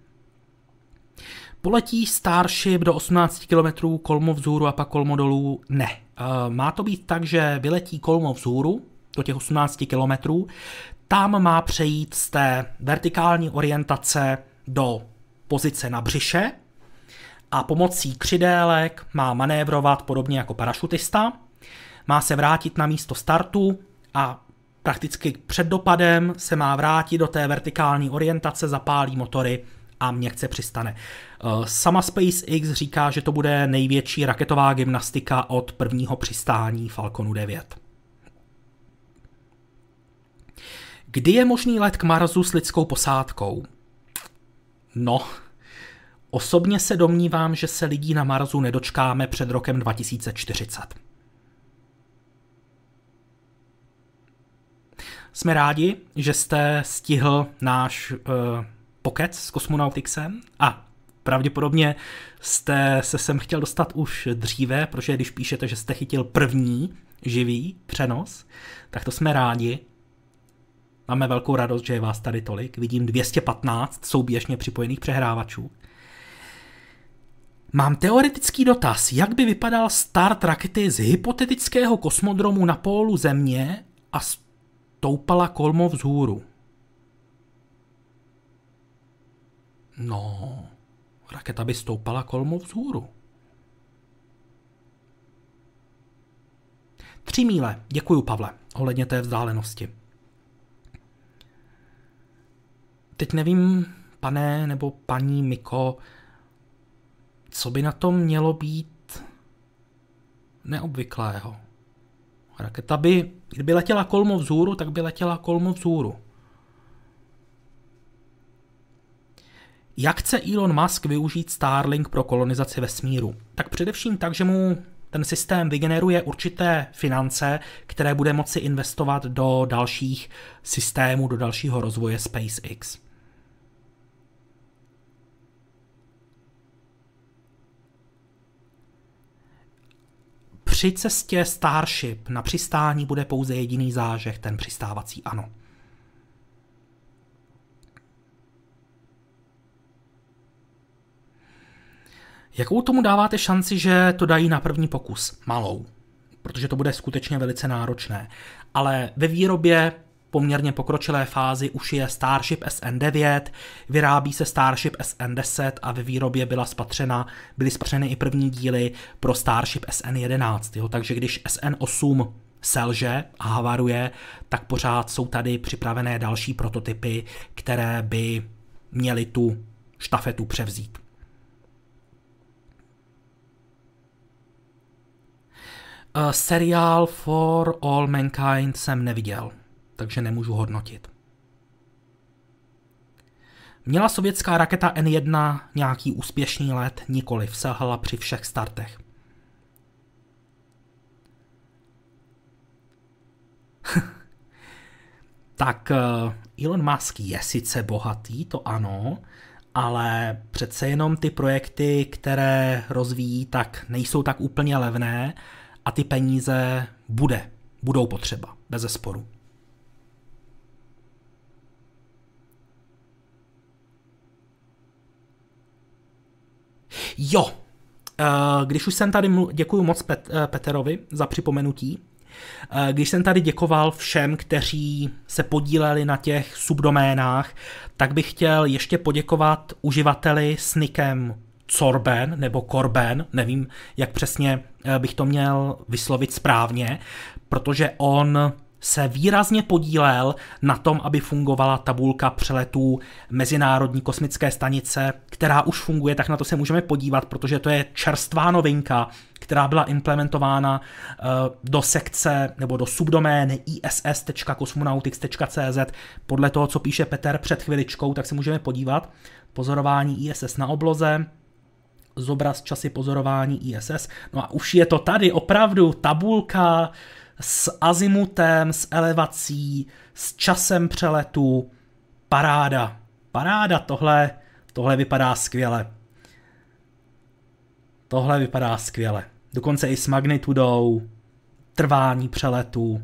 Poletí Starship do osmnáct kilometrů kolmo vzhůru a pak kolmo dolů? Ne. Má to být tak, že vyletí kolmo vzhůru do těch osmnáct kilometrů, tam má přejít z té vertikální orientace do pozice na břiše a pomocí křidélek má manévrovat podobně jako parašutista, má se vrátit na místo startu a prakticky před dopadem se má vrátit do té vertikální orientace, zapálí motory a měkce přistane. Sama SpaceX říká, že to bude největší raketová gymnastika od prvního přistání Falconu devět. Kdy je možný let k Marsu s lidskou posádkou? No, osobně se domnívám, že se lidí na Marsu nedočkáme před rokem dva tisíce čtyřicet. Jsme rádi, že jste stihl náš uh, pokec s Cosmonauticsem a pravděpodobně jste se sem chtěl dostat už dříve, protože když píšete, že jste chytil první živý přenos, tak to jsme rádi. Máme velkou radost, že je vás tady tolik. Vidím dvě stě patnáct souběžně připojených přehrávačů. Mám teoretický dotaz, jak by vypadal start rakety z hypotetického kosmodromu na pólu Země a stoupala kolmo vzhůru. No, raketa by stoupala kolmo vzhůru. Tři míle, děkuju Pavle, ohledně té vzdálenosti. Teď nevím, pane nebo paní Miko, co by na tom mělo být neobvyklého. Raketa by, kdyby letěla kolmo vzhůru, tak by letěla kolmo vzhůru. Jak chce Elon Musk využít Starlink pro kolonizaci vesmíru? Tak především tak, že mu ten systém vygeneruje určité finance, které bude moci investovat do dalších systémů, do dalšího rozvoje SpaceX. Při cestě Starship na přistání bude pouze jediný zážeh, ten přistávací, ano. Jakou tomu dáváte šanci, že to dají na první pokus? Malou, protože to bude skutečně velice náročné. Ale ve výrobě poměrně pokročilé fázi už je Starship S N devět, vyrábí se Starship S N deset a ve výrobě byla spatřena, byly spatřeny i první díly pro Starship S N jedenáct. Jo? Takže když S N osm selže a havaruje, tak pořád jsou tady připravené další prototypy, které by měly tu štafetu převzít. Uh, seriál For All Mankind jsem neviděl, takže nemůžu hodnotit. Měla sovětská raketa N jedna nějaký úspěšný let? Nikoliv, selhala při všech startech. Tak Elon Musk je sice bohatý, to ano, ale přece jenom ty projekty, které rozvíjí, tak nejsou tak úplně levné a ty peníze bude, budou potřeba, bezesporu. Jo, když už jsem tady, děkuji moc Pet, Peterovi za připomenutí, když jsem tady děkoval všem, kteří se podíleli na těch subdoménách, tak bych chtěl ještě poděkovat uživateli s nickem Corben nebo Corben, nevím, jak přesně bych to měl vyslovit správně, protože on se výrazně podílel na tom, aby fungovala tabulka přeletů Mezinárodní kosmické stanice, která už funguje, tak na to se můžeme podívat, protože to je čerstvá novinka, která byla implementována uh, do sekce nebo do subdomény i s s tečka cosmonautics tečka c z. Podle toho, co píše Petr před chviličkou, tak se můžeme podívat. Pozorování I S S na obloze, zobraz časy pozorování I S S. No a už je to tady opravdu tabulka s azimutem, s elevací, s časem přeletu. Paráda. Paráda, tohle, tohle vypadá skvěle. Tohle vypadá skvěle. Dokonce i s magnitudou, trvání přeletu.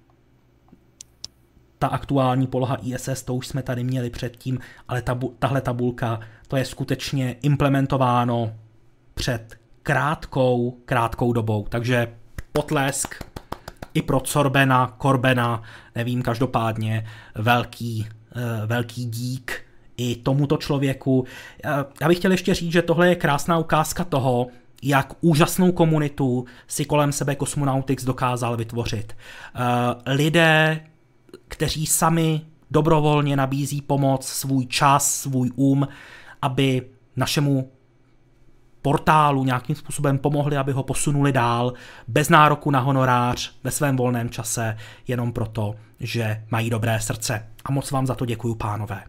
Ta aktuální poloha I S S, to už jsme tady měli předtím, ale tabu, tahle tabulka, to je skutečně implementováno před krátkou, krátkou dobou. Takže potlesk i pro Corbena, Corbena, nevím, každopádně velký, velký dík i tomuto člověku. Já bych chtěl ještě říct, že tohle je krásná ukázka toho, jak úžasnou komunitu si kolem sebe Cosmonautics dokázal vytvořit. Lidé, kteří sami dobrovolně nabízí pomoc, svůj čas, svůj um, aby našemu portálu nějakým způsobem pomohli, aby ho posunuli dál, bez nároku na honorář, ve svém volném čase, jenom proto, že mají dobré srdce. A moc vám za to děkuju, pánové.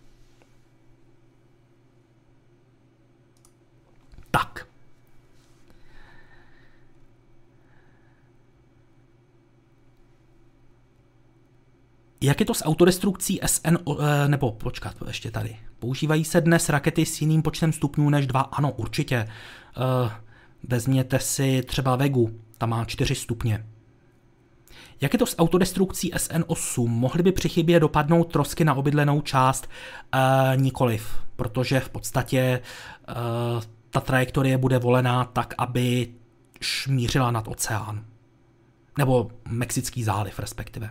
Tak. Jak je to s autodestrukcí S N O, nebo počkat, ještě tady. Používají se dnes rakety s jiným počtem stupňů než dva? Ano, určitě. Vezměte si třeba Vegu, ta má čtyři stupně. Jak je to s autodestrukcí S N osm? Mohly by při chybě dopadnout trosky na obydlenou část? E, nikoliv, protože v podstatě e, ta trajektorie bude volená tak, aby šmířila nad oceán. Nebo Mexický záliv respektive.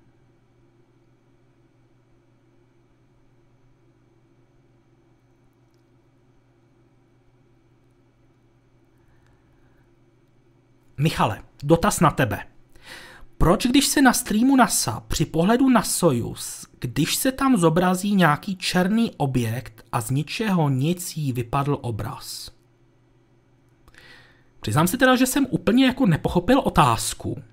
Michale, dotaz na tebe. Proč, když se na streamu NASA při pohledu na Sojuz, když se tam zobrazí nějaký černý objekt a z ničeho nic jí vypadl obraz? Přiznám si teda, že jsem úplně jako nepochopil otázku.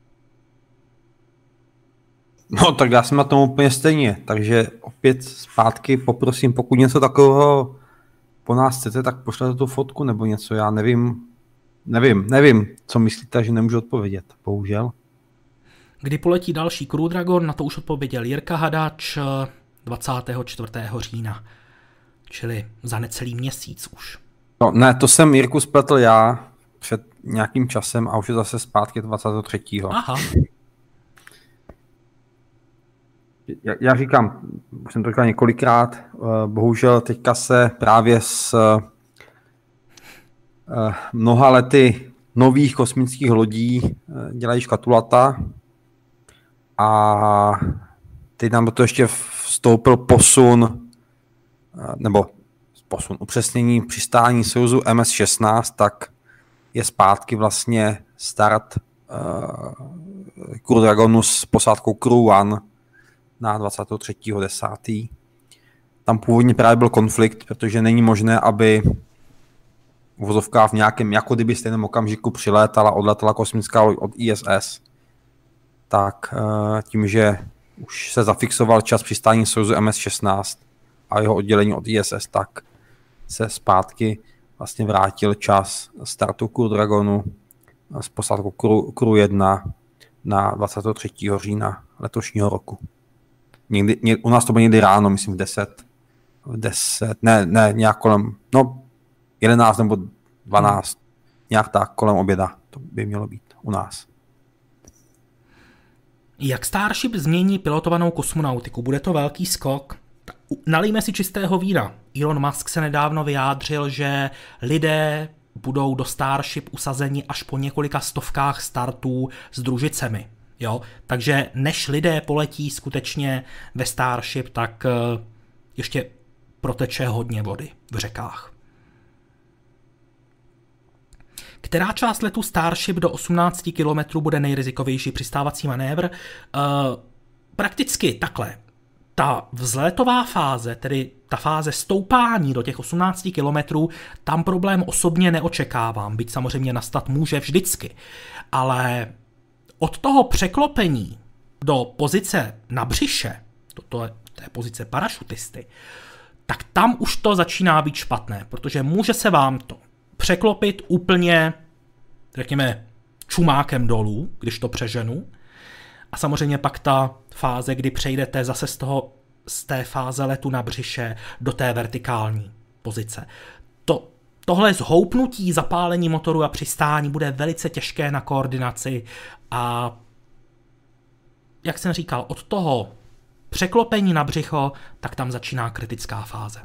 No tak já jsem na tom úplně stejně, takže opět zpátky poprosím, pokud něco takového po nás chcete, tak pošlete tu fotku nebo něco, já nevím. Nevím, nevím, co myslíte, že nemůžu odpovědět, bohužel. Kdy poletí další Crew Dragon, na to už odpověděl Jirka Hadač dvacátého čtvrtého října, čili za necelý měsíc už. No ne, to jsem Jirku spletl já před nějakým časem a už je zase zpátky dvacátého třetího Aha. Já, já říkám, už jsem to říkal několikrát, bohužel teďka se právě s mnoha lety nových kosmických lodí dělají škatulata a teď nám do toho ještě vstoupil posun, nebo posun, upřesnění přistání Sojuzu M S šestnáct, tak je zpátky vlastně start Crew Dragonu s posádkou Crew One na dvacátého třetího desátého Tam původně právě byl konflikt, protože není možné, aby uvozovka v nějakém, jako kdyby stejném okamžiku přilétala, odletala kosmická loď od I S S, tak tím, že už se zafixoval čas přistání Sojuzu M S šestnáct a jeho oddělení od I S S, tak se zpátky vlastně vrátil čas startu Crew Dragonu s posádkou Crew, Crew jedna na dvacátého třetího října letošního roku. Někdy, ně, u nás to bylo někdy ráno, myslím v deset, v deset, ne, ne, nějak kolem, no jedenáct nebo dvanáct, hmm. nějak tak, kolem oběda to by mělo být u nás. Jak Starship změní pilotovanou kosmonautiku? Bude to velký skok? Nalijme si čistého vína. Elon Musk se nedávno vyjádřil, že lidé budou do Starship usazeni až po několika stovkách startů s družicemi. Jo? Takže než lidé poletí skutečně ve Starship, tak ještě proteče hodně vody v řekách. Která část letu Starship do osmnácti kilometrů bude nejrizikovější přistávací manévr? E, prakticky takhle. Ta vzlétová fáze, tedy ta fáze stoupání do těch osmnácti kilometrů, tam problém osobně neočekávám, byť samozřejmě nastat může vždycky. Ale od toho překlopení do pozice na břiše, to je, to je pozice parašutisty, tak tam už to začíná být špatné, protože může se vám to překlopit úplně, řekněme, čumákem dolů, když to přeženu. A samozřejmě pak ta fáze, kdy přejdete zase z, toho, z té fáze letu na břiše do té vertikální pozice. To, tohle zhoupnutí, zapálení motoru a přistání bude velice těžké na koordinaci a jak jsem říkal, od toho překlopení na břicho, tak tam začíná kritická fáze.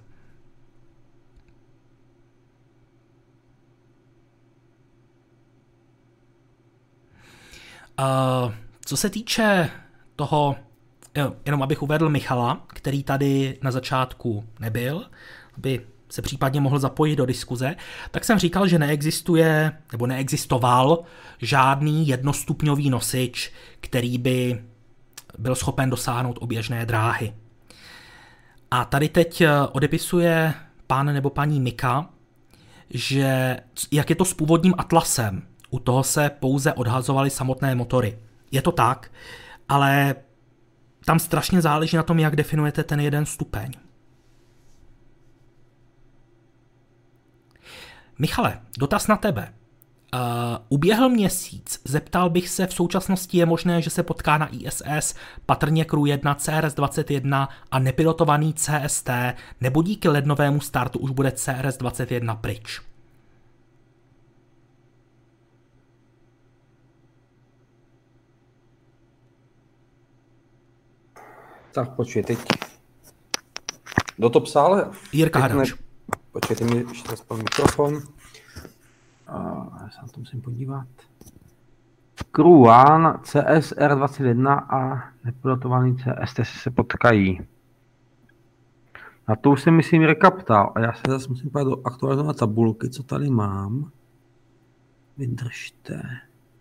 Uh, co se týče toho, jo, jenom abych uvedl Michala, který tady na začátku nebyl, aby se případně mohl zapojit do diskuze, tak jsem říkal, že neexistuje, nebo neexistoval žádný jednostupňový nosič, který by byl schopen dosáhnout oběžné dráhy. A tady teď odepisuje pán nebo paní Mika, že jak je to s původním Atlasem, u toho se pouze odhazovaly samotné motory. Je to tak, ale tam strašně záleží na tom, jak definujete ten jeden stupeň. Michale, dotaz na tebe. Uh, uběhl měsíc, zeptal bych se, v současnosti je možné, že se potká na I S S patrně Crew jedna, C R S dvacet jedna a nepilotovaný C S T, nebo díky lednovému startu už bude C R S dvacet jedna pryč? Tak počkej, teď. Kdo to psal? Jirka Hadač. Ne... Počkejte mi, ještě zaspal mikrofon. A já se na to musím podívat. Crew One, C S R dvacet jedna a nepilotovaný C S T se potkají. Na to už jsem, myslím, rekaptal. A já se zase musím podívat do aktualizovat tabulky, co tady mám. Vydržte.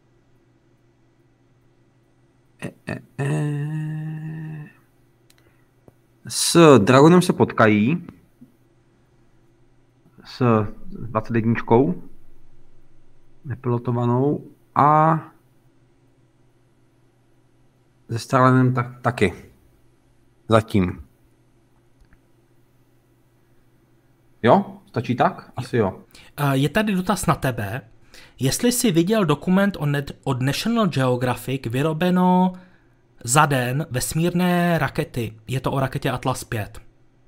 E, e, e. S Dragonem se potkají. S dvacet jedna nepilotovanou a se Starlinem tak, taky. Zatím. Jo? Stačí tak? Asi jo. Je tady dotaz na tebe. Jestli jsi viděl dokument od National Geographic vyrobeno za den vesmírné rakety. Je to o raketě Atlas pět.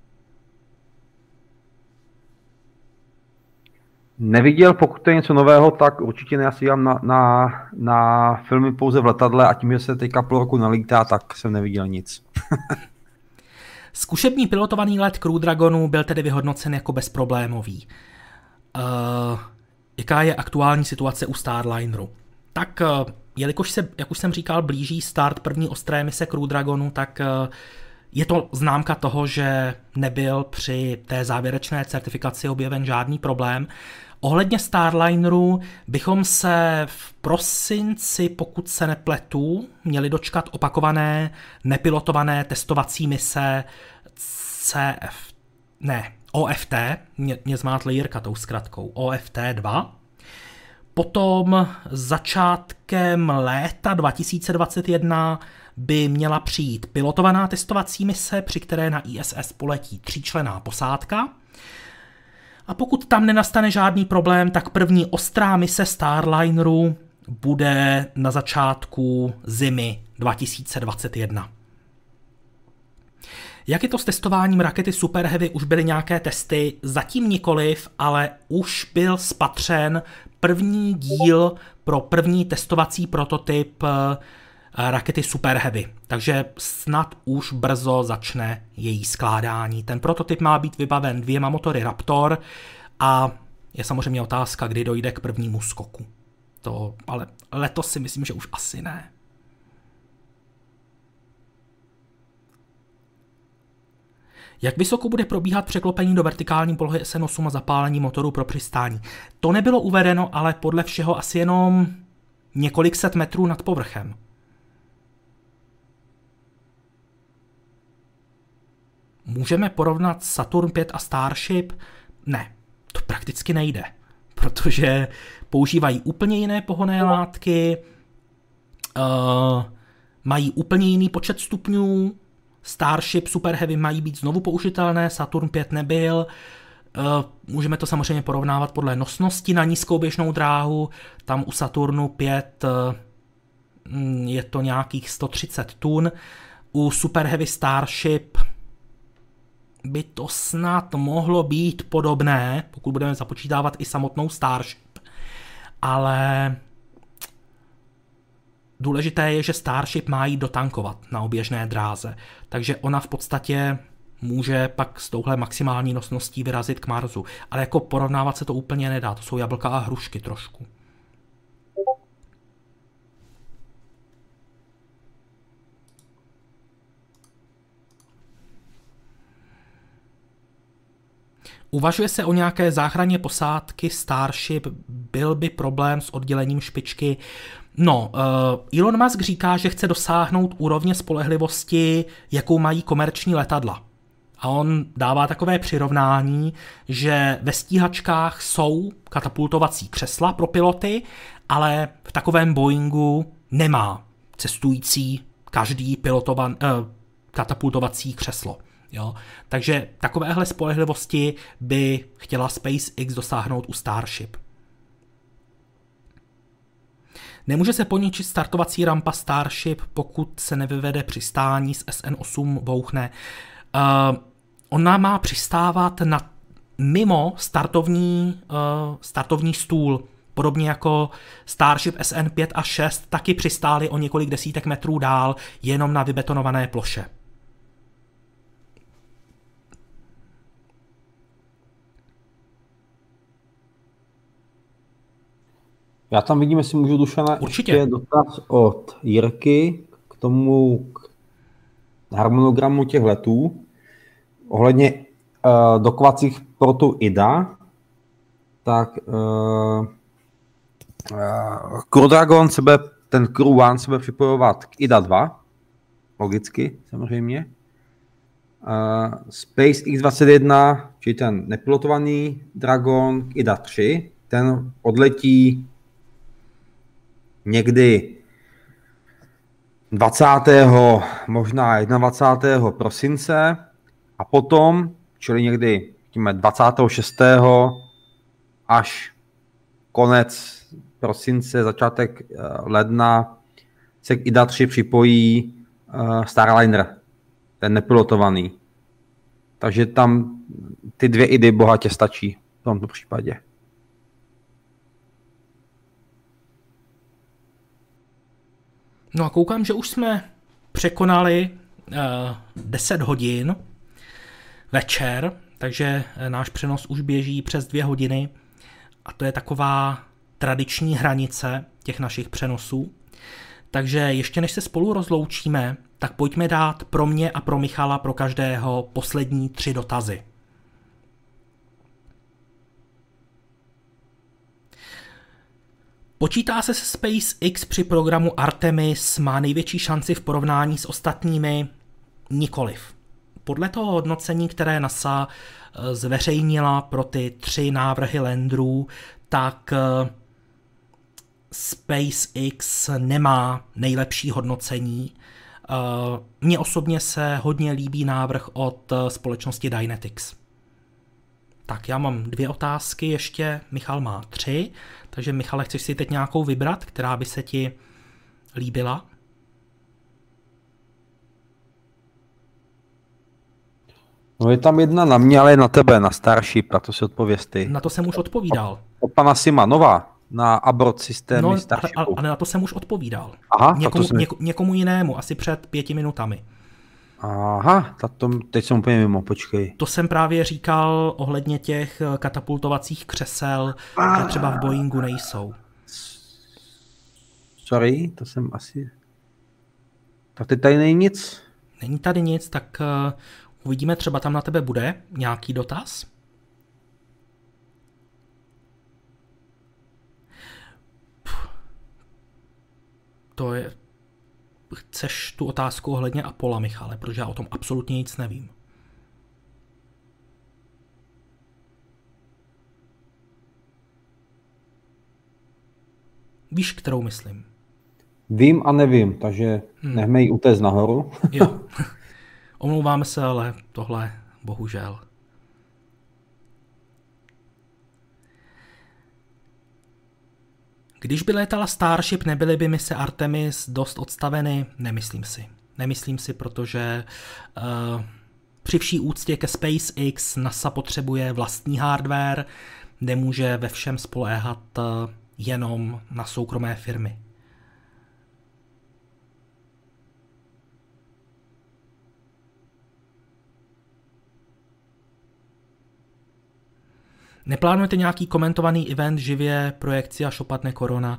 Neviděl, pokud to je něco nového, tak určitě ne, já si dám na, na, na filmy pouze v letadle a tím, že se teďka půl roku nalítá, tak jsem neviděl nic. Zkušební pilotovaný let Crew Dragonu byl tedy vyhodnocen jako bezproblémový. Uh, jaká je aktuální situace u Starlineru? Tak uh, jelikož se, jak už jsem říkal, blíží start první ostré mise Crew Dragonu, tak uh, je to známka toho, že nebyl při té závěrečné certifikaci objeven žádný problém. Ohledně Starlineru bychom se v prosinci, pokud se nepletu, měli dočkat opakované nepilotované testovací mise C F, ne, O F T, mě, mě zmátli Jirka tou zkratkou, O F T dva. Potom začátkem léta dva tisíce dvacet jedna by měla přijít pilotovaná testovací mise, při které na I S S poletí tříčlenná posádka. A pokud tam nenastane žádný problém, tak první ostrá mise Starlineru bude na začátku zimy dva tisíce dvacet jedna. Jak je to s testováním rakety Super Heavy? Už byly nějaké testy, zatím nikoliv, ale už byl spatřen první díl pro první testovací prototyp rakety Super Heavy. Takže snad už brzo začne její skládání. Ten prototyp má být vybaven dvěma motory Raptor a je samozřejmě otázka, kdy dojde k prvnímu skoku. To, ale letos si myslím, že už asi ne. Jak vysoko bude probíhat překlopení do vertikální polohy S N osm a zapálení motoru pro přistání? To nebylo uvedeno, ale podle všeho asi jenom několik set metrů nad povrchem. Můžeme porovnat Saturn pět a Starship? Ne, to prakticky nejde, protože používají úplně jiné pohonné látky, uh, mají úplně jiný počet stupňů, Starship, Super Heavy mají být znovu použitelné, Saturn pět nebyl. Můžeme to samozřejmě porovnávat podle nosnosti na nízkou běžnou dráhu. Tam u Saturnu pět je to nějakých sto třicet tun. U Super Heavy Starship by to snad mohlo být podobné, pokud budeme započítávat i samotnou Starship. Ale důležité je, že Starship má jít dotankovat na oběžné dráze, takže ona v podstatě může pak s touhle maximální nosností vyrazit k Marsu. Ale jako porovnávat se to úplně nedá, to jsou jablka a hrušky trošku. Uvažuje se o nějaké záchraně posádky Starship, byl by problém s oddělením špičky? No, uh, Elon Musk říká, že chce dosáhnout úrovně spolehlivosti, jakou mají komerční letadla. A on dává takové přirovnání, že ve stíhačkách jsou katapultovací křesla pro piloty, ale v takovém Boeingu nemá cestující každý pilotovan, uh, katapultovací křeslo. Jo? Takže takovéhle spolehlivosti by chtěla SpaceX dosáhnout u Starship. Nemůže se poničit startovací rampa Starship, pokud se nevyvede přistání s S N osm bouchne. Uh, ona má přistávat na mimo startovní, uh, startovní stůl. Podobně jako Starship S N pět a šest taky přistály o několik desítek metrů dál, jenom na vybetonované ploše. Já tam vidím, jestli můžu, Dušana, určitě ještě dotaz od Jirky k tomu k harmonogramu těch letů. Ohledně uh, dokovacích portů I D A, tak uh, uh, Crew Dragon se bude, ten Crew One se bude připojovat k I D A dva, logicky samozřejmě. Uh, SpaceX dvacet jedna, čili ten nepilotovaný Dragon k I D A tři, ten odletí někdy dvacátého možná dvacátého prvního prosince a potom, čili někdy dvacátého šestého až konec prosince, začátek ledna se k I D A tři připojí Starliner, ten nepilotovaný. Takže tam ty dvě I D Y bohatě stačí v tomto případě. No a koukám, že už jsme překonali uh, deset hodin večer, takže náš přenos už běží přes dvě hodiny a to je taková tradiční hranice těch našich přenosů. Takže ještě než se spolu rozloučíme, tak pojďme dát pro mě a pro Michala, pro každého poslední tři dotazy. Počítá se se SpaceX při programu Artemis, má největší šanci v porovnání s ostatními? Nikoliv. Podle toho hodnocení, které NASA zveřejnila pro ty tři návrhy landerů, tak SpaceX nemá nejlepší hodnocení. Mně osobně se hodně líbí návrh od společnosti Dynetics. Tak já mám dvě otázky ještě, Michal má tři, takže Michale, chceš si teď nějakou vybrat, která by se ti líbila? No je tam jedna na mě, ale na tebe, na Starship, a to si odpověz ty. Na to jsem už odpovídal. Od pana Simanova, na Abrod systémy no, Starshipu. Ale, ale na to jsem už odpovídal. Aha, někomu, jsem... něko, někomu jinému, asi před pěti minutami. Aha, tato, teď jsem úplně mimo, počkej. To jsem právě říkal ohledně těch katapultovacích křesel, ah. že třeba v Boeingu nejsou. Sorry, to jsem asi... Tak teď tady není nic? Není tady nic, tak uh, uvidíme, třeba tam na tebe bude nějaký dotaz. Puh. To je... Chceš tu otázku ohledně Apollo, Michale, protože já o tom absolutně nic nevím. Víš, kterou myslím? Vím a nevím, takže hmm. nechme ji utéct nahoru. Jo. Omlouváme se, ale tohle bohužel. Když by létala Starship, nebyly by mise Artemis dost odstaveny? Nemyslím si. Nemyslím si, protože uh, při vší úctě ke SpaceX NASA potřebuje vlastní hardware, nemůže ve všem spoléhat uh, jenom na soukromé firmy. Neplánujete nějaký komentovaný event živě, projekci, až opadne korona?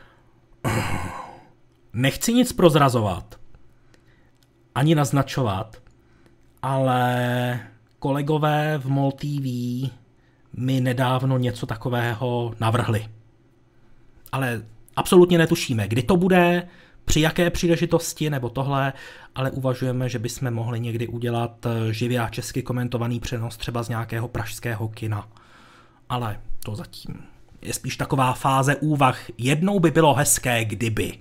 Nechci nic prozrazovat, ani naznačovat, ale kolegové v MOL T V mi nedávno něco takového navrhli. Ale absolutně netušíme, kdy to bude, při jaké příležitosti nebo tohle, ale uvažujeme, že bychom mohli někdy udělat živě a česky komentovaný přenos třeba z nějakého pražského kina. Ale to zatím je spíš taková fáze úvah. Jednou by bylo hezké, kdyby.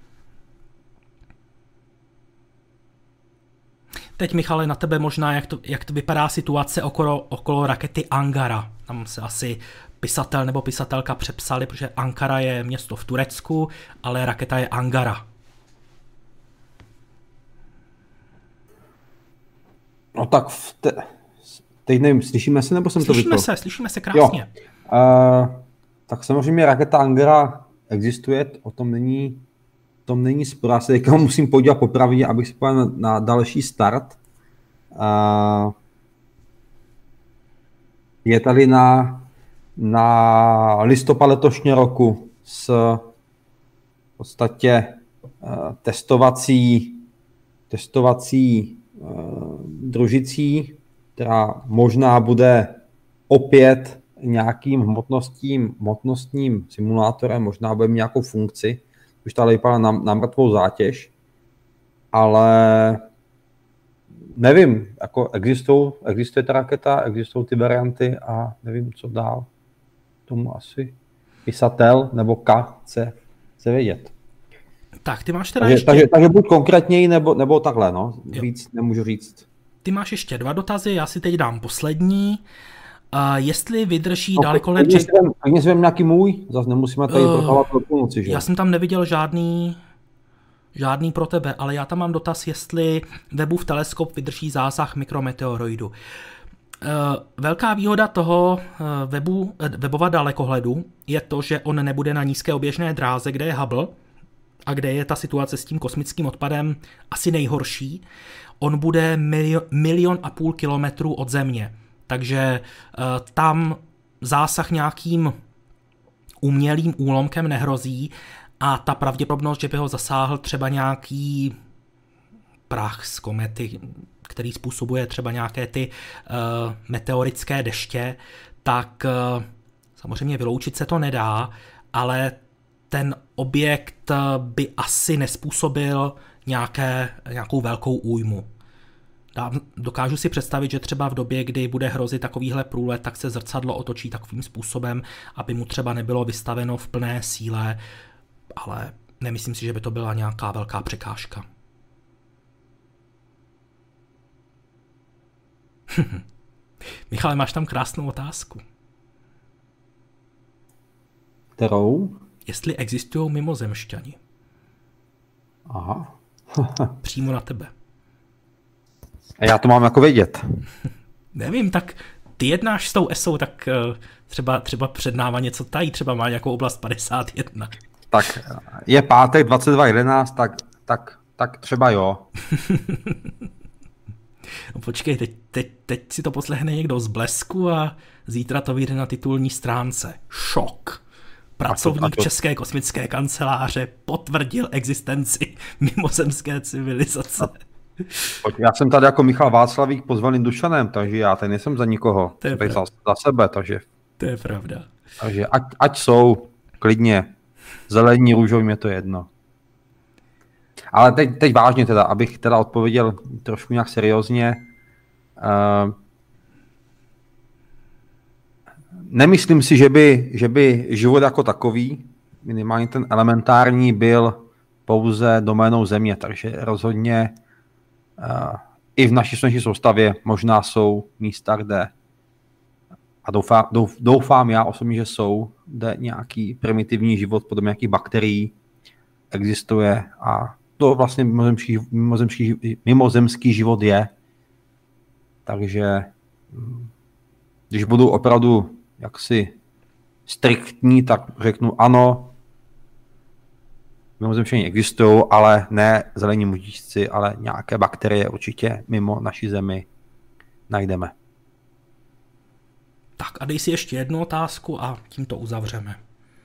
Teď, Michale, na tebe možná, jak to, jak to vypadá situace okolo, okolo rakety Angara. Tam se asi pisatel nebo pisatelka přepsali, protože Ankara je město v Turecku, ale raketa je Angara. No tak v te... teď nevím, slyšíme se, nebo jsem slyšíme to vypl? Slyšíme se, slyšíme se krásně. Uh, tak samozřejmě raketa Angara existuje, o tom není, o tom není spor. Já se teďka musím podívat popravdě, abych se podíval na, na další start. Uh, je tady na, na listopad letošního roku s v podstatě uh, testovací, testovací uh, družicí, která možná bude opět nějakým hmotnostním, hmotnostním simulátorem, možná bude mít nějakou funkci, už tady vypadá na, na mrtvou zátěž, ale nevím, jako existují, existuje ta raketa, existují ty varianty a nevím, co dál. Tomu asi pisatel nebo K chce, chce vědět. Tak, ty máš teda takže, ještě... takže, takže buď konkrétněji, nebo, nebo takhle, no. Víc nemůžu říct. Ty máš ještě dva dotazy, já si teď dám poslední. Uh, jestli vydrží no, dalekolet... Klidně si vem nějaký můj, zase nemusíme tady uh, protahovat pro půlnoci, že? Já jsem tam neviděl žádný, žádný pro tebe, ale já tam mám dotaz, jestli Webův teleskop vydrží zásah mikrometeoroidu. Uh, velká výhoda toho uh, webu, webova dalekohledu je to, že on nebude na nízké oběžné dráze, kde je Hubble a kde je ta situace s tím kosmickým odpadem asi nejhorší. On bude milion, milion a půl kilometrů od Země, takže uh, tam zásah nějakým umělým úlomkem nehrozí a ta pravděpodobnost, že by ho zasáhl třeba nějaký prach z komety, který způsobuje třeba nějaké ty uh, meteorické deště, tak uh, samozřejmě vyloučit se to nedá, ale ten objekt by asi nespůsobil nějaké, nějakou velkou újmu. Dokážu si představit, že třeba v době, kdy bude hrozit takovýhle průlet, tak se zrcadlo otočí takovým způsobem, aby mu třeba nebylo vystaveno v plné síle, ale nemyslím si, že by to byla nějaká velká překážka. Michale, máš tam krásnou otázku. Kterou? Jestli existují mimozemšťani. Aha. Přímo na tebe. A já to mám jako vědět. Nevím, tak ty jednáš s tou esou, tak třeba, třeba před náma něco tají, třeba má nějakou oblast padesát jedna. Tak je pátek dvacet dva jedenáct, tak, tak, tak třeba jo. No počkej, teď, teď, teď si to poslechne někdo z Blesku a zítra to vyjde na titulní stránce. Šok. Pracovník a to, a to... České kosmické kanceláře potvrdil existenci mimozemské civilizace. Já jsem tady jako Michal Václavík pozvaný Dušanem, takže já tady nejsem za nikoho. To je za, za sebe, takže. To je pravda. Takže ať, ať jsou, klidně. Zelení, růžový, mě to jedno. Ale teď, teď vážně teda, abych teda odpověděl trošku nějak seriózně. Uh, nemyslím si, že by, že by život jako takový, minimálně ten elementární, byl pouze doménou Země, takže rozhodně uh, i v naší slunečné soustavě možná jsou místa, kde, a doufám, douf, doufám já osobně, že jsou, kde nějaký primitivní život podobně nějakých bakterií existuje a to vlastně mimozemský, mimozemský, mimozemský život je. Takže když budu opravdu jaksi striktní, tak řeknu ano, mimozemštění existují, ale ne zelení mužičci, ale nějaké bakterie určitě mimo naší Zemi najdeme. Tak a dej si ještě jednu otázku a tím to uzavřeme.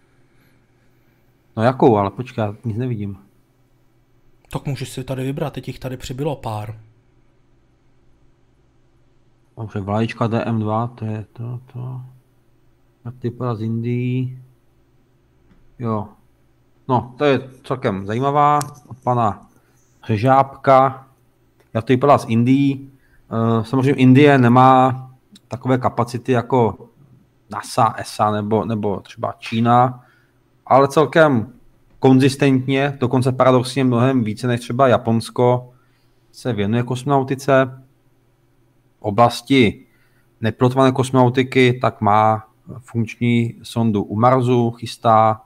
No jakou, ale počkej, já nic nevidím. Tak můžeš si tady vybrat, teď jich tady přibylo pár. Dobře, vlaječka D M dva, to je to, to. Artipela z Indií. Jo. No, to je celkem zajímavá. Od pana Řežábka. Artipela z Indií. Samozřejmě Indie nemá takové kapacity jako NASA, E S A nebo, nebo třeba Čína, ale celkem konzistentně, dokonce paradoxně mnohem více než třeba Japonsko se věnuje kosmonautice. V oblasti nepilotované kosmonautiky tak má funkční sondu u Marsu, chystá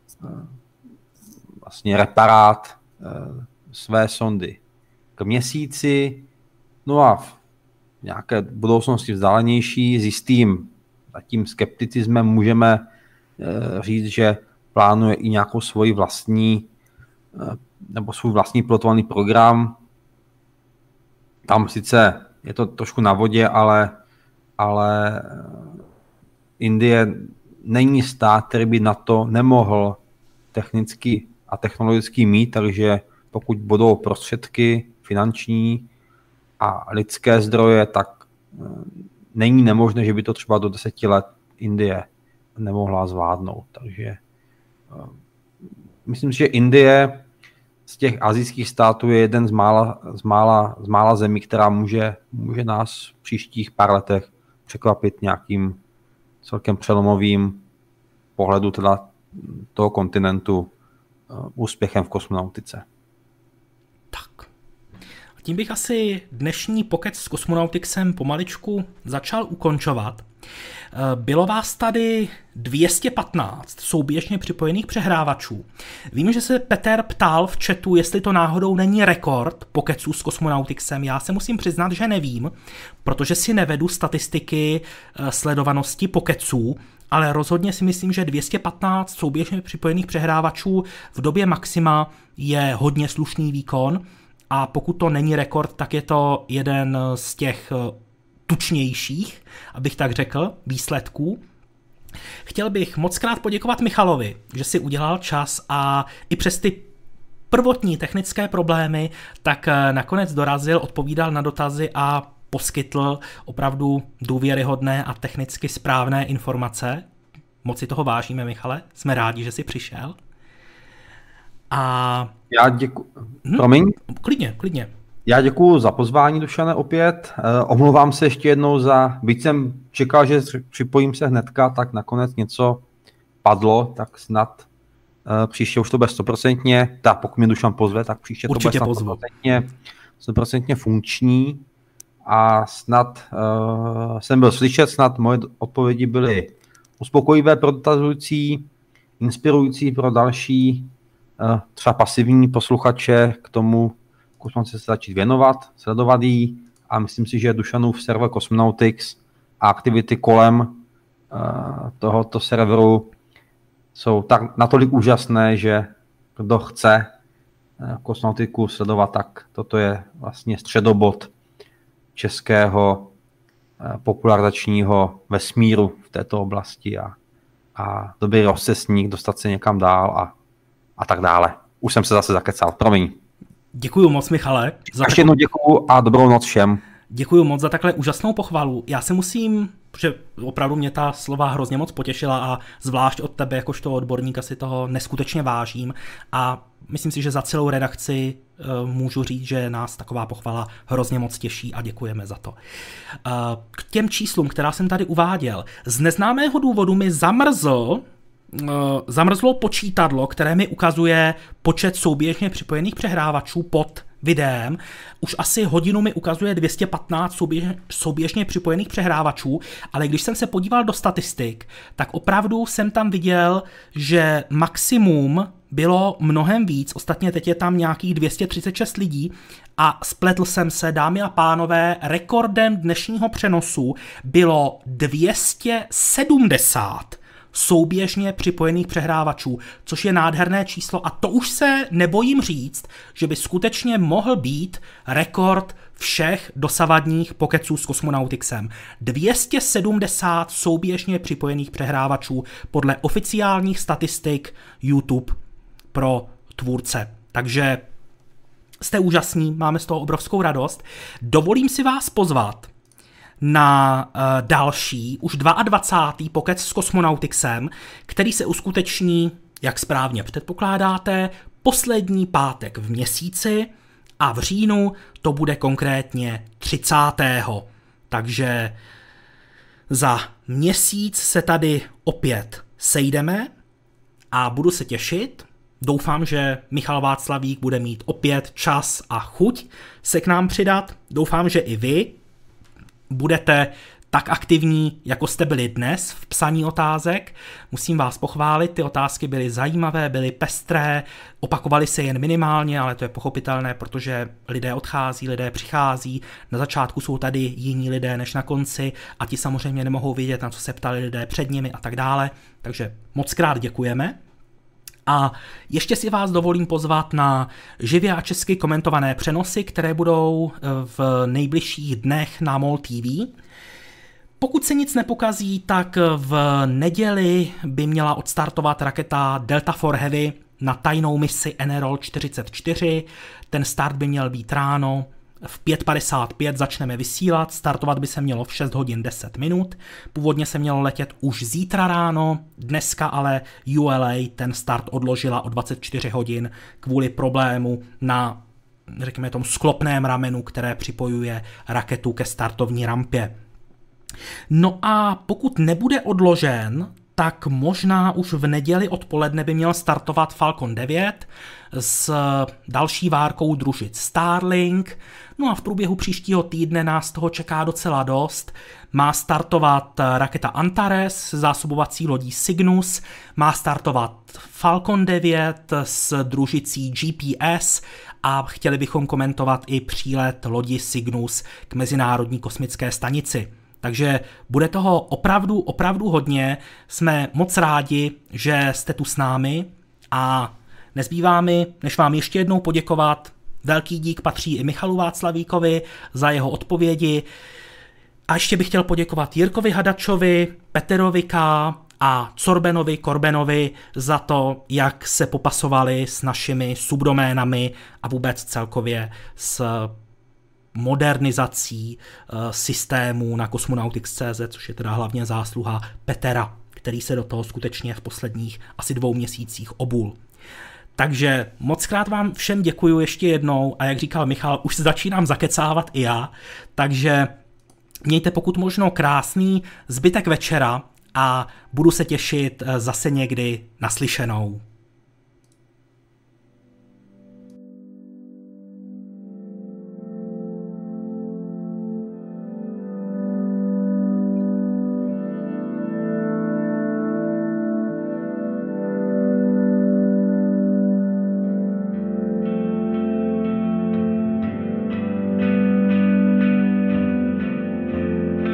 vlastně reparát své sondy k Měsíci, no a v nějaké budoucnosti vzdálenější s jistým zatím skepticismem můžeme říct, že plánuje i nějakou svoji vlastní nebo svůj vlastní pilotovaný program. Tam sice je to trošku na vodě, ale, ale Indie není stát, který by na to nemohl technicky a technologicky mít, takže pokud budou prostředky finanční a lidské zdroje, tak není nemožné, že by to třeba do deseti let Indie nemohla zvládnout. Takže myslím si, že Indie z těch asijských států je jeden z mála, z mála, z mála zemí, která může, může nás v příštích pár letech překvapit nějakým celkem přelomovým pohledu teda toho kontinentu úspěchem v kosmonautice. Tak. A tím bych asi dnešní pokec s Cosmonautixem pomaličku začal ukončovat. Bylo vás tady dvě stě patnáct souběžně připojených přehrávačů. Vím, že se Petr ptal v chatu, jestli to náhodou není rekord pokeců s Cosmonautixem. Já se musím přiznat, že nevím, protože si nevedu statistiky sledovanosti pokeců, ale rozhodně si myslím, že dvě stě patnáct souběžně připojených přehrávačů v době maxima je hodně slušný výkon a pokud to není rekord, tak je to jeden z těch tučnějších, abych tak řekl, výsledků. Chtěl bych moc krát poděkovat Michalovi, že si udělal čas a i přes ty prvotní technické problémy, tak nakonec dorazil, odpovídal na dotazy a poskytl opravdu důvěryhodné a technicky správné informace. Moc si toho vážíme, Michale, jsme rádi, že jsi přišel. A... Já děkuji. Hm? Promiň? Klidně, klidně. Já děkuji za pozvání, Dušane, opět. Eh, omlouvám se ještě jednou za... Byť jsem čekal, že připojím se hnedka, tak nakonec něco padlo, tak snad eh, příště už to bude stoprocentně. Tak pokud mě Dušan pozve, tak příště Určitě to bude stoprocentně, stoprocentně funkční. A snad uh, jsem byl slyšet, snad moje odpovědi byly uspokojivé pro dotazující, inspirující pro další uh, třeba pasivní posluchače k tomu, kosmonauce se začít věnovat, sledovat jí a myslím si, že Dušanův server Cosmonautics a aktivity kolem uh, tohoto serveru jsou tak natolik úžasné, že kdo chce uh, kosmonautiku sledovat, tak toto je vlastně středobod českého popularizačního vesmíru v této oblasti a, a dobrý rozcestník, dostat se někam dál a, a tak dále. Už jsem se zase zakecal, promiň. Děkuju moc, Michale. Za Ještě jednou děkuju a dobrou noc všem. Děkuju moc za takhle úžasnou pochvalu. Já se musím, protože opravdu mě ta slova hrozně moc potěšila a zvlášť od tebe, jakožto odborníka, si toho neskutečně vážím a myslím si, že za celou redakci uh, můžu říct, že nás taková pochvala hrozně moc těší a děkujeme za to. Uh, k těm číslům, která jsem tady uváděl, z neznámého důvodu mi zamrzl Uh, zamrzlo počítadlo, které mi ukazuje počet souběžně připojených přehrávačů pod videem. Už asi hodinu mi ukazuje dvě stě patnáct souběžně, souběžně připojených přehrávačů, ale když jsem se podíval do statistik, tak opravdu jsem tam viděl, že maximum bylo mnohem víc, ostatně teď je tam nějakých dvě stě třicet šest lidí a spletl jsem se, dámy a pánové, rekordem dnešního přenosu bylo dvě stě sedmdesát souběžně připojených přehrávačů, což je nádherné číslo a to už se nebojím říct, že by skutečně mohl být rekord všech dosavadních pokeců s Cosmonauticsem. dvě stě sedmdesát souběžně připojených přehrávačů podle oficiálních statistik YouTube pro tvůrce. Takže jste úžasní, máme z toho obrovskou radost. Dovolím si vás pozvat na uh, další, už dvacátý druhý pokec s Cosmonauticsem, který se uskuteční, jak správně předpokládáte, poslední pátek v měsíci a v říjnu to bude konkrétně třicátého Takže za měsíc se tady opět sejdeme a budu se těšit. Doufám, že Michal Václavík bude mít opět čas a chuť se k nám přidat. Doufám, že i vy budete tak aktivní, jako jste byli dnes v psaní otázek. Musím vás pochválit, ty otázky byly zajímavé, byly pestré, opakovaly se jen minimálně, ale to je pochopitelné, protože lidé odchází, lidé přichází, na začátku jsou tady jiní lidé než na konci a ti samozřejmě nemohou vědět, na co se ptali lidé před nimi a tak dále. Takže moc krát děkujeme. A ještě si vás dovolím pozvat na živě a česky komentované přenosy, které budou v nejbližších dnech na MOL T V. Pokud se nic nepokazí, tak v neděli by měla odstartovat raketa Delta čtyři Heavy na tajnou misi N R O čtyřicet čtyři. Ten start by měl být ráno. V pět padesát pět začneme vysílat, startovat by se mělo v šest hodin deset minut. Původně se mělo letět už zítra ráno, dneska ale U L A ten start odložila o dvacet čtyři hodin kvůli problému na, řekněme, tom sklopném ramenu, které připojuje raketu ke startovní rampě. No a pokud nebude odložen, tak možná už v neděli odpoledne by měl startovat Falcon devět s další várkou družic Starlink. No a v průběhu příštího týdne nás toho čeká docela dost. Má startovat raketa Antares, zásobovací lodí Cygnus, má startovat Falcon devět s družicí G P S a chtěli bychom komentovat i přílet lodi Cygnus k Mezinárodní kosmické stanici. Takže bude toho opravdu, opravdu hodně. Jsme moc rádi, že jste tu s námi a nezbývá mi, než vám ještě jednou poděkovat. Velký dík patří i Michalu Václavíkovi za jeho odpovědi. A ještě bych chtěl poděkovat Jirkovi Hadačovi, Peterovi K. a Corbenovi, Corbenovi za to, jak se popasovali s našimi subdoménami a vůbec celkově s modernizací uh, systému na Cosmonautics tečka cé zet, což je teda hlavně zásluha Petera, který se do toho skutečně v posledních asi dvou měsících obul. Takže moc krát vám všem děkuju ještě jednou a jak říkal Michal, už se začínám zakecávat i já, takže mějte pokud možno krásný zbytek večera a budu se těšit zase někdy naslyšenou.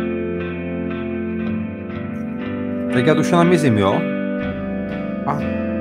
Tak já Dušana mizím, jo? A